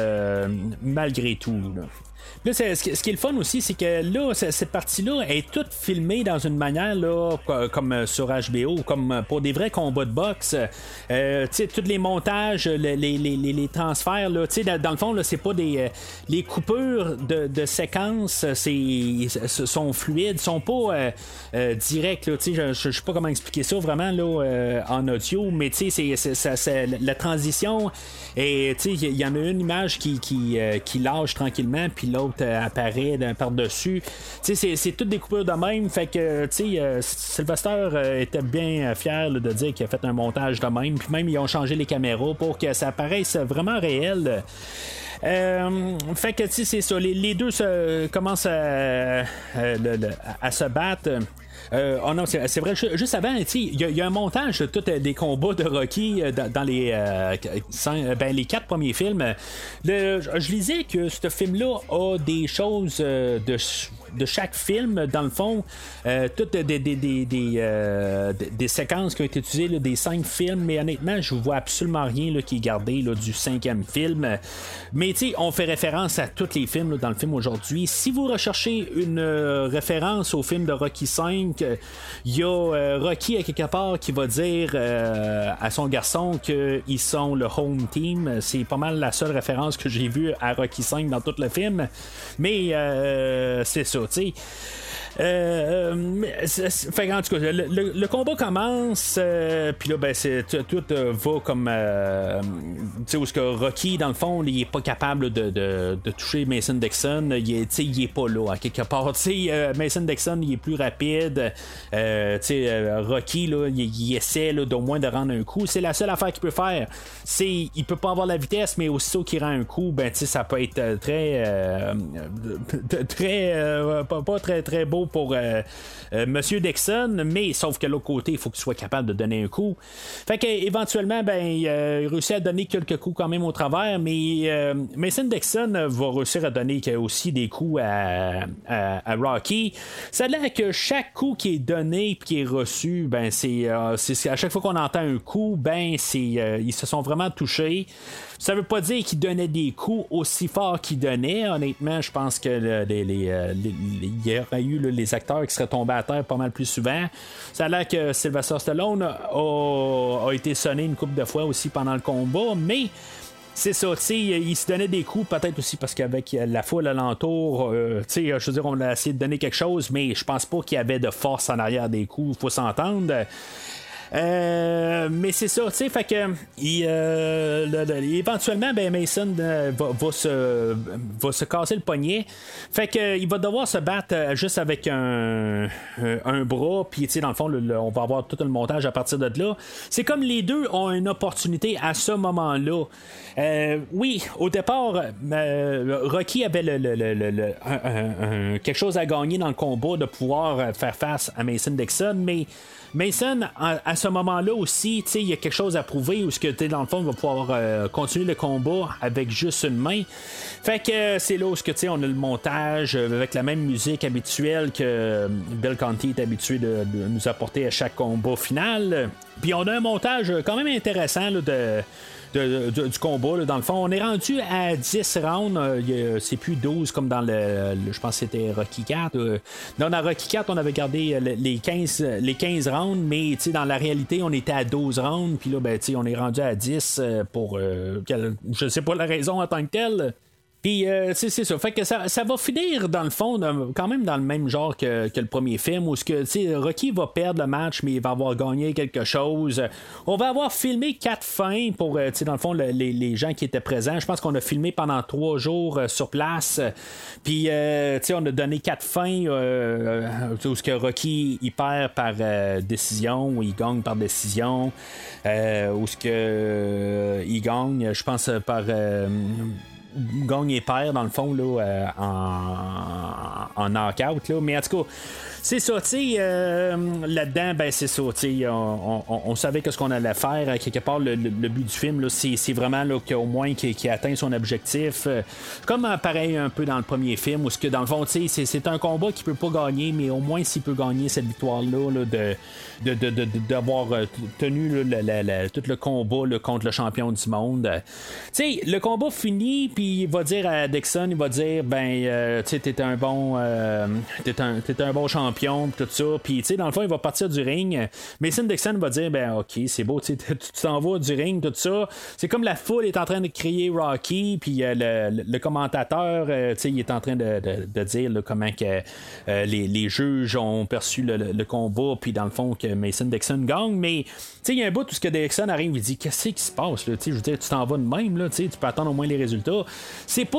malgré tout là. Là, ce qui est le fun aussi, c'est que là, cette partie-là est toute filmée dans une manière là, comme sur HBO, comme pour des vrais combats de boxe. Tous les montages, les transferts, là, dans le fond, là, c'est pas des. Les coupures de séquences sont fluides, sont pas directes. Je sais pas comment expliquer ça vraiment là, en audio, mais c'est la transition. Et il y en a une image qui lâche tranquillement, puis l'autre apparaît par-dessus. C'est toutes des coupures de même. Fait que Sylvester était bien fier là, de dire qu'il a fait un montage de même. Puis même ils ont changé les caméras pour que ça paraisse vraiment réel. Fait que c'est ça. Les deux commencent à se battre. Oh non, c'est vrai, juste avant, il y a un montage de tous des combats de Rocky dans les 4 premiers films. Je lisais que ce film-là a des choses de chaque film, dans le fond, toutes des séquences qui ont été utilisées, là, des 5 films, mais honnêtement, je vois absolument rien là, qui est gardé là, du 5e film. Mais on fait référence à tous les films là, dans le film aujourd'hui. Si vous recherchez une référence au film de Rocky 5, il y a Rocky à quelque part qui va dire à son garçon qu'ils sont le home team. C'est pas mal la seule référence que j'ai vue à Rocky 5 dans tout le film. Mais c'est ça. Fait en tout cas, le combat commence, puis là, tout va comme où ce que Rocky, dans le fond, il est pas capable de toucher Mason Dixon. Il est pas là, à quelque part. Mason Dixon, il est plus rapide. Rocky, là, il essaie là, d'au moins de rendre un coup. C'est la seule affaire qu'il peut faire. Il peut pas avoir la vitesse, mais aussitôt qu'il rend un coup, ça peut être pas très très beau pour Monsieur Dixon, mais sauf que l'autre côté, il faut qu'il soit capable de donner un coup. Fait qu'éventuellement, il réussit à donner quelques coups quand même au travers, mais Mason Dixon va réussir à donner aussi des coups à Rocky. Ça a l'air que chaque coup qui est donné et qui est reçu, c'est à chaque fois qu'on entend un coup, ils se sont vraiment touchés. Ça veut pas dire qu'il donnait des coups aussi forts qu'il donnait. Honnêtement, je pense que il y aurait eu les acteurs qui seraient tombés à terre pas mal plus souvent. Ça a l'air que Sylvester Stallone a été sonné une couple de fois aussi pendant le combat, mais c'est ça, tu sais, il se donnait des coups, peut-être aussi parce qu'avec la foule alentour, tu sais, je veux dire, on a essayé de donner quelque chose, mais je pense pas qu'il y avait de force en arrière des coups, faut s'entendre. Mais c'est ça, tu sais, fait que éventuellement, ben Mason va se casser le poignet. Fait que il va devoir se battre juste avec un bras, puis tu sais, dans le fond, on va avoir tout le montage à partir de là. C'est comme les deux ont une opportunité à ce moment-là. Oui, au départ, Rocky avait quelque chose à gagner dans le combat de pouvoir faire face à Mason Dixon, mais Mason, à ce moment-là aussi, il y a quelque chose à prouver où ce que dans le fond, il va pouvoir continuer le combat avec juste une main. Fait que c'est là où on a le montage avec la même musique habituelle que Bill Conti est habitué de nous apporter à chaque combat final. Puis on a un montage quand même intéressant là, du combat. Là, dans le fond, on est rendu à 10 rounds. C'est plus 12 comme dans je pense que c'était Rocky 4. Dans Rocky 4, on avait gardé les 15 rounds, mais dans la réalité, on était à 12 rounds. Puis là, ben, on est rendu à 10 pour je sais pas la raison en tant que telle. Puis, c'est ça. Fait que ça va finir, dans le fond, quand même dans le même genre que le premier film, où Rocky va perdre le match, mais il va avoir gagné quelque chose. On va avoir filmé 4 fins pour, dans le fond, les gens qui étaient présents. Je pense qu'on a filmé pendant 3 jours sur place. Puis, on a donné 4 fins où ce que Rocky, il perd par décision, ou il gagne par décision, où ce que il gagne, je pense, par... gagne et perd dans le fond là, en knockout là. Mais en tout cas c'est ça, tu sais, là-dedans, ben c'est ça, tu sais, on savait que ce qu'on allait faire. Quelque part, le but du film, là, c'est vraiment là, qu'au moins qu'il atteint son objectif. Comme pareil un peu dans le premier film, où ce que dans le fond, tu sais, c'est un combat qu'il peut pas gagner, mais au moins s'il peut gagner cette victoire-là, là, d'avoir tenu là, tout le combat là, contre le champion du monde. Tu sais, le combat finit, puis il va dire à Dixon, il va dire, ben, tu sais, t'es un bon champion, tout ça, puis tu sais, dans le fond, il va partir du ring. Mason Dixon va dire, ben, ok, c'est beau, tu t'en vas du ring, tout ça. C'est comme la foule est en train de crier Rocky, puis le commentateur, tu sais, il est en train de dire là, comment que les juges ont perçu le combat, puis dans le fond, que Mason Dixon gagne, mais tu sais, il y a un bout où ce que Dixon arrive, il dit, qu'est-ce qui se passe, là, tu sais, je veux dire, tu t'en vas de même, là, tu sais, tu peux attendre au moins les résultats. C'est pas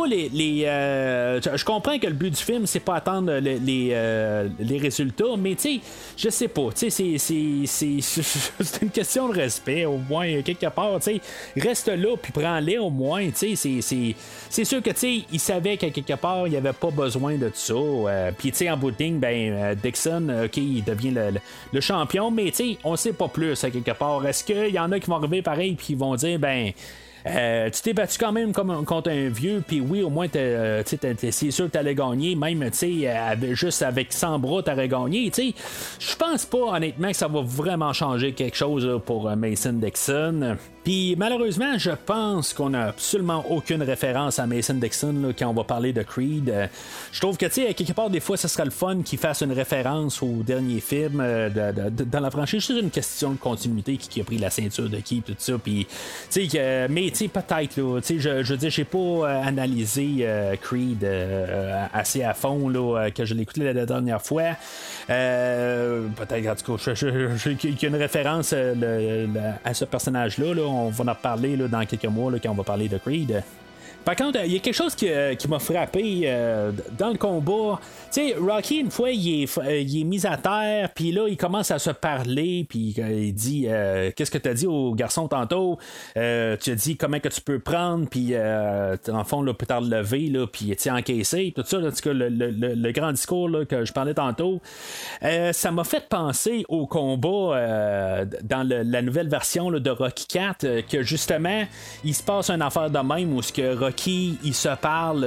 je comprends que le but du film, c'est pas attendre les résultats, mais tu sais, je sais pas, tu sais, c'est une question de respect, au moins, quelque part, tu sais, reste là, puis prends-les au moins, tu sais, c'est sûr que, tu sais, il savait qu'à quelque part, il n'y avait pas besoin de ça, puis tu sais, en bout de ligne, ben, Dixon, ok, il devient le champion, mais tu sais, on sait pas plus, à quelque part. Est-ce qu'il y en a qui vont arriver pareil, puis ils vont dire, ben, tu t'es battu quand même contre un vieux, puis oui, au moins, c'est sûr que t'allais gagner, même, tu sais, juste avec 100 bras, t'aurais gagné, tu sais. Je pense pas, honnêtement, que ça va vraiment changer quelque chose là, pour Mason Dixon. Puis malheureusement, je pense qu'on n'a absolument aucune référence à Mason Dixon là, quand on va parler de Creed. Je trouve que, tu sais, quelque part, des fois, ce serait le fun qu'il fasse une référence au dernier film dans la franchise. C'est une question de continuité qui a pris la ceinture de qui, tout ça. Puis, tu sais, mais tu sais, peut-être, là, tu sais, je veux dire, j'ai pas analysé Creed assez à fond là, que je l'ai écouté la dernière fois. Peut-être, en tout cas, qu'il y a une référence à ce personnage-là. Là, on va en reparler là, dans quelques mois là, quand on va parler de Creed. Par contre, il y a quelque chose qui m'a frappé dans le combat. Tu sais, Rocky, une fois, il est mis à terre, puis là, il commence à se parler, puis il dit qu'est-ce que tu as dit au garçon tantôt? Tu as dit comment que tu peux prendre, puis en fond, là, peut-être lever, là, puis encaisser, tout ça, là, en tout cas, le grand discours là, que je parlais tantôt. Ça m'a fait penser au combat dans la nouvelle version là, de Rocky 4, que justement, il se passe une affaire de même où ce que Rocky il se parle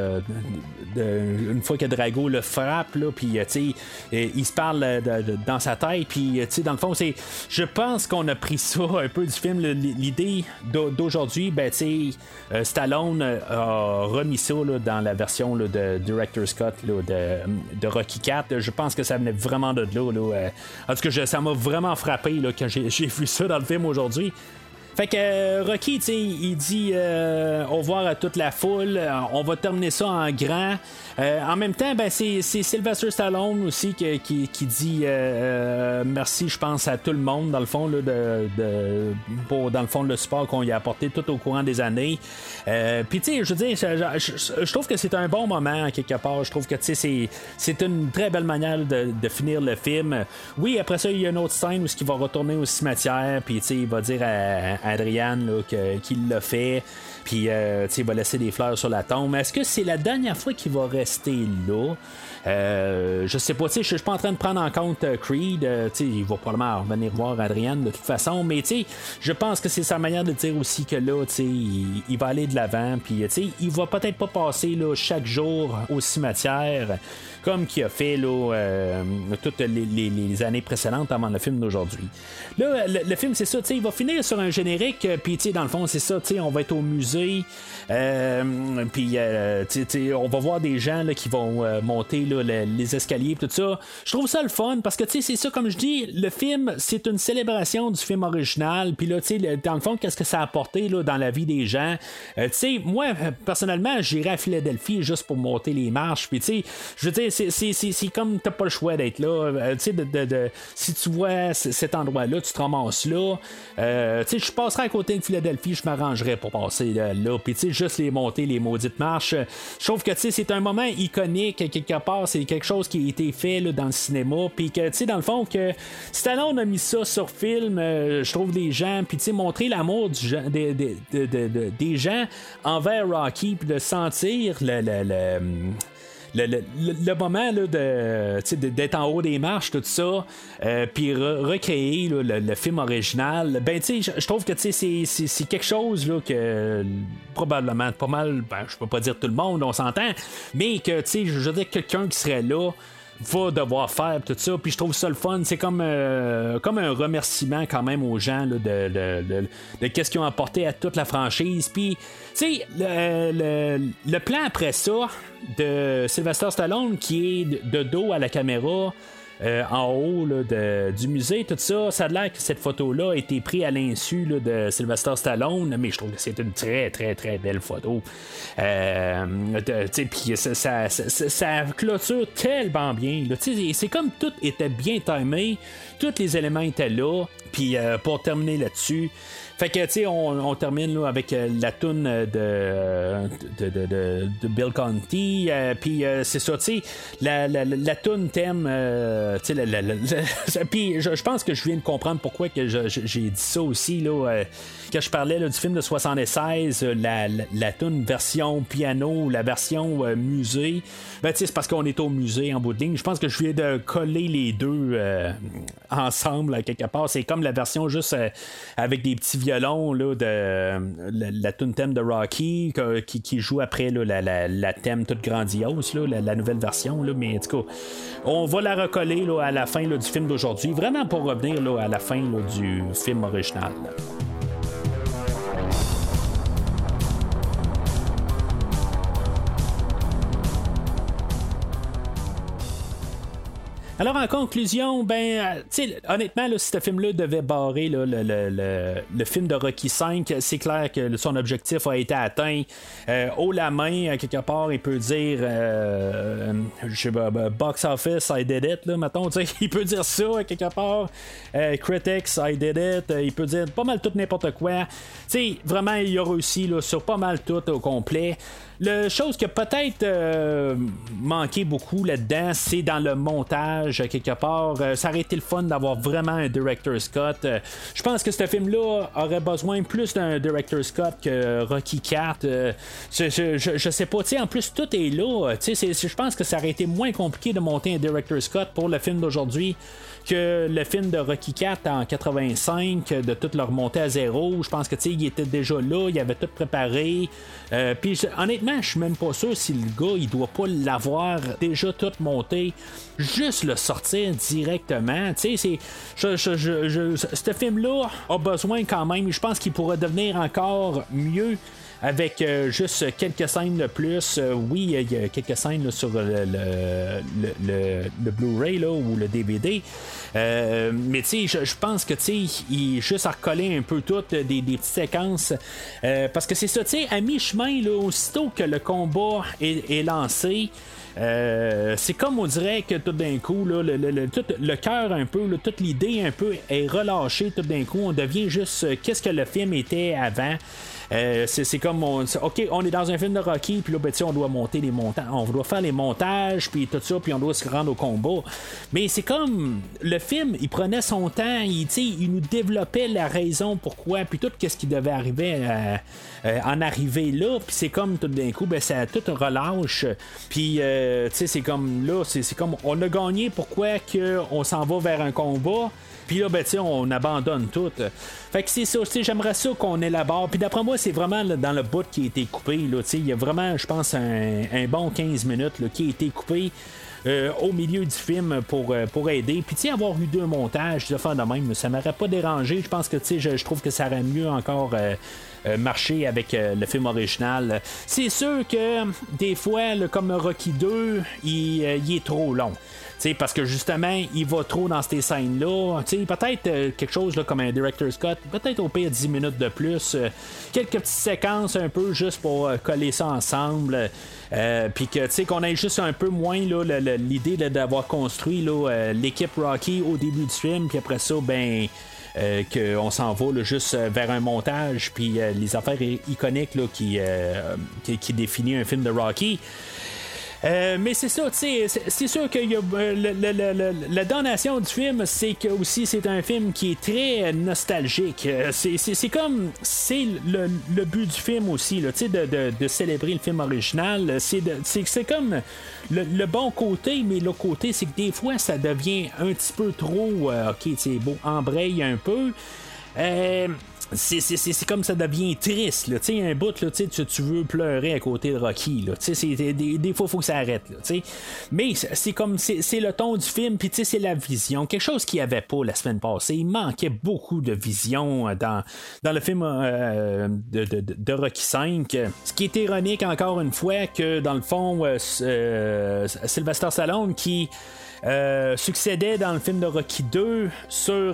une fois que Drago le frappe là, puis il se parle dans sa tête, puis dans le fond je pense qu'on a pris ça un peu du film, l'idée d'aujourd'hui, ben Stallone a remis ça là, dans la version là, de Director Scott là, de Rocky 4. Je pense que ça venait vraiment de là. En tout cas, ça m'a vraiment frappé là, quand j'ai vu ça dans le film aujourd'hui. Fait que Rocky, tu sais, il dit au revoir à toute la foule, on va terminer ça en grand. En même temps, ben, c'est Sylvester Stallone aussi qui dit merci, je pense, à tout le monde, dans le fond, là, pour, dans le fond, le support qu'on y a apporté tout au courant des années. Puis, tu sais, je veux dire, je trouve que c'est un bon moment, quelque part. Je trouve que, tu sais, c'est une très belle manière de finir le film. Oui, après ça, il y a une autre scène où il va retourner au cimetière, puis, tu sais, il va dire à Adrienne là, qu'il l'a fait. Puis, il va laisser des fleurs sur la tombe. Est-ce que c'est la dernière fois qu'il va rester là? Je sais pas, je suis pas en train de prendre en compte Creed. Il va probablement revenir voir Adrienne de toute façon. Mais je pense que c'est sa manière de dire aussi que là, il va aller de l'avant. Puis, il va peut-être pas passer là, chaque jour au cimetière comme qu'il a fait là, toutes les années précédentes avant le film d'aujourd'hui. Là, le film, c'est ça, il va finir sur un générique, puis dans le fond, c'est ça, on va être au musée, puis on va voir des gens là, qui vont monter là, les escaliers, tout ça. Je trouve ça le fun, parce que c'est ça, comme je dis, le film, c'est une célébration du film original, puis là, dans le fond, qu'est-ce que ça a apporté là, dans la vie des gens. Moi, personnellement, j'irais à Philadelphie juste pour monter les marches, puis je veux dire, c'est comme t'as pas le choix d'être là. Si tu vois cet endroit-là, tu te ramasses là. Je passerai à côté de Philadelphie, je m'arrangerais pour passer là. Puis juste les monter, les maudites marches. Je trouve que c'est un moment iconique quelque part. C'est quelque chose qui a été fait là, dans le cinéma. Puis que dans le fond, que Stallone a mis ça sur film, je trouve des gens. Puis montrer l'amour des gens envers Rocky, puis de sentir le moment là, d'être en haut des marches, tout ça, puis recréer là, le film original, ben je trouve que c'est quelque chose là, que probablement pas mal, ben, je peux pas dire tout le monde, on s'entend, mais que je veux dire quelqu'un qui serait là va devoir faire tout ça, puis je trouve ça le fun, c'est comme un remerciement quand même aux gens là, de qu'est-ce qu'ils ont apporté à toute la franchise. Puis le plan après ça de Sylvester Stallone qui est de dos à la caméra en haut là, du musée, tout ça, ça a l'air que cette photo-là a été prise à l'insu là, de Sylvester Stallone, mais je trouve que c'est une très très très belle photo. Puis ça clôture tellement bien. C'est comme tout était bien timé, tous les éléments étaient là, puis pour terminer là-dessus. Fait que, tu sais, on termine là, avec la toune de Bill Conti. Puis, c'est ça, tu sais, la toune thème. Tu sais, puis, je pense que je viens de comprendre pourquoi que j'ai dit ça aussi, là. Quand je parlais là, du film de 76, la toune version piano, la version musée. Ben, tu sais, c'est parce qu'on est au musée en bout de ligne. Je pense que je viens de coller les deux ensemble, là, quelque part. C'est comme la version juste avec des petits violon là, de la tune thème de Rocky qui joue après là, la thème toute grandiose, là, la nouvelle version. Là, mais en tout cas, on va la recoller là, à la fin là, du film d'aujourd'hui, vraiment pour revenir là, à la fin là, du film original. Là. Alors, en conclusion, ben, honnêtement, là, si ce film-là devait barrer là, le film de Rocky V, c'est clair que son objectif a été atteint. Haut la main, quelque part, il peut dire je sais pas, box office, I did it, là, mettons, il peut dire ça, quelque part. Critics, I did it. Il peut dire pas mal tout n'importe quoi. T'sais, vraiment, il a réussi là, sur pas mal tout au complet. La chose qui a peut-être manqué beaucoup là-dedans, c'est dans le montage, quelque part. Ça aurait été le fun d'avoir vraiment un Director's Cut. Je pense que ce film-là aurait besoin plus d'un Director's Cut que Rocky IV. Je sais pas. En plus, tout est là. Je pense que ça aurait été moins compliqué de monter un Director's Cut pour le film d'aujourd'hui que le film de Rocky IV en 85, de tout le remonter à zéro. Je pense que il était déjà là, il avait tout préparé. Puis honnêtement, je suis même pas sûr si le gars il doit pas l'avoir déjà tout monté, juste le sortir directement. Ce film-là a besoin quand même. Je pense qu'il pourrait devenir encore mieux avec juste quelques scènes de plus. Oui, il y a quelques scènes là, sur le Blu-ray là, ou le DVD. Mais tu sais, je pense que tu sais, il juste à recoller un peu toutes des petites séquences. Parce que c'est ça, tu sais, à mi-chemin, là, aussitôt que le combat est lancé. C'est comme on dirait que tout d'un coup là, tout le cœur un peu là, toute l'idée un peu est relâchée tout d'un coup, on devient juste qu'est-ce que le film était avant. C'est comme OK, on est dans un film de Rocky, puis là ben, on doit monter les montages, on doit faire les montages, puis tout ça, puis on doit se rendre au combat. Mais c'est comme le film, il prenait son temps, il nous développait la raison pourquoi, puis tout qu'est-ce qui devait arriver en arriver là, puis c'est comme tout d'un coup, ben ça tout relâche, puis c'est comme là, c'est comme on a gagné, pourquoi que on s'en va vers un combat. Puis là, ben, on abandonne tout. Fait que c'est ça, j'aimerais ça qu'on élabore. Puis d'après moi, c'est vraiment là, dans le bout qui a été coupé. Il y a vraiment, je pense, un bon 15 minutes là, qui a été coupé au milieu du film pour aider. Puis avoir eu 2 montages, de faire de même, ça m'aurait pas dérangé. Je pense que je trouve que ça aurait mieux encore marché avec le film original. C'est sûr que des fois, comme Rocky 2, il est trop long. T'sais, parce que justement, il va trop dans ces scènes-là. Peut-être quelque chose là, comme un Director's Cut, peut-être au pire 10 minutes de plus. Quelques petites séquences un peu juste pour coller ça ensemble. Puis que qu'on ait juste un peu moins là, l'idée là, d'avoir construit là, l'équipe Rocky au début du film. Puis après ça, ben. Qu'on s'en va là, juste vers un montage, puis les affaires iconiques là, qui définit un film de Rocky. Mais c'est ça, tu sais, c'est sûr que la donation du film, c'est que aussi c'est un film qui est très nostalgique. C'est comme c'est le but du film aussi, tu sais, de célébrer le film original. C'est comme le bon côté, mais l'autre côté, c'est que des fois ça devient un petit peu trop. Ok, c'est beau, embraye un peu. C'est comme ça devient triste là. T'sais, un bout là, tu veux pleurer à côté de Rocky là. Des fois il faut que ça arrête là, t'sais. Mais c'est comme c'est le ton du film, puis c'est la vision, quelque chose qu'il n'y avait pas la semaine passée. Il manquait beaucoup de vision dans le film de Rocky 5. Ce qui est ironique encore une fois, que dans le fond Sylvester Stallone qui succédait dans le film de Rocky 2 sur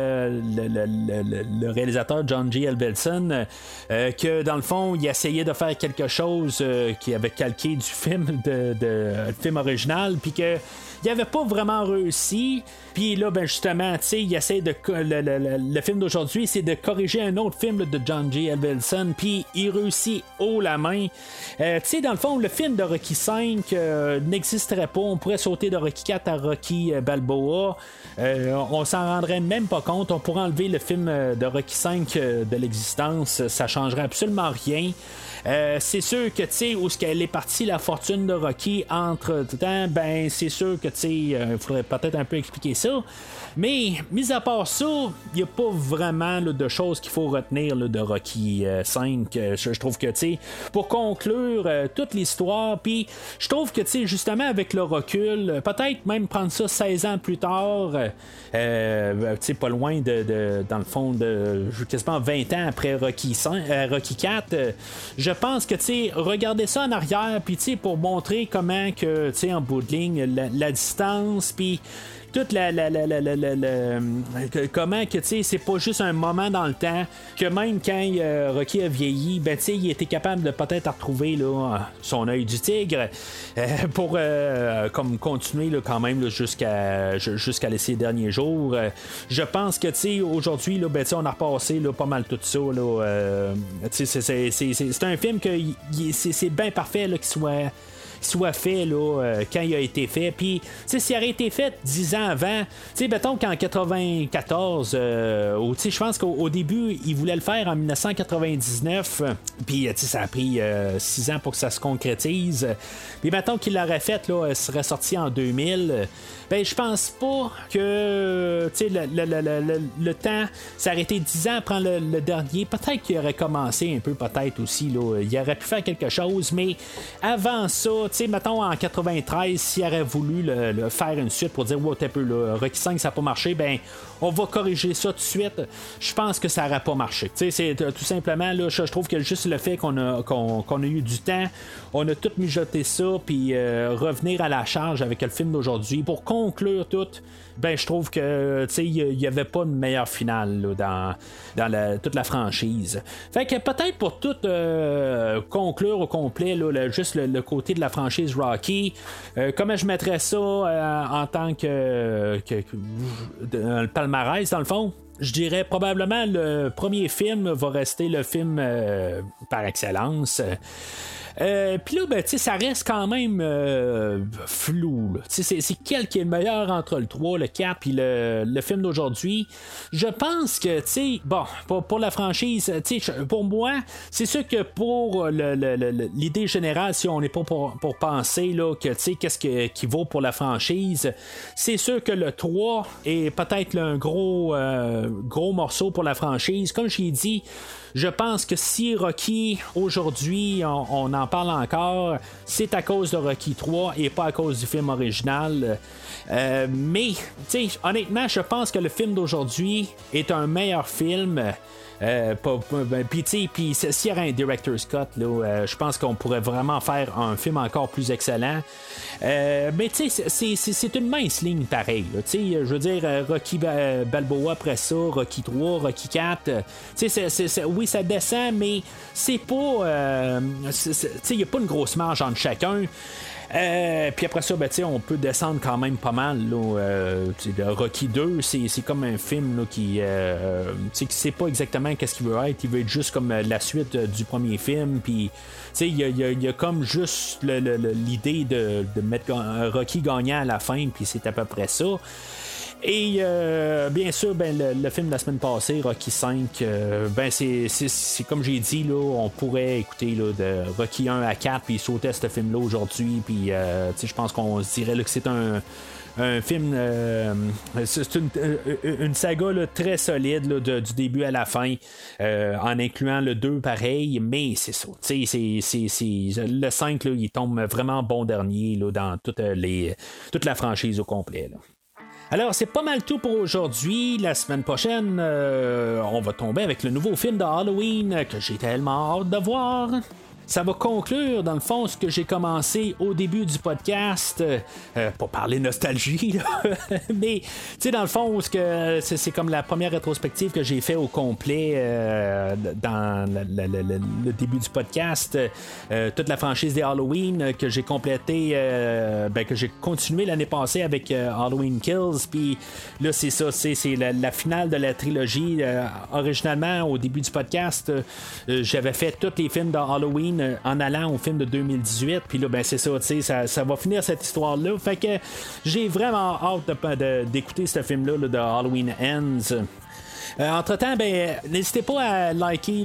le réalisateur John G. Avildsen, que dans le fond il essayait de faire quelque chose qui avait calqué du film le film original, puis que il avait pas vraiment réussi. Puis là, ben justement, tu sais, il essaie de le film d'aujourd'hui, c'est de corriger un autre film là, de John G. Avildsen, puis il réussit haut la main. Tu sais, dans le fond, le film de Rocky 5 n'existerait pas. On pourrait sauter de Rocky 4 à Rocky Balboa. On s'en rendrait même pas compte. On pourrait enlever le film de Rocky 5 de l'existence. Ça changerait absolument rien. C'est sûr que, tu sais, où est-ce qu'elle est partie la fortune de Rocky entre-temps, ben c'est sûr que, tu sais, il faudrait peut-être un peu expliquer ça. Mais, mis à part ça, il n'y a pas vraiment là, de choses qu'il faut retenir là, de Rocky 5. Je trouve que, tu sais, pour conclure toute l'histoire, puis je trouve que, tu sais, justement, avec le recul, peut-être même prendre ça 16 ans plus tard, tu sais, pas loin dans le fond, quasiment 20 ans après Rocky 4, je pense que, tu sais, regardez ça en arrière, puis, tu sais, pour montrer comment que, tu sais, en bout de ligne, la distance, puis toute comment que tu sais c'est pas juste un moment dans le temps, que même quand Rocky a vieilli, ben tu sais il était capable de peut-être retrouver là son œil du tigre pour comme continuer là, quand même là, jusqu'à ses derniers jours. Je pense que tu sais aujourd'hui là, ben tu sais on a repassé là, pas mal tout ça là, tu sais c'est un film que c'est bien parfait là, qu'il soit fait là, quand il a été fait. Puis, tu sais, s'il aurait été fait 10 ans avant, tu sais, mettons qu'en 94, tu sais, je pense qu'au début, il voulait le faire en 1999, puis, tu sais, ça a pris 6 ans pour que ça se concrétise. Puis, mettons qu'il l'aurait fait, là, elle serait sorti en 2000. Ben, je pense pas que, tu sais, le temps, ça aurait été 10 ans à prendre le dernier. Peut-être qu'il aurait commencé un peu, peut-être aussi, là. Il aurait pu faire quelque chose, mais avant ça, Tu sais, mettons en 93, s'il aurait voulu le faire une suite pour dire, wow, t'es peu, là, Rocky 5, ça n'a pas marché, ben, on va corriger ça tout de suite. Je pense que ça n'aurait pas marché. Tu sais, c'est tout simplement, là, je trouve que juste le fait qu'on a eu du temps, on a tout mijoté ça, puis revenir à la charge avec le film d'aujourd'hui pour conclure tout. Ben, je trouve que il n'y avait pas de meilleure finale là, dans toute la franchise. Fait que peut-être pour tout conclure au complet, là, juste le côté de la franchise Rocky, comment je mettrais ça en tant que le palmarès, dans le fond? Je dirais probablement le premier film va rester le film par excellence. Puis là, ben, ça reste quand même flou. C'est quel qui est le meilleur entre le 3, le 4 puis le film d'aujourd'hui. Je pense que, bon, pour la franchise, pour moi, c'est sûr que pour l'idée générale, si on n'est pas pour penser là, que qu'est-ce qui vaut pour la franchise, c'est sûr que le 3 est peut-être un gros morceau pour la franchise. Comme je l'ai dit, je pense que si Rocky, aujourd'hui, on en parle encore, c'est à cause de Rocky 3 et pas à cause du film original. Mais, honnêtement, je pense que le film d'aujourd'hui est un meilleur film. Puis s'il y aurait un director's cut, je pense qu'on pourrait vraiment faire un film encore plus excellent. Mais c'est une mince ligne pareil. Je veux dire, Rocky Balboa après ça, Rocky 3, Rocky 4. Oui, ça descend, mais c'est pas. Il n'y a pas une grosse marge entre chacun. Puis après ça, on peut descendre quand même pas mal. Rocky 2, c'est comme un film là, qui sait pas exactement qu'est-ce qu'il veut être. Il veut être juste comme la suite du premier film. Puis il y a comme juste l'idée de mettre Rocky gagnant à la fin. Puis c'est à peu près ça. Et bien sûr, le film de la semaine passée, Rocky 5, c'est comme j'ai dit, là, on pourrait écouter là, de Rocky 1 à 4 puis sauter ce film-là aujourd'hui. Puis je pense qu'on se dirait là, que c'est un film, c'est une saga là, très solide là, du début à la fin, en incluant le 2 pareil, mais c'est ça. Le 5, là, il tombe vraiment bon dernier là, dans toute la franchise au complet. Là. Alors, c'est pas mal tout pour aujourd'hui. La semaine prochaine, on va tomber avec le nouveau film de Halloween que j'ai tellement hâte de voir. Ça va conclure, dans le fond, ce que j'ai commencé au début du podcast, pour parler nostalgie, là. Mais, dans le fond, c'est comme la première rétrospective que j'ai fait au complet dans le début du podcast. Toute la franchise des Halloween que j'ai complété, que j'ai continué l'année passée avec Halloween Kills. Puis là, c'est ça, c'est la finale de la trilogie. Originalement, au début du podcast, j'avais fait tous les films de Halloween en allant au film de 2018, puis là c'est ça, ça va finir cette histoire-là, fait que j'ai vraiment hâte d'écouter ce film-là de Halloween Ends. Entre-temps, n'hésitez pas à liker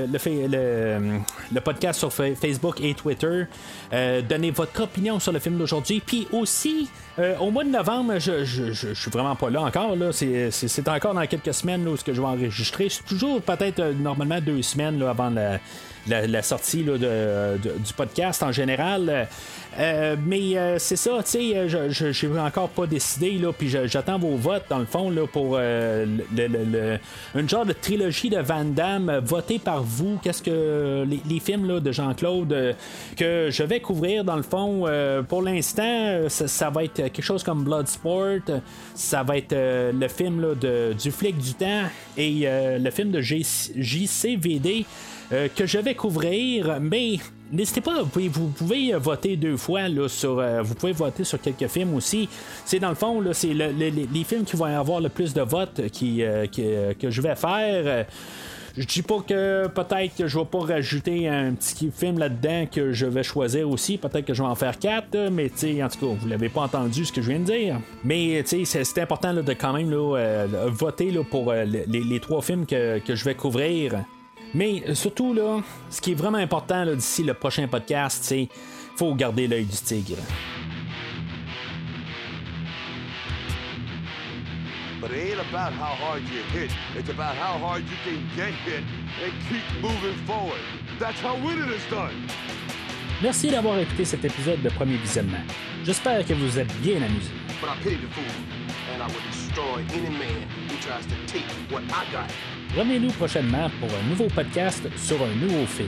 le podcast sur Facebook et Twitter. Donnez votre opinion sur le film d'aujourd'hui. Puis aussi, au mois de novembre, je suis vraiment pas là encore. Là. C'est encore dans quelques semaines là, où je vais enregistrer. C'est toujours peut-être normalement 2 semaines là, avant la sortie là, du podcast en général. Mais c'est ça, tu sais, j'ai encore pas décidé, là, puis j'attends vos votes, dans le fond, là, pour une genre de trilogie de Van Damme. Votez par vous, qu'est-ce que les films là, de Jean-Claude que je vais couvrir, dans le fond. Pour l'instant, ça va être quelque chose comme Bloodsport, ça va être le film là, du flic du temps et le film de JCVD que je vais couvrir, mais n'hésitez pas, vous pouvez voter 2 fois là, vous pouvez voter sur quelques films aussi. C'est dans le fond là, c'est les films qui vont avoir le plus de votes que je vais faire. Je dis pas que peut-être que je vais pas rajouter un petit film là-dedans que je vais choisir aussi. Peut-être que je vais en faire 4, mais en tout cas, vous l'avez pas entendu ce que je viens de dire. Mais c'est important là, de quand même là, voter là, pour les 3 films que je vais couvrir. Mais surtout, là, ce qui est vraiment important là, d'ici le prochain podcast, c'est faut garder l'œil du tigre. But it ain't about how hard you hit. It's about how hard you can get hit and keep moving forward. That's how winning is done. Merci d'avoir écouté cet épisode de Premier Visionnement. J'espère que vous vous êtes bien amusés. Revenez-nous prochainement pour un nouveau podcast sur un nouveau film.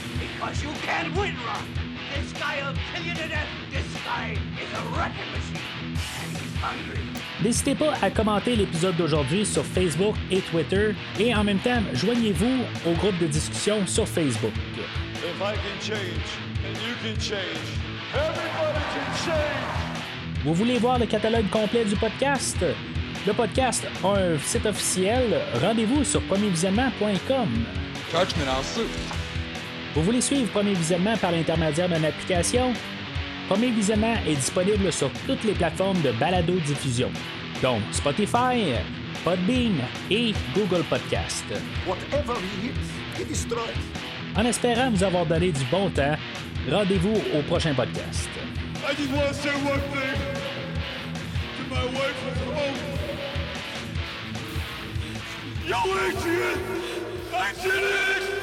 N'hésitez pas à commenter l'épisode d'aujourd'hui sur Facebook et Twitter et en même temps, joignez-vous au groupe de discussion sur Facebook. If I can change, and you can change, everybody can change. Vous voulez voir le catalogue complet du podcast? Le podcast a un site officiel. Rendez-vous sur premiervisionnement.com. Vous voulez suivre Premier Visionnement par l'intermédiaire d'une application? Premier Visionnement est disponible sur toutes les plateformes de balado-diffusion, donc Spotify, Podbean et Google Podcast. En espérant vous avoir donné du bon temps, rendez-vous au prochain podcast. I just want to say one thing to my wife at home. Yo, Adrian! I did it!